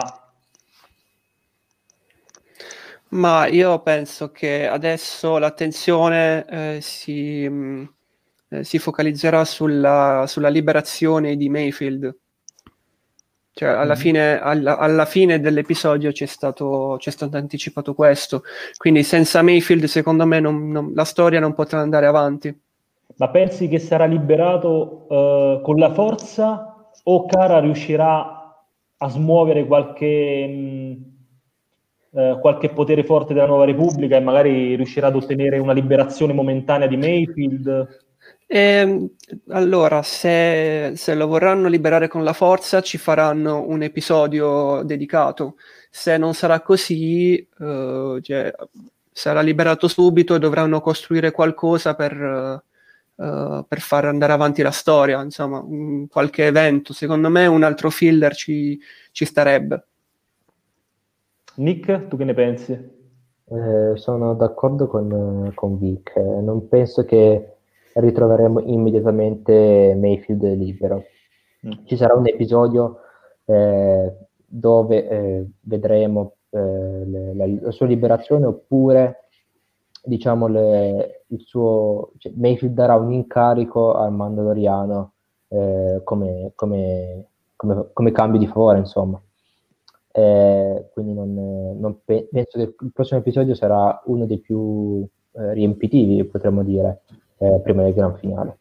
Ma io penso che adesso l'attenzione eh, si, mh, eh, si focalizzerà sulla, sulla liberazione di Mayfield. Cioè, alla Mm. fine, alla, alla fine dell'episodio c'è stato, c'è stato anticipato questo. Quindi senza Mayfield, secondo me, non, non, la storia non potrà andare avanti. Ma pensi che sarà liberato eh, con la forza o Kara riuscirà a smuovere qualche, mh, eh, qualche potere forte della Nuova Repubblica e magari riuscirà ad ottenere una liberazione momentanea di Mayfield? E, allora, se, se lo vorranno liberare con la forza, ci faranno un episodio dedicato. Se non sarà così, eh, cioè, sarà liberato subito e dovranno costruire qualcosa per, eh, per far andare avanti la storia, insomma, un- qualche evento. Secondo me un altro filler ci, ci starebbe. Nick, tu che ne pensi? Eh, sono d'accordo con, con Vic. Eh, non penso che ritroveremo immediatamente Mayfield libero. Mm. Ci sarà un episodio eh, dove eh, vedremo eh, le- la, la sua liberazione, oppure diciamo le- il suo, cioè, Mayfield darà un incarico al Mandaloriano eh, come, come, come, come cambio di favore, insomma. Eh, quindi non, non pe- penso che il prossimo episodio sarà uno dei più eh, riempitivi, potremmo dire, eh, prima del gran finale.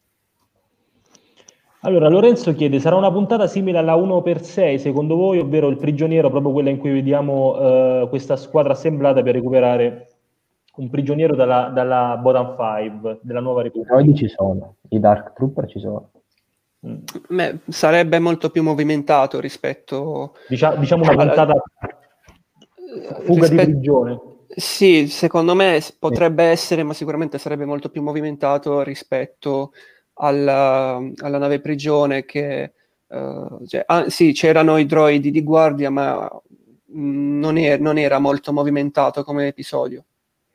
Allora, Lorenzo chiede, sarà una puntata simile alla uno per sei secondo voi, ovvero il prigioniero, proprio quella in cui vediamo eh, questa squadra assemblata per recuperare un prigioniero dalla, dalla bottom five della Nuova I Repubblica? droidi ci sono, i Dark Trooper ci sono. Mm. Beh, sarebbe molto più movimentato rispetto Dicia- diciamo una alla- puntata fuga di rispetto- prigione. Sì, secondo me s- potrebbe essere, ma sicuramente sarebbe molto più movimentato rispetto alla, alla nave prigione che... eh, cioè, ah, sì, c'erano i droidi di guardia, ma mh, non, è- non era molto movimentato come episodio.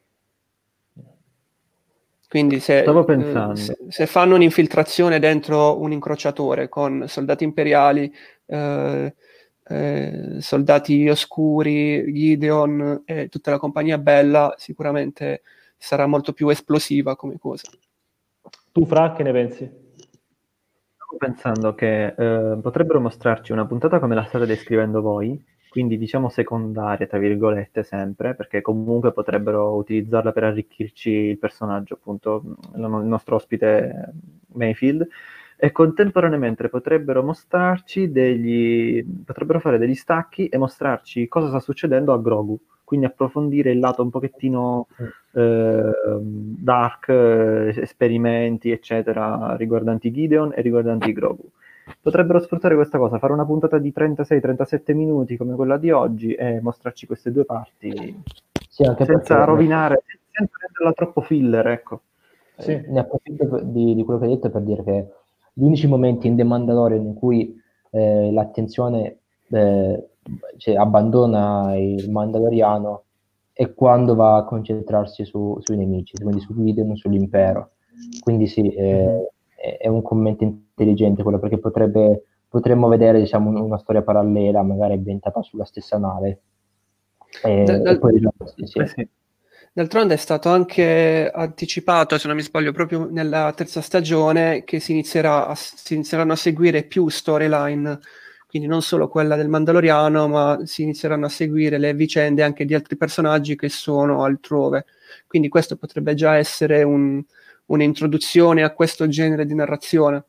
Quindi se, Stavo eh, pensando. se- se fanno un'infiltrazione dentro un incrociatore con soldati imperiali, eh, eh, soldati oscuri, Gideon e tutta la compagnia bella, sicuramente sarà molto più esplosiva come cosa. Tu, Fra, che ne pensi? Stavo pensando che eh, potrebbero mostrarci una puntata come la state descrivendo voi, quindi diciamo secondaria, tra virgolette, sempre, perché comunque potrebbero utilizzarla per arricchirci il personaggio, appunto, il il nostro ospite Mayfield, e contemporaneamente potrebbero mostrarci degli... potrebbero fare degli stacchi e mostrarci cosa sta succedendo a Grogu, quindi approfondire il lato un pochettino eh, dark, eh, esperimenti, eccetera, riguardanti Gideon e riguardanti Grogu. Potrebbero sfruttare questa cosa, fare una puntata di trentasei trentasette minuti come quella di oggi e mostrarci queste due parti Sì, anche senza perché rovinare, senza renderla troppo filler, ecco. Sì. eh, ne approfitto per- di, di quello che hai detto per dire che gli unici momenti in The Mandalorian in cui eh, l'attenzione eh, cioè, abbandona il Mandaloriano è quando va a concentrarsi su- sui nemici, quindi su Gideon, sull'impero. Quindi sì, eh, Mhm. è, è un commento intelligente quello, perché potrebbe, potremmo vedere diciamo, un- una storia parallela, magari ambientata sulla stessa nave. Da- E, e dal- poi sì, sì. Eh sì. D'altronde è stato anche anticipato, se non mi sbaglio, proprio nella terza stagione che si inizierà a- si inizieranno a seguire più storyline, quindi non solo quella del Mandaloriano, ma si inizieranno a seguire le vicende anche di altri personaggi che sono altrove. Quindi questo potrebbe già essere un- un'introduzione a questo genere di narrazione.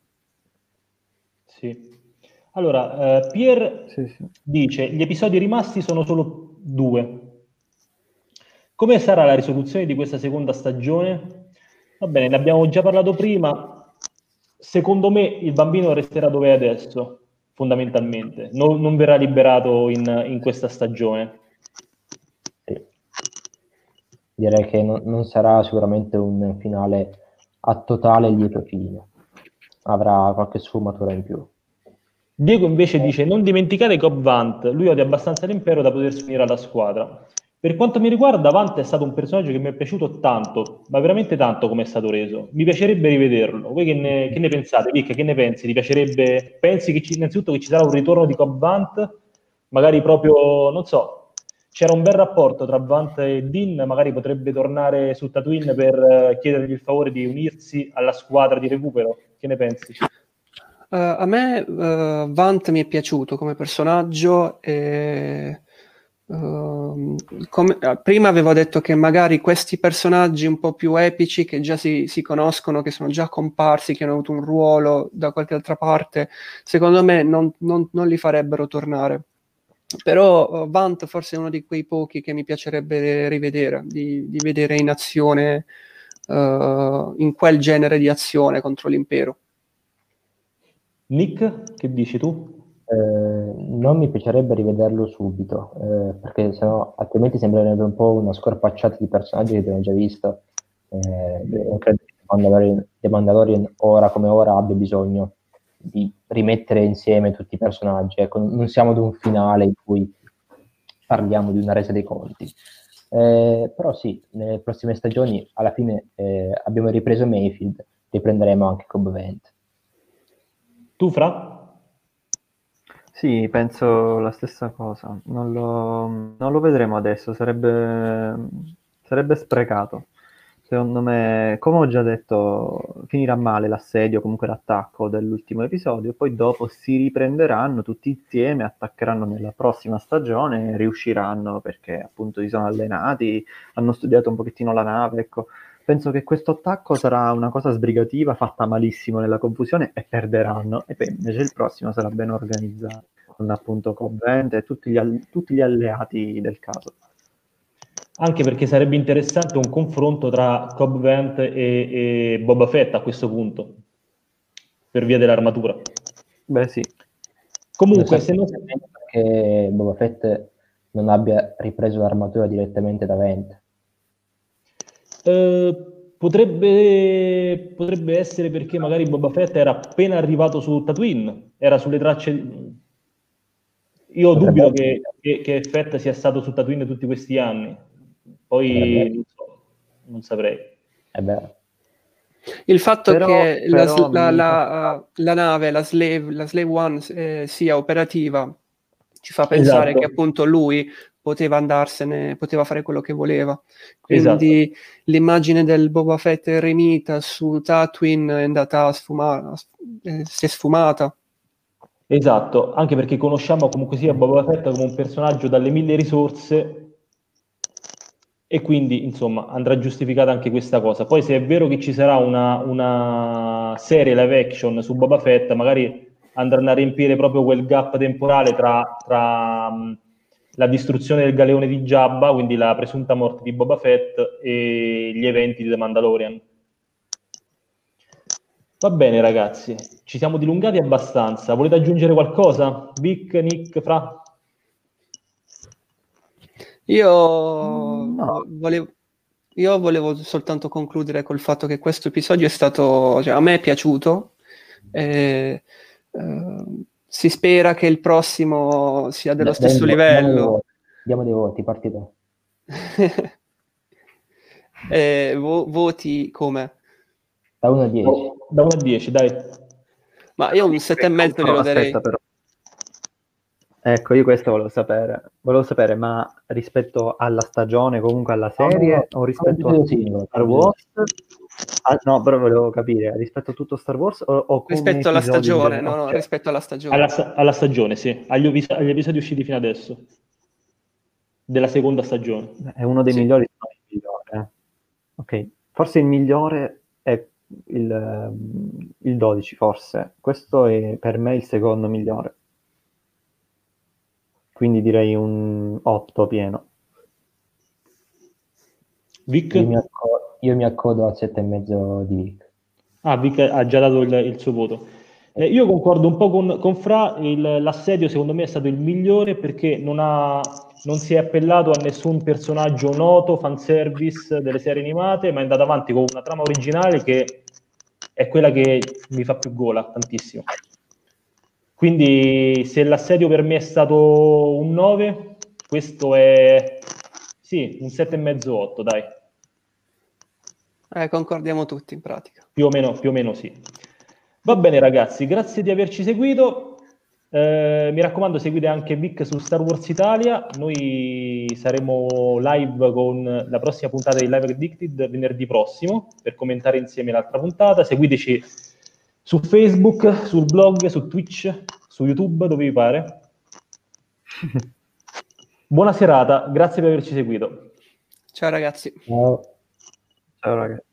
Sì. Allora, eh, Pier Sì, sì. dice, gli episodi rimasti sono solo due. Come sarà la risoluzione di questa seconda stagione? Va bene, ne abbiamo già parlato prima. Secondo me il bambino resterà dove è adesso, fondamentalmente. Non, non verrà liberato in, in questa stagione. Sì. Direi che non, non sarà sicuramente un finale a totale lieto fine, avrà qualche sfumatura in più. Diego invece dice, non dimenticate Cobb Vanth, lui odia abbastanza l'impero da potersi unire alla squadra. Per quanto mi riguarda, Vanth è stato un personaggio che mi è piaciuto tanto, ma veramente tanto come è stato reso. Mi piacerebbe rivederlo. Voi che ne, che ne pensate? Vic, che ne pensi? Ti piacerebbe? Pensi che ci, innanzitutto che ci sarà un ritorno di Cobb Vanth? Magari proprio, non so, c'era un bel rapporto tra Vanth e Dean, magari potrebbe tornare su Tatooine per eh, chiedergli il favore di unirsi alla squadra di recupero. Che ne pensi? Uh, a me uh, Vant mi è piaciuto come personaggio e uh, come, uh, prima avevo detto che magari questi personaggi un po' più epici che già si, si conoscono, che sono già comparsi, che hanno avuto un ruolo da qualche altra parte, secondo me non, non, non li farebbero tornare. Però uh, Vant forse è uno di quei pochi che mi piacerebbe rivedere, di, di vedere in azione, uh, in quel genere di azione contro l'impero. Nick, che dici tu? Eh, non mi piacerebbe rivederlo subito, eh, perché sennò altrimenti sembrerebbe un po' una scorpacciata di personaggi che abbiamo già visto. Eh, non credo che The Mandalorian, The Mandalorian ora come ora abbia bisogno di rimettere insieme tutti i personaggi. Ecco, non siamo ad un finale in cui parliamo di una resa dei conti. Eh, però sì, nelle prossime stagioni alla fine eh, abbiamo ripreso Mayfield, riprenderemo anche Cobb Vanth. Tu, Fra? Sì, penso la stessa cosa. Non lo, non lo vedremo adesso, sarebbe, sarebbe sprecato. Secondo me, come ho già detto, finirà male l'assedio, comunque l'attacco dell'ultimo episodio, poi dopo si riprenderanno tutti insieme, attaccheranno nella prossima stagione e riusciranno perché appunto si sono allenati, hanno studiato un pochettino la nave, ecco. Penso che questo attacco sarà una cosa sbrigativa, fatta malissimo nella confusione e perderanno. E poi invece il prossimo sarà ben organizzato, con appunto Cobb Vanth e tutti gli, all- tutti gli alleati del caso. Anche perché sarebbe interessante un confronto tra Cobb Vanth e, e Boba Fett a questo punto, per via dell'armatura. Beh sì, Lo Comunque, se sapremo non... perché Boba Fett non abbia ripreso l'armatura direttamente da venti. Eh, potrebbe, potrebbe essere perché magari Boba Fett era appena arrivato su Tatooine, era sulle tracce. Io Potrebbe dubito essere. che, che, che Fett sia stato su Tatooine tutti questi anni, Potrebbe poi non, so, non saprei. È vero. Il fatto Però- che la, però la- mi la- la nave, la Slave, la Slave One, eh, sia operativa, ci fa pensare Esatto. che appunto lui poteva andarsene, poteva fare quello che voleva. Esatto. Quindi l'immagine del Boba Fett eremita su Tatooine è andata a sfumare, eh, si è sfumata. Esatto, anche perché conosciamo comunque sia Boba Fett come un personaggio dalle mille risorse e quindi insomma andrà giustificata anche questa cosa. Poi se è vero che ci sarà una, una serie live action su Boba Fett, magari andranno a riempire proprio quel gap temporale tra, tra mh, la distruzione del galeone di Jabba, quindi la presunta morte di Boba Fett, e gli eventi di The Mandalorian. Va bene ragazzi, ci siamo dilungati abbastanza. Volete aggiungere qualcosa? Vic, Nick, Fra? Io, No. volevo, io volevo soltanto concludere col fatto che questo episodio è stato, cioè, a me è piaciuto. E, eh, si spera che il prossimo sia dello Dai, stesso diamo- diamo dei livello. voti, Diamo dei voti, parti tu. Eh, vo- voti come? Da uno a dieci. Da uno a dieci, dai. Ma io un sette e mezzo Però, glielo darei. aspetta, però. Ecco, io questo volevo sapere. Volevo sapere, ma rispetto alla stagione, comunque alla serie, No, o rispetto a episodio tutto singolo, Star Wars? Ah, no, però volevo capire, rispetto a tutto Star Wars o, o come Rispetto alla episodi in stagione, generale? no, no, Cioè, rispetto alla stagione. Alla, sta- alla stagione, sì. Agli, evis- agli episodi usciti fino adesso. Della seconda stagione. è uno dei Sì. migliori, se non il migliore. eh. Ok, forse il migliore è il, ehm, il dodici, forse. Questo è per me il secondo migliore. Quindi direi un otto pieno. Vic? Io mi, acco- io mi accodo al sette e mezzo di Vic. Ah, Vic ha già dato il, il suo voto. Eh, io concordo un po' con, con Fra, il- l'assedio secondo me è stato il migliore perché non, ha, non si è appellato a nessun personaggio noto, fanservice delle serie animate, ma è andato avanti con una trama originale che è quella che mi fa più gola, tantissimo. Quindi se l'assedio per me è stato un nove, questo è sì, un sette e mezzo otto, dai. Eh, concordiamo tutti in pratica. Più o meno, più o meno sì. Va bene ragazzi, grazie di averci seguito. Eh, mi raccomando, seguite anche Vic su Star Wars Italia. Noi saremo live con la prossima puntata di Live Addicted venerdì prossimo per commentare insieme l'altra puntata. Seguiteci su Facebook, sul blog, su Twitch, su YouTube, dove vi pare. Buona serata, grazie per averci seguito. Ciao ragazzi. Ciao. Ciao ragazzi.